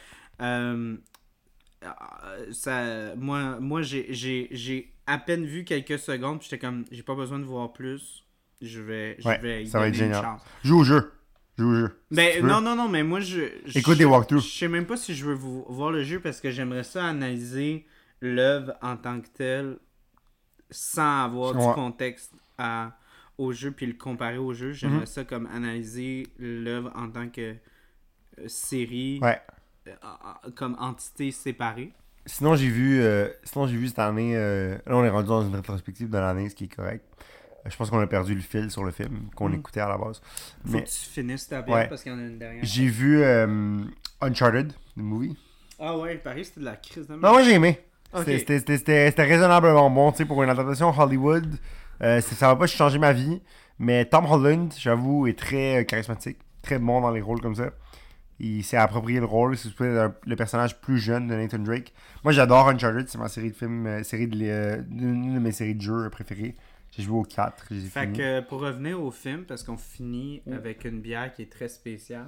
Moi j'ai à peine vu quelques secondes, puis j'étais comme, j'ai pas besoin de voir plus. Je vais y ça va être donner une génial. chance. Joue au jeu. Joue au jeu. Si Ben, tu veux. non, mais moi, Écoute des walkthroughs. Je sais même pas si je veux voir le jeu parce que j'aimerais ça analyser l'œuvre en tant que telle sans avoir Ouais. du contexte au jeu puis le comparer au jeu. J'aimerais Mhm. ça comme analyser l'œuvre en tant que série, Ouais. comme entité séparée. Sinon, j'ai vu cette année. Là, on est rendu dans une rétrospective de l'année, ce qui est correct. Je pense qu'on a perdu le fil sur le film qu'on écoutait à la base. Faut Mais que tu finisses ta bière Ouais. parce qu'il y en a une dernière. j'ai vu Uncharted, le movie. Ah ouais, Paris, c'était de la crise de Non, merde. moi j'ai aimé. Ok. C'était raisonnablement bon, tu sais, pour une adaptation Hollywood. Ça va pas changer ma vie, mais Tom Holland, j'avoue, est très charismatique, très bon dans les rôles comme ça. Il s'est approprié le rôle, c'est le personnage plus jeune de Nathan Drake. Moi j'adore Uncharted, c'est ma série de films, une de mes séries de jeux préférées. J'ai joué aux 4, j'ai Fait fini. que pour revenir au film, parce qu'on finit avec une bière qui est très spéciale.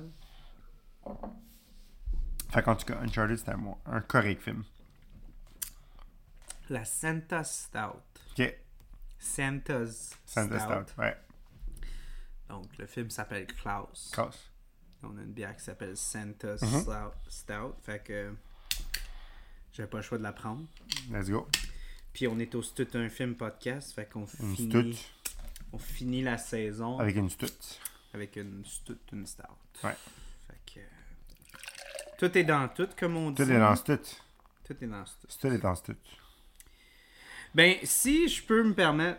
Fait qu'en tout cas, Uncharted c'était un correct film. La Santa Stout. Ok, Santa's Santa Stout. Stout, ouais, Donc le film s'appelle Klaus. casse. On a une bière qui s'appelle Santa's Mhm. Stout. Fait que j'avais pas le choix de la prendre. Let's go. Puis on est au Stut un film podcast. Fait qu'on Une finit, stout on finit la saison avec une stout. avec une Stut, une Stout. Ouais. Fait que tout est dans tout, comme on dit. Tout est dans stout. Tout est dans Stuts. Stuts est dans Stuts. Ben, si je peux me permettre...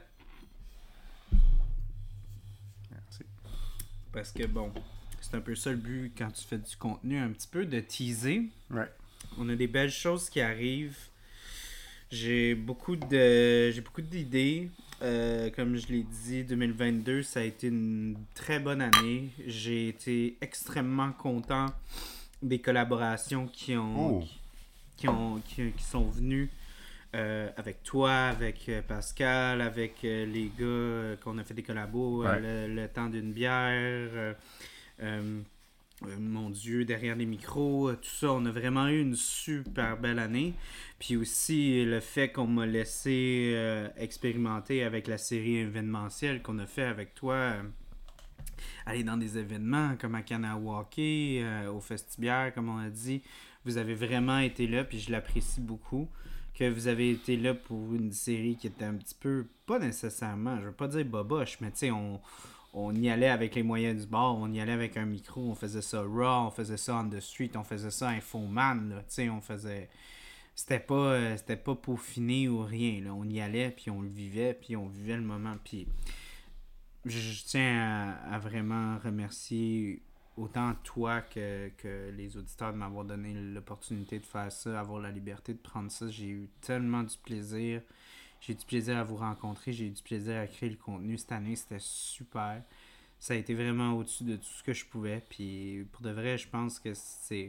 Merci. Parce que, bon, c'est un peu ça le but quand tu fais du contenu, un petit peu de teaser. Ouais. On a des belles choses qui arrivent. J'ai beaucoup d'idées. Comme je l'ai dit, 2022, ça a été une très bonne année. J'ai été extrêmement content des collaborations qui sont venues avec toi, avec Pascal, avec les gars qu'on a fait des collabos, le temps d'une bière. Mon Dieu, derrière les micros, tout ça, on a vraiment eu une super belle année. Puis aussi le fait qu'on m'a laissé expérimenter avec la série événementielle qu'on a fait avec toi, aller dans des événements comme à Kanawake, au Festibière, comme on a dit. Vous avez vraiment été là, puis je l'apprécie beaucoup. Que vous avez été là pour une série qui était un petit peu, pas nécessairement, je veux pas dire boboche, mais tu sais, on y allait avec les moyens du bord, on y allait avec un micro, on faisait ça raw, on faisait ça on the street, on faisait ça infoman, là, tu sais, on faisait... C'était pas peaufiné ou rien, là, on y allait, puis on le vivait, puis on vivait le moment, puis je tiens à vraiment remercier autant toi que les auditeurs de m'avoir donné l'opportunité de faire ça, avoir la liberté de prendre ça, j'ai eu tellement du plaisir. J'ai eu du plaisir à vous rencontrer. J'ai eu du plaisir à créer le contenu. Cette année, c'était super. Ça a été vraiment au-dessus de tout ce que je pouvais. Puis pour de vrai, je pense que c'est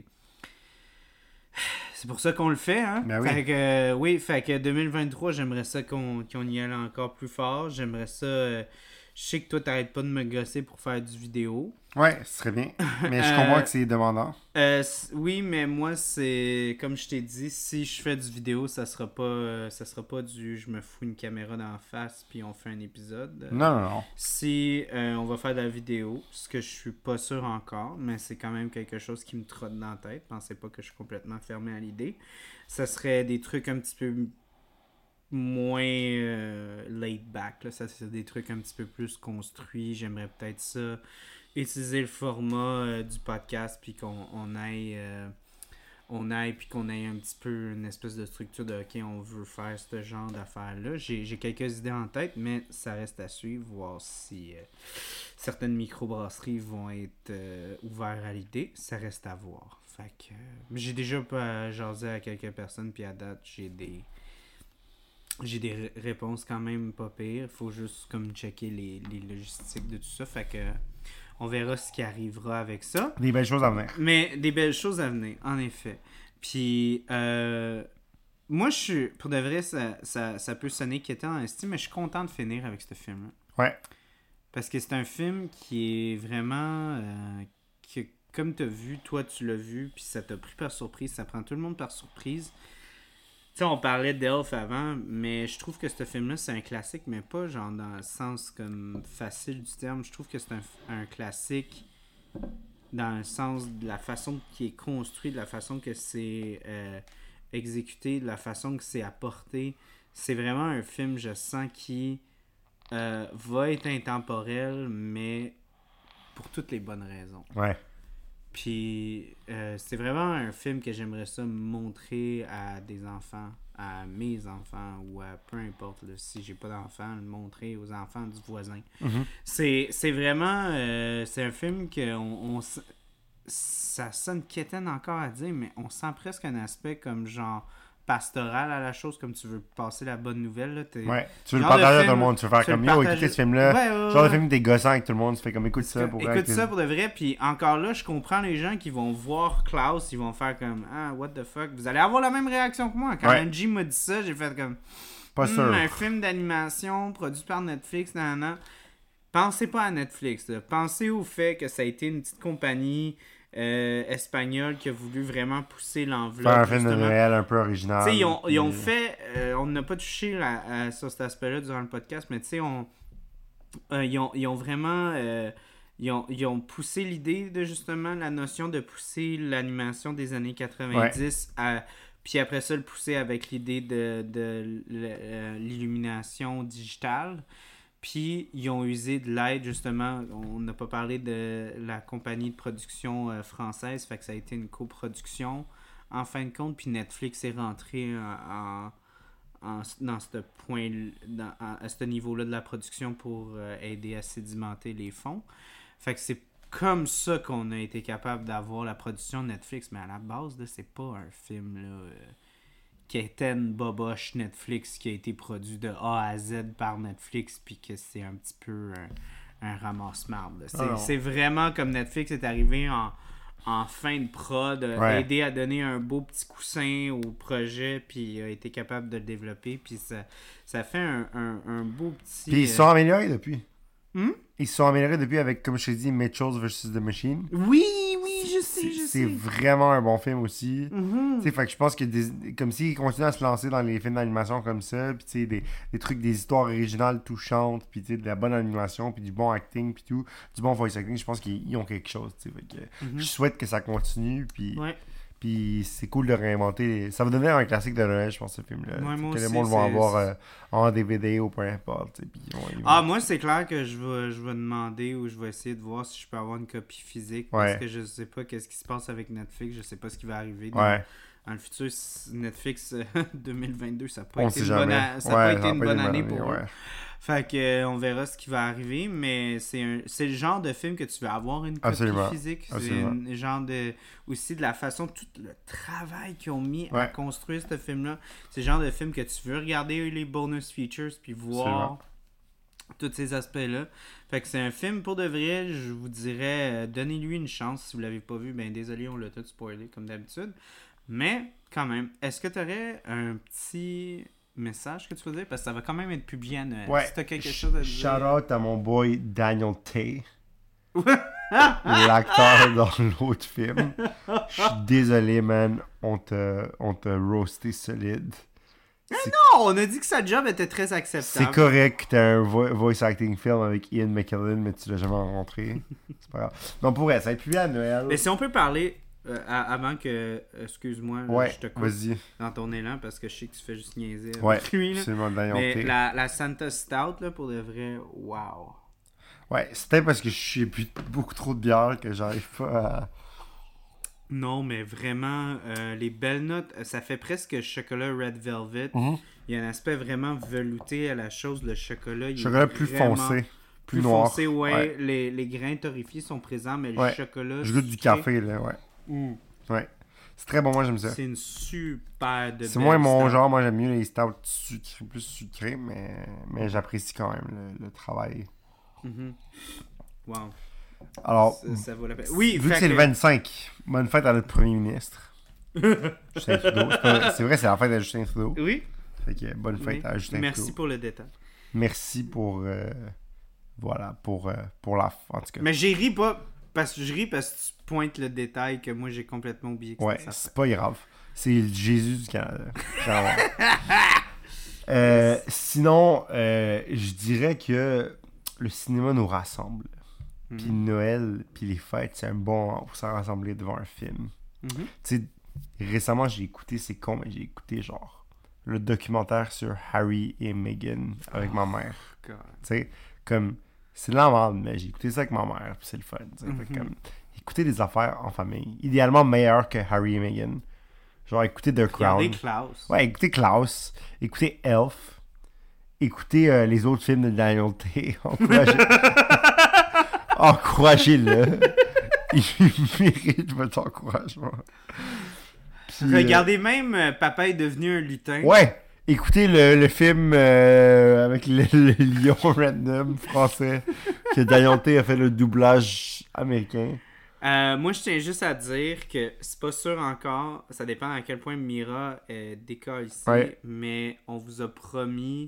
pour ça qu'on le fait, hein? Ben oui. Fait que 2023, j'aimerais ça qu'on y aille encore plus fort. J'aimerais ça... je sais que toi, t'arrêtes pas de me gosser pour faire du vidéo. Ouais, ce serait bien. Mais je comprends que c'est demandant. Oui, mais moi, c'est comme je t'ai dit, si je fais du vidéo, ça sera pas du je me fous une caméra d'en face puis on fait un épisode. Non. Si on va faire de la vidéo, ce que je suis pas sûr encore, mais c'est quand même quelque chose qui me trotte dans la tête. Pensez pas que je suis complètement fermé à l'idée. Ça serait des trucs un petit peu moins laid back. Là. Ça, c'est des trucs un petit peu plus construits. J'aimerais peut-être ça. Utiliser le format du podcast puis qu'on aille puis qu'on ait un petit peu une espèce de structure de ok, on veut faire ce genre d'affaires-là. J'ai quelques idées en tête, mais ça reste à suivre, voir si certaines microbrasseries vont être ouvertes à l'idée. Ça reste à voir. Fait que j'ai déjà jasé à quelques personnes, puis à date, j'ai des réponses quand même pas pires. Faut juste comme checker les logistiques de tout ça. Fait que on verra ce qui arrivera avec ça. Des belles choses à venir. Mais des belles choses à venir, en effet. Puis, moi, je suis... Pour de vrai, ça peut sonner inquiétant en estime, mais je suis content de finir avec ce film-là. Ouais. Parce que c'est un film qui est vraiment... comme tu as vu, toi, tu l'as vu, puis ça t'a pris par surprise. Ça prend tout le monde par surprise. Tu sais, on parlait d'Elf avant, mais je trouve que ce film-là, c'est un classique, mais pas genre dans le sens comme facile du terme. Je trouve que c'est un classique dans le sens de la façon qui est construit, de la façon que c'est exécuté, de la façon que c'est apporté. C'est vraiment un film, je sens, qui va être intemporel, mais pour toutes les bonnes raisons. Ouais. Puis, c'est vraiment un film que j'aimerais ça montrer à des enfants, à mes enfants, ou à peu importe, là, si j'ai pas d'enfants, le montrer aux enfants du voisin. Mm-hmm. C'est vraiment... c'est un film que ça sonne quétaine encore à dire, mais on sent presque un aspect comme genre pastoral à la chose, comme tu veux passer la bonne nouvelle. Là, ouais, tu veux le partager à tout le monde, tu veux faire comme yo, écoutez ce film-là. Ouais. Genre de film t'es gossant avec tout le monde, tu fais comme écoute ça pour écoute ça pour de vrai, puis encore là, je comprends les gens qui vont voir Klaus, ils vont faire comme ah, what the fuck, vous allez avoir la même réaction que moi. Quand Angie m'a dit ça, j'ai fait comme pas sûr. Un film d'animation produit par Netflix, Pensez pas à Netflix, là. Pensez au fait que ça a été une petite compagnie espagnol qui a voulu vraiment pousser l'enveloppe. Faire un film de Noël un peu original. Tu sais, ils ont fait... on n'a pas touché sur cet aspect-là durant le podcast, mais tu sais, ils ont vraiment... ils ont poussé l'idée de justement la notion de pousser l'animation des années 90 puis après ça, le pousser avec l'idée de l'illumination digitale. Puis, ils ont usé de l'aide, justement. On n'a pas parlé de la compagnie de production française, fait que ça a été une coproduction en fin de compte, puis Netflix est rentré dans ce point, à ce niveau-là de la production pour aider à sédimenter les fonds. Fait que c'est comme ça qu'on a été capable d'avoir la production de Netflix, mais à la base, là, c'est pas un film là, qui était une boboche Netflix qui a été produit de A à Z par Netflix, puis que c'est un petit peu un ramasse-marde. C'est vraiment comme Netflix est arrivé en fin de prod, aider à donner un beau petit coussin au projet, puis a été capable de le développer, puis ça fait un beau petit... Puis ils se sont améliorés depuis. Ils se sont améliorés depuis avec, comme je t'ai dit, Mitchells vs. The Machine. Oui, je sais. C'est vraiment un bon film aussi. Fait que je pense que comme s'ils continuent à se lancer dans les films d'animation comme ça, puis des trucs, des histoires originales touchantes, puis de la bonne animation, puis du bon acting, puis tout, du bon voice acting, je pense qu'ils ont quelque chose. Fait que je souhaite que ça continue, puis... Puis c'est cool de réinventer. Ça va devenir un classique de Noël, je pense, ce film-là. Que les monde vont avoir en DVD ou peu importe. Moi, c'est clair que je vais demander ou je vais essayer de voir si je peux avoir une copie physique. Parce que je sais pas qu'est-ce qui se passe avec Netflix. Je sais pas ce qui va arriver dans le futur. Netflix 2022, ça n'a pas été une bonne année pour eux. Fait que on verra ce qui va arriver, mais c'est le genre de film que tu veux avoir une copie physique. C'est un genre de aussi de la façon, tout le travail qu'ils ont mis à construire ce film-là. C'est le genre de film que tu veux regarder les bonus features puis voir tous ces aspects-là. Fait que c'est un film pour de vrai, je vous dirais, donnez-lui une chance. Si vous l'avez pas vu, ben désolé, on l'a tout spoilé comme d'habitude. Mais quand même, est-ce que tu aurais un petit message que tu faisais? Parce que ça va quand même être publié à Noël. Si t'as quelque chose à dire... Shout out à mon boy Daniel Tay. L'acteur dans l'autre film. Je suis désolé, man. On t'a roasté solide. Non, on a dit que sa job était très acceptable. C'est correct que t'as un voice acting film avec Ian McKellen, mais tu l'as jamais rencontré. C'est pas grave. Donc pour elle, ça va être publié à Noël. Mais si on peut parler... avant que, excuse-moi, je te coupe dans ton élan parce que je sais que tu fais juste niaiser avec lui. Là. Mais la Santa Stout, là, pour de vrai, wow. Ouais, c'était parce que j'ai bu beaucoup trop de bière que j'arrive pas à... Non, mais vraiment, les belles notes, ça fait presque chocolat Red Velvet. Il y a un aspect vraiment velouté à la chose, le chocolat. Chocolat plus foncé. Plus noir. Foncé, ouais. Les grains torréfiés sont présents, mais le chocolat... Je goûte du café, là, ouais. C'est très bon, moi j'aime ça. C'est une super de belle C'est moins mon genre, moi j'aime mieux les stouts plus sucrés, mais j'apprécie quand même le travail. Wow. Alors, ça vaut la peine. Oui, vu que c'est le 25, bonne fête à notre premier ministre. Justin Trudeau. C'est vrai, c'est la fête à Justin Trudeau. Oui. Fait que bonne fête à Justin Trudeau. Merci pour le détail. Merci pour la en tout cas. Mais j'ai ri pas parce que tu pointes le détail que moi j'ai complètement oublié que c'était ça. C'est pas grave. C'est le Jésus du Canada. Sinon, je dirais que le cinéma nous rassemble. Puis Noël, puis les fêtes, c'est un bon moment pour se rassembler devant un film. Tu sais, récemment, j'ai écouté, c'est con, mais j'ai écouté genre le documentaire sur Harry et Meghan avec ma mère. Tu sais, comme, c'est de la merde, mais j'ai écouté ça avec ma mère, puis c'est le fun. Fait comme, écouter des affaires en famille, idéalement meilleures que Harry et Meghan. Genre, écouter The Crown. Regardez Klaus. Ouais, écoutez Klaus. Écoutez Elf. Écoutez les autres films de Daniel Tay. Encouragez-le. Il mérite votre encouragement. Puis, regardez même Papa est devenu un lutin. Ouais. Écoutez le film avec le lion random français que Daniel Tay a fait le doublage américain. Moi, je tiens juste à dire que c'est pas sûr encore. Ça dépend à quel point Mira décolle ici. Ouais. Mais on vous a promis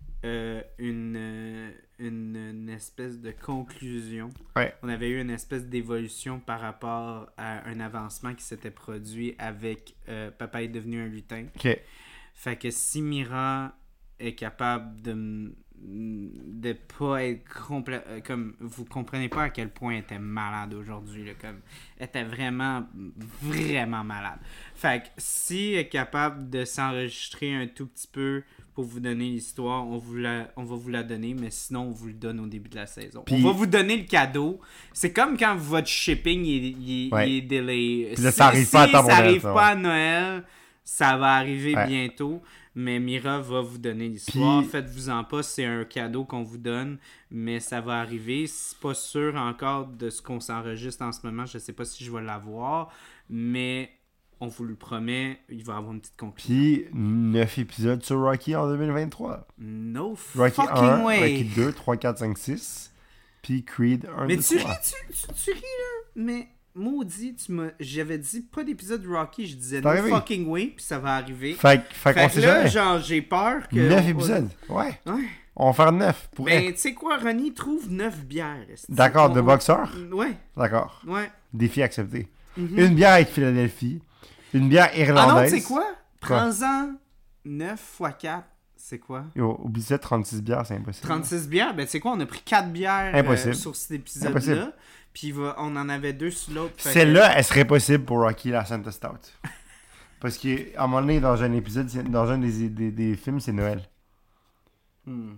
une espèce de conclusion. Ouais. On avait eu une espèce d'évolution par rapport à un avancement qui s'était produit avec Papa est devenu un lutin. OK. Fait que si Mira est capable de pas être comme vous comprenez pas à quel point elle était malade aujourd'hui, là, comme elle était vraiment malade. Fait que si elle est capable de s'enregistrer un tout petit peu pour vous donner l'histoire, on va vous la donner, mais sinon on vous le donne au début de la saison. Puis, on va vous donner le cadeau. C'est comme quand votre shipping il est delay. Puis là, ça arrive pas à temps pour ça Noël, arrive ça, pas à Noël, ça va arriver Ouais. bientôt. Mais Mira va vous donner l'histoire. Puis- Faites-vous-en pas, c'est un cadeau qu'on vous donne, mais ça va arriver. C'est pas sûr encore de ce qu'on s'enregistre en ce moment. Je sais pas si je vais l'avoir, mais on vous le promet, il va y avoir une petite conclusion. Puis 9 épisodes sur Rocky en 2023. No Rocky fucking 1, way! Rocky 2, 3, 4, 5, 6. Puis Creed 1, Mais 2, tu 3. ris, tu ris là? Mais maudit, j'avais dit pas d'épisode Rocky, je disais C'est no arrivé. fucking way, puis ça va arriver. Fait qu'on Fait sait que là, jamais. genre, j'ai peur que. 9 épisodes. Ouais. Ouais. On va faire 9 pour Ben, elle. tu sais quoi, Ronnie trouve 9 bières. esti. D'accord, de boxeur? Ouais, D'accord. ouais. Défi accepté. Mhm. Une bière avec Philadelphie. Une bière Ah non, irlandaise. tu sais quoi? Prends-en 9 x 4, c'est quoi? Yo, oublie ça, 36 bières, c'est impossible. 36 bières? Ben, tu sais quoi? On a pris 4 bières Impossible. sur cet Impossible. épisode-là. Puis on en avait 2 sur l'autre. fait que- Celle-là, elle serait possible pour Rocky la Santa Stout. Parce qu'à un moment donné, dans un épisode, dans un des films, c'est Noël. Hmm.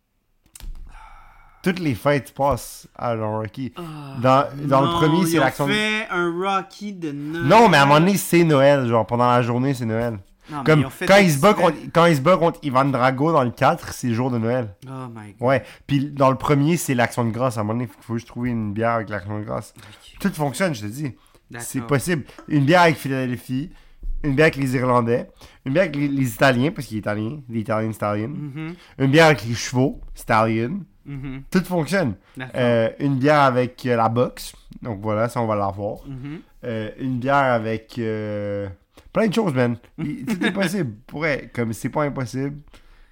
Toutes les fêtes passent à dans Rocky. Ah, Dans le non, premier, c'est ils ont l'action. fait un Rocky de Noël. Non, mais à un moment donné, c'est Noël. Genre, pendant la journée, c'est Noël. Non, mais Comme ils ont fait quand il, exprès. quand il se bat contre Ivan Drago dans le 4, c'est le jour de Noël. Oh my god. Ouais. Puis dans le premier, c'est l'action de grâce. À un moment donné, il faut juste trouver une bière avec l'action de grâce. Ok, Tout fonctionne, je te dis. d'accord. C'est possible. Une bière avec Philadelphie, une bière avec les Irlandais, une bière avec les Italiens, parce qu'il est italien, les Italian Stallion, Mhm, une bière avec les chevaux, Stallion. mhm, Tout fonctionne. d'accord. Une bière avec la boxe, donc voilà, ça on va l'avoir. Mhm. Une bière avec plein de choses, man. Tout est possible. Pourrait, comme c'est pas impossible.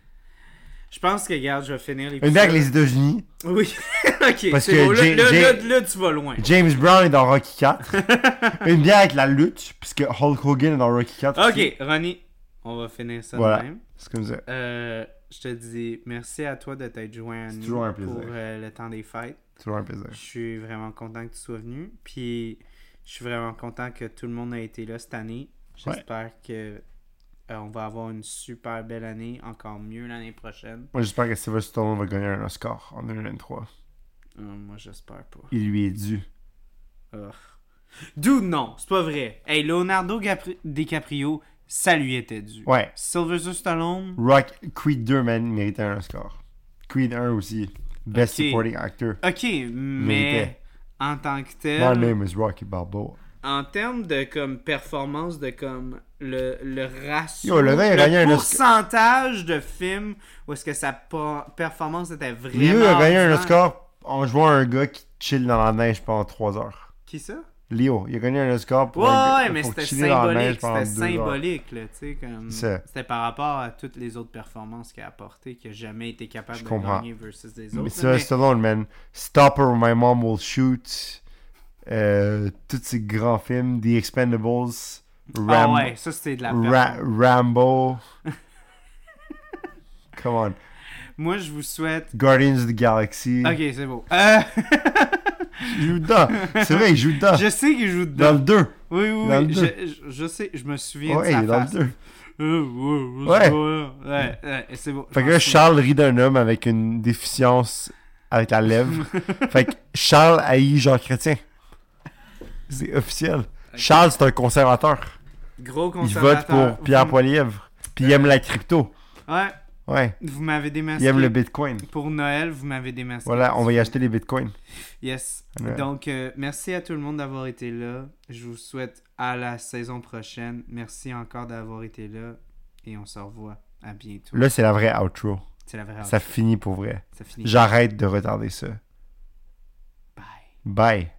Je pense que, regarde, je vais finir les Une bière avec les États-Unis. Oui, ok, Parce c'est que bon. Là, Jay- là, tu vas loin. James Brown est dans Rocky 4. Une bière avec la lutte, puisque Hulk Hogan est dans Rocky 4. aussi. Ok, Ronnie, on va finir ça Voilà. de même. C'est comme ça. Je te dis merci à toi de t'être joint à C'est nous toujours un plaisir. pour le temps des fêtes. Toujours un plaisir. Je suis vraiment content que tu sois venu. Puis je suis vraiment content que tout le monde a été là cette année. J'espère que on va avoir une super belle année, encore mieux l'année prochaine. Moi, j'espère que Sylvester Stallone va gagner un Oscar en 2023. Moi, j'espère pas. Il lui est dû. Ugh. Dude, non, c'est pas vrai. Hey, Leonardo DiCaprio, ça lui était dû. Ouais. Sylvester Stallone, Creed 2, man, il méritait un Oscar. Creed 1 aussi. Best Ok. Supporting Actor. ok, mais Méritait. en tant que My tel, name is Rocky Balboa. en termes de comme performance, de comme le ratio, Yo, le gars, il a gagné un pourcentage de films où est-ce que sa performance était vraiment Léo a gagné un ordinaire. Oscar en jouant un gars qui chill dans la neige pendant 3 heures. Qui ça? Léo, il a gagné un Oscar pour, Ouais, un gars, mais pour c'était chiller dans la neige symbolique, pendant c'était 2 heures. symbolique, là, tu sais, comme... C'est ça. C'était par rapport à toutes les autres performances qu'il a apportées, qu'il n'a jamais été capable Je de comprends. gagner versus des Mais autres. ça, mais- Stallone, man. Stop or My Mom Will Shoot. Tous ces grands films. The Expendables. Ah ouais, ça c'était de la performance. Rambo. Come on. Moi, je vous souhaite... Guardians of the Galaxy. Ok, c'est beau. Il joue dedans. C'est vrai, il joue dedans. Je sais qu'il joue Dans dedans. le 2. Oui, oui, dans oui. le Je sais, je me souviens Ouais, de il sa est dans face. le 2. Ouais. Ouais. Ouais, c'est beau. Fait que là, Charles rit d'un homme avec une déficience avec la lèvre. Fait que Charles haït Jean Chrétien. C'est officiel. Charles, c'est un conservateur. Gros Il vote conservateur. pour Pierre Poilievre. Puis il aime la crypto. Ouais, Ouais. vous m'avez démasqué. Il aime le bitcoin. Pour Noël, vous m'avez démasqué. Voilà, on va y acheter les bitcoins. Yes. Ouais. Donc, merci à tout le monde d'avoir été là. Je vous souhaite à la saison prochaine. Merci encore d'avoir été là. Et on se revoit. À bientôt. Là, c'est la vraie outro. C'est la vraie. Ça finit pour vrai. Ça finit. J'arrête de retarder ça. Bye. Bye.